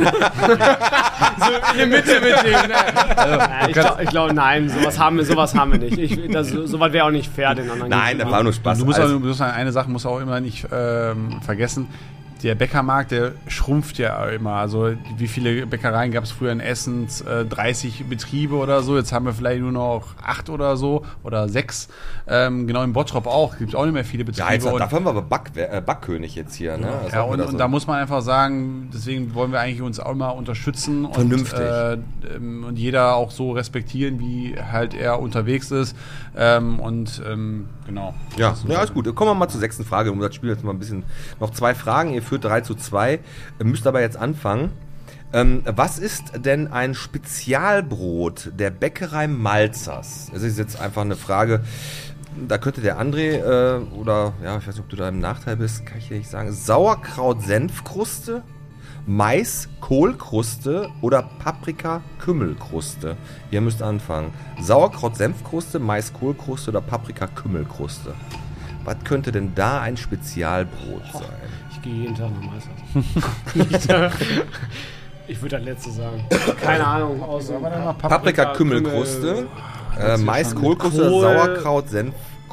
So in der Mitte mit denen. Ne? Also, ich glaube, glaub, nein, sowas haben wir, sowas haben wir nicht. Ich, das, sowas wäre auch nicht fair den anderen. Nein, das war nur Spaß. Du musst, auch, Also, du musst eine Sache musst du auch immer nicht ähm, vergessen. Der Bäckermarkt, der schrumpft ja immer. Also wie viele Bäckereien gab es früher in Essen? Äh, dreißig Betriebe oder so. Jetzt haben wir vielleicht nur noch acht oder so oder sechs. Ähm, genau, in Bottrop auch. Gibt es auch nicht mehr viele Betriebe. ja, jetzt, Und- dafür haben wir aber Back, äh, Backkönig jetzt hier. Ne? Das ja, haben wir und, da und so. da muss man einfach sagen, deswegen wollen wir eigentlich uns auch immer unterstützen Vernünftig. und, äh, ähm, und jeder auch so respektieren, wie halt er unterwegs ist. Ähm, und ähm, genau. Ja, ja, alles gut. Kommen wir mal zur sechsten Frage. Um das Spiel jetzt mal ein bisschen. Noch zwei Fragen. Ihr führt drei zu zwei. Ihr müsst aber jetzt anfangen. Ähm, was ist denn ein Spezialbrot der Bäckerei Malzers? Das ist jetzt einfach eine Frage. Da könnte der André äh, oder, ja, ich weiß nicht, ob du da im Nachteil bist, kann ich dir nicht sagen. Sauerkraut-Senfkruste, Mais-Kohlkruste oder Paprika-Kümmelkruste? Ihr müsst anfangen. Sauerkraut-Senfkruste, Mais-Kohlkruste oder Paprika-Kümmelkruste? Was könnte denn da ein Spezialbrot sein? Ich gehe jeden Tag nach Meisters. Ich würde das letzte sagen. Keine Ahnung. Außer Paprika-Kümmelkruste, äh, Mais-Kohlkruste, Kohl. Sauerkraut-Senfkruste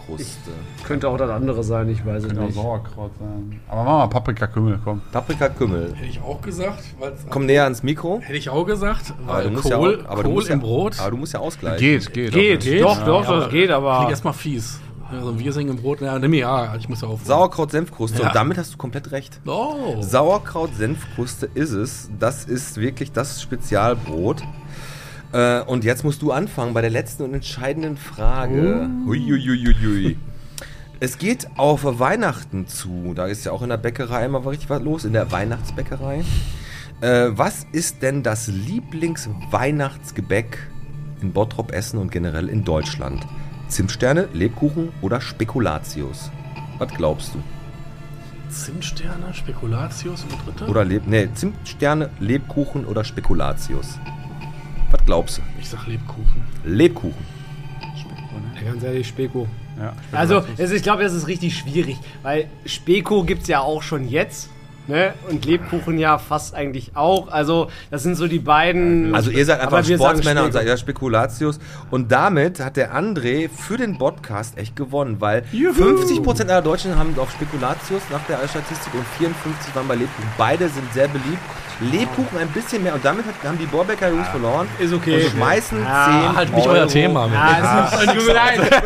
Kruste. Könnte auch das andere sein, ich weiß es Könnte auch nicht. Sauerkraut sein. Aber mach mal Paprika-Kümmel, komm. Paprika-Kümmel. Hätte ich auch gesagt. weil's- Komm näher ans Mikro. Hätte ich auch gesagt, Aber weil du musst Kohl, ja, auch, aber du Kohl musst im ja, Brot. Aber du musst ja ausgleichen. Geht, geht. Geht, Geht? doch, Ja, doch, aber das geht, aber. Klingt erstmal fies. Ja, so ein Wirsing im Brot, ja, nimm mir ja, ich muss ja aufholen. Sauerkraut-Senfkruste. Ja. Und damit hast du komplett recht. Oh. Sauerkraut-Senfkruste ist es. Das ist wirklich das Spezialbrot. Äh, und jetzt musst du anfangen bei der letzten und entscheidenden Frage. Huiuiuiui. Es geht auf Weihnachten zu. Da ist ja auch in der Bäckerei immer richtig was los, in der Weihnachtsbäckerei. Äh, was ist denn das Lieblingsweihnachtsgebäck in Bottrop, Essen und generell in Deutschland? Zimtsterne, Lebkuchen oder Spekulatius? Was glaubst du? Zimtsterne, Spekulatius und dritte? Oder Leb nee, Zimtsterne, Lebkuchen oder Spekulatius? Was glaubst du? Ich sag Lebkuchen. Lebkuchen. Ja, ganz ehrlich, Speko. Ja, Also, es, ich glaube, das ist richtig schwierig, weil Speko gibt es ja auch schon jetzt. Ne? Und Lebkuchen ja fast eigentlich auch. Also, das sind so die beiden. Also ihr seid einfach Aber wir sagen Sportsmänner und Speko. seid ja Spekulatius. Und damit hat der André für den Podcast echt gewonnen, weil fünfzig Prozent aller Deutschen haben auf Spekulatius nach der Statistik und vierundfünfzig waren bei Lebkuchen. Beide sind sehr beliebt. Lebkuchen ein bisschen mehr und damit hat, haben die Borbecker Jungs verloren. Ist okay. Und schmeißen Ja, zehn Halt nicht Euro. euer Thema. Ja, es ist, tut mir leid.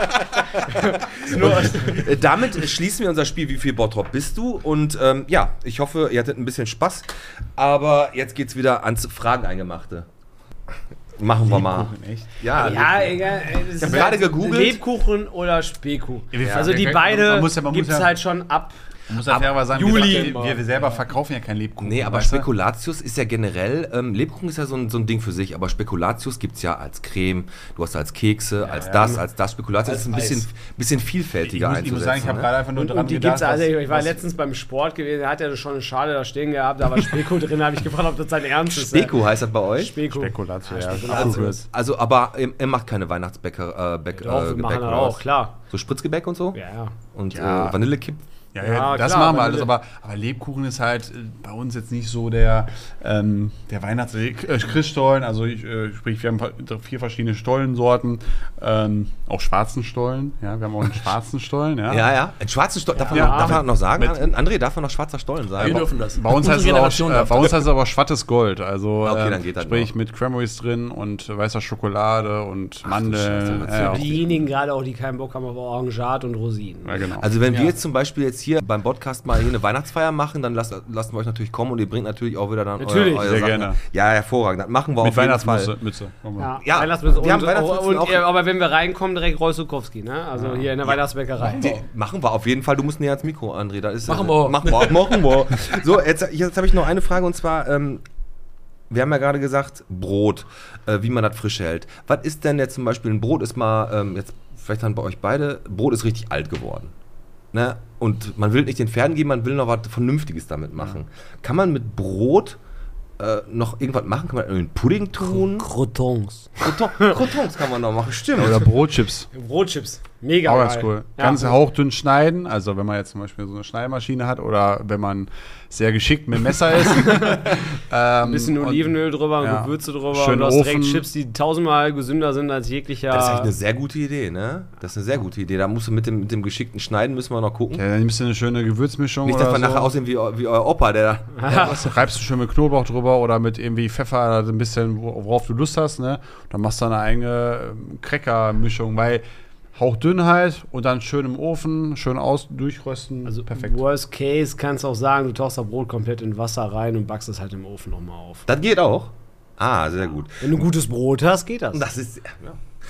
Äh, Damit schließen wir unser Spiel Wie viel Bottrop bist du? Und ähm, ja, ich hoffe, ihr hattet ein bisschen Spaß. Aber jetzt geht's wieder ans Fragen-Eingemachte. Machen wir mal. Echt? Ja, Ja, egal. Ich habe gerade gegoogelt. Lebkuchen oder Speko. wir- also die wir- beide man muss ja- man muss gibt es ja- halt schon ab. Man muss ja fairerweise sagen, Juli. wir, wir selber verkaufen ja keinen Lebkuchen. Nee, aber weißt du? Spekulatius ist ja generell, ähm, Lebkuchen ist ja so ein, so ein Ding für sich, aber Spekulatius gibt es ja als Creme, du hast als Kekse, als das, als das. Spekulatius ist ein bisschen, bisschen vielfältiger Ich muss, ich muss sagen, ich habe einzusetzen. gerade einfach nur Und, dran und die gedacht, gibt's also, was- ich war was- letztens beim Sport gewesen, da hat er schon eine Schale da stehen gehabt, da war Speko drin, da habe ich gefragt, ob das sein Ernst ist. Speko heißt das bei euch? Speko. Spekulatius, ja. Also, also aber ihr, ihr macht keine Weihnachtsbäcker, äh, Bäck, Doch, äh, wir Gebäck machen das oder auch, was? klar. So Spritzgebäck und so? Ja, ja. Und Ja. äh, Vanillekipp? Ja, ja, Ja, das klar, machen wir weil- alles, aber, aber Lebkuchen ist halt äh, bei uns jetzt nicht so der, ähm, der Weihnachts- äh, Christstollen, also ich, äh, sprich, wir haben ver- vier verschiedene Stollensorten, ähm, auch schwarzen Stollen, ja, wir haben auch einen schwarzen Stollen, ja. Ja, ja. Einen schwarzen Stollen, darf, man Ja. noch, darf man noch sagen? Mit- An- André, darf man noch schwarzer Stollen sagen? Wir dürfen das. Bei uns, Unsere heißt es auch, Generation äh, darf bei uns das. heißt es aber schwattes Gold, also Okay, äh, dann geht das sprich noch. mit Cranberries drin und weißer Schokolade und Scheiße, Mandeln. was ja, ja, Diejenigen gerade auch, die keinen Bock haben auf Orangat und Rosinen. ja, genau. Also wenn wir Ja. jetzt zum Beispiel jetzt hier beim Podcast mal hier eine Weihnachtsfeier machen, dann lasst, lassen wir euch natürlich kommen und ihr bringt natürlich auch wieder dann Natürlich. euer, euer Sehr Sachen. gerne. Ja, hervorragend. Das machen wir mit auf jeden Fall. Weihnachtsmütze. Mütze. Komm mal. Ja, Ja, Weihnachtsmütze. wir haben Und, Weihnachtsmützen und, auch. äh, aber wenn wir reinkommen, direkt Roy Sukowski, ne? Also hier in der Weihnachtsbäckerei. Die, machen wir auf jeden Fall. Du musst näher ans Mikro, André. Da ist, Machen äh, wir. Machen wir. Machen wir. So, jetzt, jetzt habe ich noch eine Frage und zwar, ähm, wir haben ja gerade gesagt, Brot, äh, wie man das frisch hält. Was ist denn jetzt zum Beispiel, ein Brot ist mal, ähm, jetzt vielleicht dann bei euch beide, Brot ist richtig alt geworden. Ne? Und man will nicht den Pferden geben, man will noch was Vernünftiges damit machen. Kann man mit Brot äh, noch irgendwas machen? Kann man einen Pudding tun? Crotons. Croton- Crotons kann man noch machen, stimmt. Oder Brotchips. Brotchips. Mega Auch geil. ganz cool. Ja. Ganz hauchdünn schneiden, also wenn man jetzt zum Beispiel so eine Schneidmaschine hat oder wenn man sehr geschickt mit dem Messer ist. ähm, Ein bisschen und- Olivenöl drüber, ja. Gewürze drüber Schön und du hast direkt Ofen. Chips, die tausendmal gesünder sind als jeglicher. Das ist eigentlich eine sehr gute Idee, ne? Das ist eine sehr gute Idee. Da musst du mit dem, mit dem geschickten Schneiden müssen wir noch gucken. Ja, dann nimmst du eine schöne Gewürzmischung Nicht, dass oder wir so. nachher aussehen wie, eu- wie euer Opa, der da. Das reibst du schön mit Knoblauch drüber oder mit irgendwie Pfeffer, also ein bisschen, worauf du Lust hast, ne? Dann machst du eine eigene ähm, Cracker-Mischung, weil Hauchdünnheit und dann schön im Ofen, schön aus, durchrösten, Also perfekt. Worst Case kannst du auch sagen, du tauchst das Brot komplett in Wasser rein und backst es halt im Ofen nochmal auf. Das geht auch. Ah, sehr gut. Wenn du gutes Brot hast, geht das. Das ist. Ja.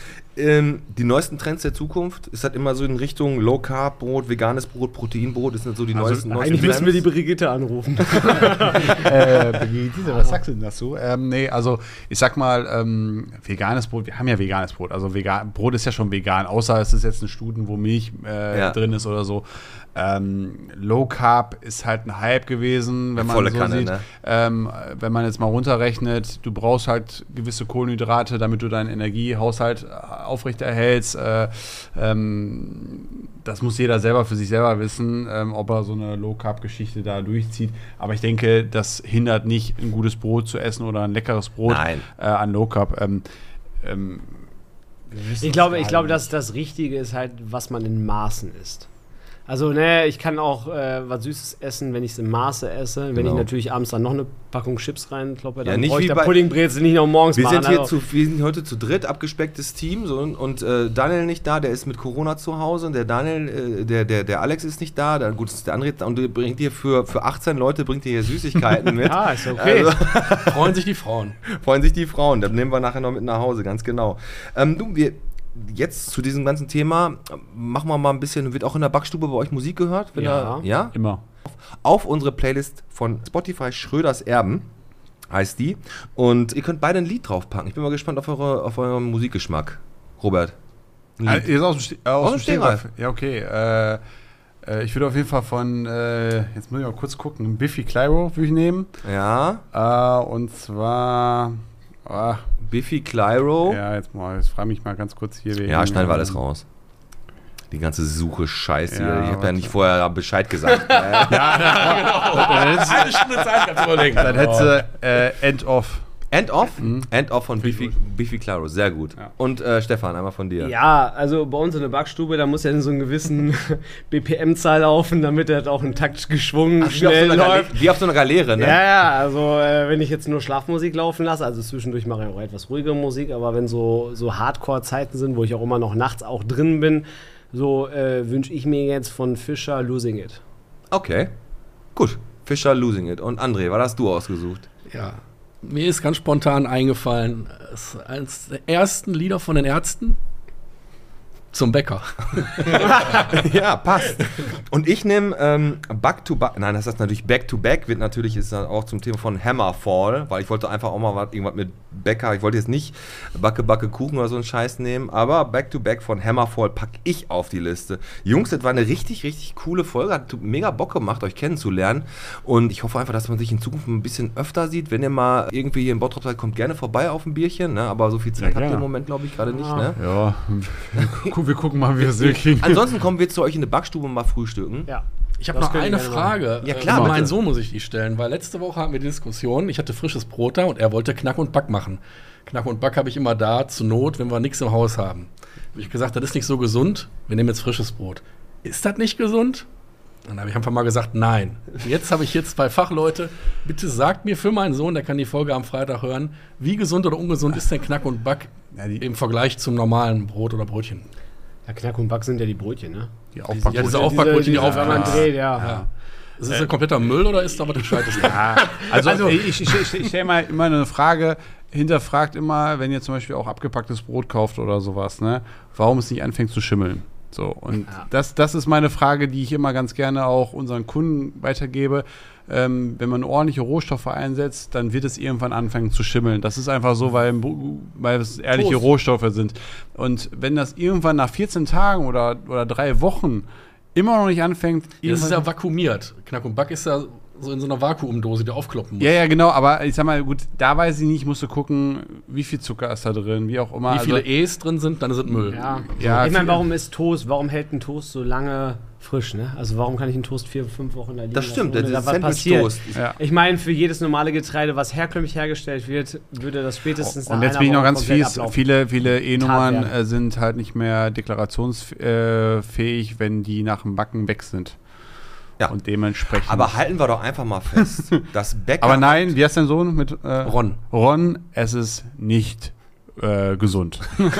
Ähm, die neuesten Trends der Zukunft, ist das immer so in Richtung Low Carb Brot, veganes Brot, Proteinbrot, ist das so die Also neuesten, neuesten Eigentlich müssen wir die Trends? Brigitte anrufen. äh, Brigitte, was sagst du denn dazu? Ähm, nee, also ich sag mal, ähm, veganes Brot, wir haben ja veganes Brot, also vegan, Brot ist ja schon vegan, außer es ist jetzt ein Studen, wo Milch äh, Ja. drin ist oder so. Ähm, Low Carb ist halt ein Hype gewesen, wenn man Volle so Kanne, sieht. ne? Ähm, wenn man jetzt mal runterrechnet, du brauchst halt gewisse Kohlenhydrate, damit du deinen Energiehaushalt aufrechterhältst. Äh, ähm, das muss jeder selber für sich selber wissen, ähm, ob er so eine Low Carb Geschichte da durchzieht. Aber ich denke, das hindert nicht, ein gutes Brot zu essen oder ein leckeres Brot Nein. äh, an Low Carb. Ähm, ähm, Ich glaube, ich glaube, dass das Richtige ist halt, was man in Maßen isst. Also, ne, ich kann auch äh, was Süßes essen, wenn ich es im Maße esse. Wenn Genau. ich natürlich abends dann noch eine Packung Chips reinkloppe, dann Ja, nicht brauche ich wie da bei- Puddingbrezel nicht noch morgens Wir machen. sind, hier Also, zu, wir sind heute zu dritt, abgespecktes Team. So, und äh, Daniel nicht da, der ist mit Corona zu Hause. Und der Daniel, äh, der, der, der Alex ist nicht da. Dann, gut, ist der andere. Und du bringt dir für, für achtzehn Leute bringt dir hier Süßigkeiten mit. ja, ist okay. Also, Freuen sich die Frauen. freuen sich die Frauen. Das nehmen wir nachher noch mit nach Hause, ganz genau. Ähm, du, wir. Jetzt zu diesem ganzen Thema, machen wir mal ein bisschen, wird auch in der Backstube bei euch Musik gehört? Wenn Ja. Da, ja? Immer. Auf unsere Playlist von Spotify, Schröders Erben heißt die. Und ihr könnt beide ein Lied draufpacken. Ich bin mal gespannt auf, eure, auf euren Musikgeschmack. Robert. Ein Äh, Lied. Jetzt aus dem, Ste äh, aus Aus dem dem Stegreif. Stegreif. Ja, okay. Äh, äh, ich würde auf jeden Fall von, äh, jetzt muss ich mal kurz gucken, Biffy Clyro würde ich nehmen. Ja, Äh, und zwar, ah, Biffy Clyro. Ja, ja, jetzt mal, jetzt frage mich mal ganz kurz hier. wegen, schneiden wir alles ähm, raus. Die ganze Suche Scheiße hier. Ja, Ich habe ja warte. nicht vorher Bescheid gesagt. äh, Eine Stunde Zeit kannst du überlegen. Dann hätte äh, End of. End of? Mhm. End of von Find ich Biffy, Biffy Clyro. Sehr gut. Ja. Und äh, Stefan, einmal von dir. Ja, also bei uns in der Backstube, da muss ja in so einen gewissen B P M-Zahl laufen, damit er auch in Takt geschwungen Ach, wie, auf so schnell einer Gale- läuft. wie auf so einer Galeere, ne? Ja, ja, also äh, wenn ich jetzt nur Schlafmusik laufen lasse, also zwischendurch mache ich auch etwas ruhigere Musik, aber wenn so, so Hardcore-Zeiten sind, wo ich auch immer noch nachts auch drin bin, so äh, wünsche ich mir jetzt von Fischer Losing It. Okay. Gut. Fischer Losing It. Und André, was hast du ausgesucht? Ja, mir ist ganz spontan eingefallen, es ist eines der ersten Lieder von den Ärzten zum Bäcker. Ja, passt. Und ich nehme ähm, Back to Back, nein, das heißt natürlich Back to Back, wird natürlich ist dann auch zum Thema von Hammerfall, weil ich wollte einfach auch mal was, irgendwas mit Bäcker, ich wollte jetzt nicht Backe, Backe, Kuchen oder so einen Scheiß nehmen, aber Back to Back von Hammerfall packe ich auf die Liste. Jungs, das war eine richtig, richtig coole Folge, hat mega Bock gemacht, euch kennenzulernen und ich hoffe einfach, dass man sich in Zukunft ein bisschen öfter sieht. Wenn ihr mal irgendwie hier in Bottrop seid, kommt gerne vorbei auf ein Bierchen, ne? Aber so viel Zeit Ja, habt ihr im gerne. Moment, glaube ich, gerade nicht, ne? Ja, wir, gu- wir gucken mal, wie wir es hinkriegen. Ansonsten kommen wir zu euch in die Backstube mal frühstücken. Ja. Ich habe Das noch können wir eine gerne Frage. Ja, klar, Für bitte. meinen Sohn muss ich die stellen, weil letzte Woche hatten wir die Diskussion, ich hatte frisches Brot da und er wollte Knack und Back machen. Knack und Back habe ich immer da, zur Not, wenn wir nichts im Haus haben. Habe ich gesagt, das ist nicht so gesund, wir nehmen jetzt frisches Brot. Ist das nicht gesund? Dann habe ich einfach mal gesagt, nein. Jetzt habe ich hier zwei Fachleute. Bitte sagt mir für meinen Sohn, der kann die Folge am Freitag hören, wie gesund oder ungesund ist denn Knack und Back Ja, die- im Vergleich zum normalen Brot oder Brötchen? Ja, Knack und Back sind ja die Brötchen, ne? Die Ja, Aufbackbrötchen. diese Aufbackbrötchen, die diese, auf wenn man dreht, ja. Ja. Ist das ein kompletter Müll oder ist da was Gescheites drin? Also, ich, ich, ich, ich stelle mal immer eine Frage, hinterfragt immer, wenn ihr zum Beispiel auch abgepacktes Brot kauft oder sowas, ne, warum es nicht anfängt zu schimmeln. So, und Ja. das, das ist meine Frage, die ich immer ganz gerne auch unseren Kunden weitergebe. Ähm, wenn man ordentliche Rohstoffe einsetzt, dann wird es irgendwann anfangen zu schimmeln. Das ist einfach so, weil, weil es ehrliche Toast. Rohstoffe sind. Und wenn das irgendwann nach vierzehn Tagen oder, oder drei Wochen immer noch nicht anfängt, Ja, das ist irgendwann- ja vakuumiert. Knack und Back ist ja so in so einer Vakuumdose, die aufkloppen muss. Ja, ja, genau, aber ich sag mal, gut, da weiß ich nicht, musst du gucken, wie viel Zucker ist da drin, wie auch immer. Wie viele also, E's drin sind, dann ist es Müll. Ja. Ja, Ich meine, viel- warum ist Toast, warum hält ein Toast so lange frisch, ne? Also warum kann ich einen Toast vier, fünf Wochen da liegen Das lassen, stimmt, ohne das da ist was passiert? Sandwich-Toast. ja. Ich meine, für jedes normale Getreide, was herkömmlich hergestellt wird, würde das spätestens Und nach jetzt einer bin ich noch Woche ganz komplett fies, ablaufen. viele, viele E-Nummern Tat werden. äh, sind halt nicht mehr deklarationsfähig, wenn die nach dem Backen weg sind. Ja. Und dementsprechend. Aber halten wir doch einfach mal fest, dass Bäcker... Aber nein, wie heißt dein Sohn mit äh, Ron. Ron, es ist nicht äh, gesund.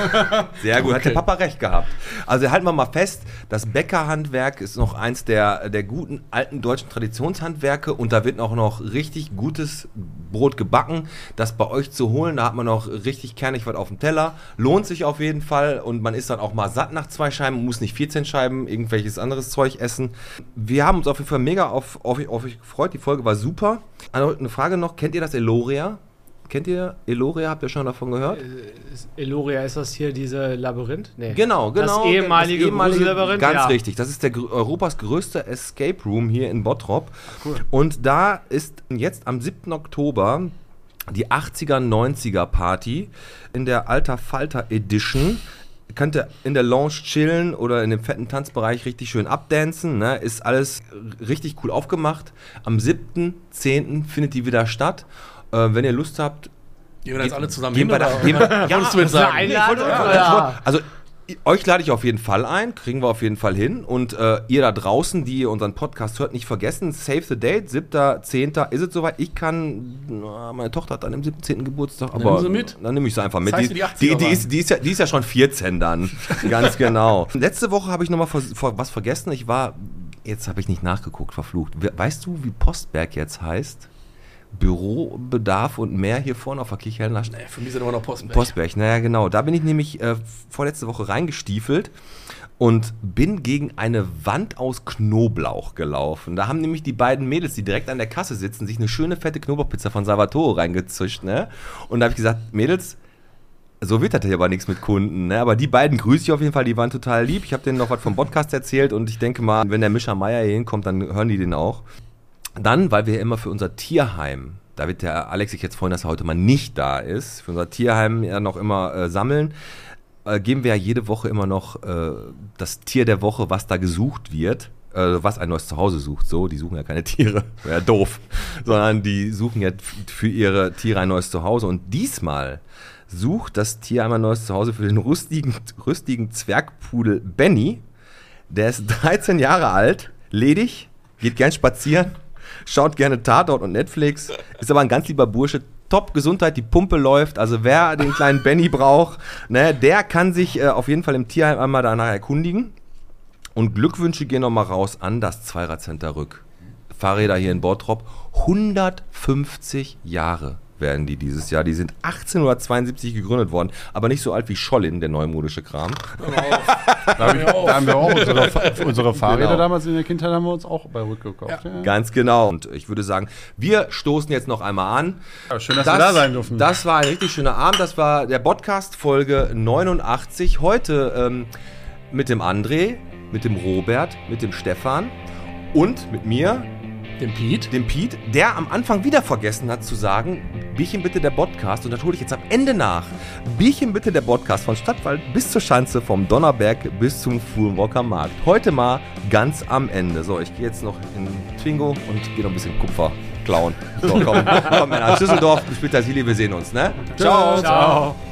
Sehr gut, hat der Okay. Papa recht gehabt. Also halten wir mal fest, das Bäckerhandwerk ist noch eins der, der guten alten deutschen Traditionshandwerke und da wird auch noch richtig gutes Brot gebacken. Das bei euch zu holen, da hat man noch richtig kernig was auf dem Teller. Lohnt sich auf jeden Fall und man ist dann auch mal satt nach zwei Scheiben, muss nicht vierzehn Scheiben irgendwelches anderes Zeug essen. Wir haben uns auf jeden Fall mega auf, auf, auf euch gefreut, die Folge war super. Also eine Frage noch, kennt ihr das Eloria? Kennt ihr Eloria? Habt ihr schon davon gehört? Ist Eloria, ist das hier diese Labyrinth? Nee. Genau, genau. Das ehemalige, Grusellabyrinth? Ganz Ja. richtig. Das ist der gr- Europas größte Escape Room hier in Bottrop. Cool. Und da ist jetzt am siebten Oktober die achtziger, neunziger Party in der Alter Falter Edition. Könnt ihr in der Lounge chillen oder in dem fetten Tanzbereich richtig schön abdancen. Ne? Ist alles richtig cool aufgemacht. Am siebten zehnten findet die wieder statt. Äh, wenn ihr Lust habt, Gehen wir da jetzt alle zusammen gehen hin? wir da, oder- gehen wir, oder ja, wolltest du jetzt sagen? Einladung, Ja, oder? also euch lade ich auf jeden Fall ein, kriegen wir auf jeden Fall hin. Und äh, ihr da draußen, die ihr unseren Podcast hört, nicht vergessen, save the date, siebter zehnter ist es soweit. Ich kann, na, meine Tochter hat dann im siebten zehnten Geburtstag, Dann aber nimm sie mit. dann nehme ich sie einfach mit. Zeigst Die, du die die, achtziger die, waren. ist, die, ist ja, die ist ja schon vierzehn dann, ganz genau. Letzte Woche habe ich nochmal vers- vor- was vergessen. Ich war, jetzt habe ich nicht nachgeguckt, verflucht. We- Weißt du, wie Postberg jetzt heißt? Bürobedarf und mehr hier vorne auf der Kirchhellen. Nee, für mich sind immer noch Postberg. Postberg, naja genau. Da bin ich nämlich äh, vorletzte Woche reingestiefelt und bin gegen eine Wand aus Knoblauch gelaufen. Da haben nämlich die beiden Mädels, die direkt an der Kasse sitzen, sich eine schöne fette Knoblauchpizza von Salvatore reingezischt. Ne? Und da habe ich gesagt, Mädels, so wird das hier aber nichts mit Kunden. Ne? Aber die beiden grüße ich auf jeden Fall, die waren total lieb. Ich habe denen noch was vom Podcast erzählt und ich denke mal, wenn der Mischa Meier hier hinkommt, dann hören die den auch. Dann, weil wir ja immer für unser Tierheim, da wird der Alex sich jetzt freuen, dass er heute mal nicht da ist, für unser Tierheim ja noch immer äh, sammeln, äh, geben wir ja jede Woche immer noch äh, das Tier der Woche, was da gesucht wird, äh, was ein neues Zuhause sucht. So, die suchen ja keine Tiere, wäre ja doof, sondern die suchen ja f- für ihre Tiere ein neues Zuhause. Und diesmal sucht das Tier einmal ein neues Zuhause für den rüstigen, rüstigen Zwergpudel Benny. Der ist dreizehn Jahre alt, ledig, geht gern spazieren. Schaut gerne Tatort und Netflix, ist aber ein ganz lieber Bursche, top Gesundheit, die Pumpe läuft, also wer den kleinen Benny braucht, ne, der kann sich äh, auf jeden Fall im Tierheim einmal danach erkundigen. Und Glückwünsche gehen nochmal raus an das Zweirad-Center Rück. Fahrräder hier in Bottrop, hundertfünfzig Jahre werden die dieses Jahr. Die sind achtzehnhundertzweiundsiebzig gegründet worden, aber nicht so alt wie Schollin, der neumodische Kram. Da, hab ich, da haben wir auch unsere, unsere Fahrräder Genau. damals in der Kindheit haben wir uns auch bei Rück gekauft. Ja. Ganz genau. Und ich würde sagen, wir stoßen jetzt noch einmal an. Ja, schön, dass wir da sein durften. Das war ein richtig schöner Abend. Das war der Podcast Folge neunundachtzig. Heute ähm, mit dem André, mit dem Robert, mit dem Stefan und mit mir, Dem Piet. dem Piet, der am Anfang wieder vergessen hat zu sagen, Bierchen bitte der Podcast, und das hole ich jetzt am Ende nach. Bierchen bitte der Podcast von Stadtwald bis zur Schanze, vom Donnerberg bis zum Fuhlenrocker Markt. Heute mal ganz am Ende. So, ich gehe jetzt noch in Twingo und gehe noch ein bisschen Kupfer klauen. So, komm, komm Männer, Düsseldorf, bis später, Silly, wir sehen uns, ne? Ciao. Ciao.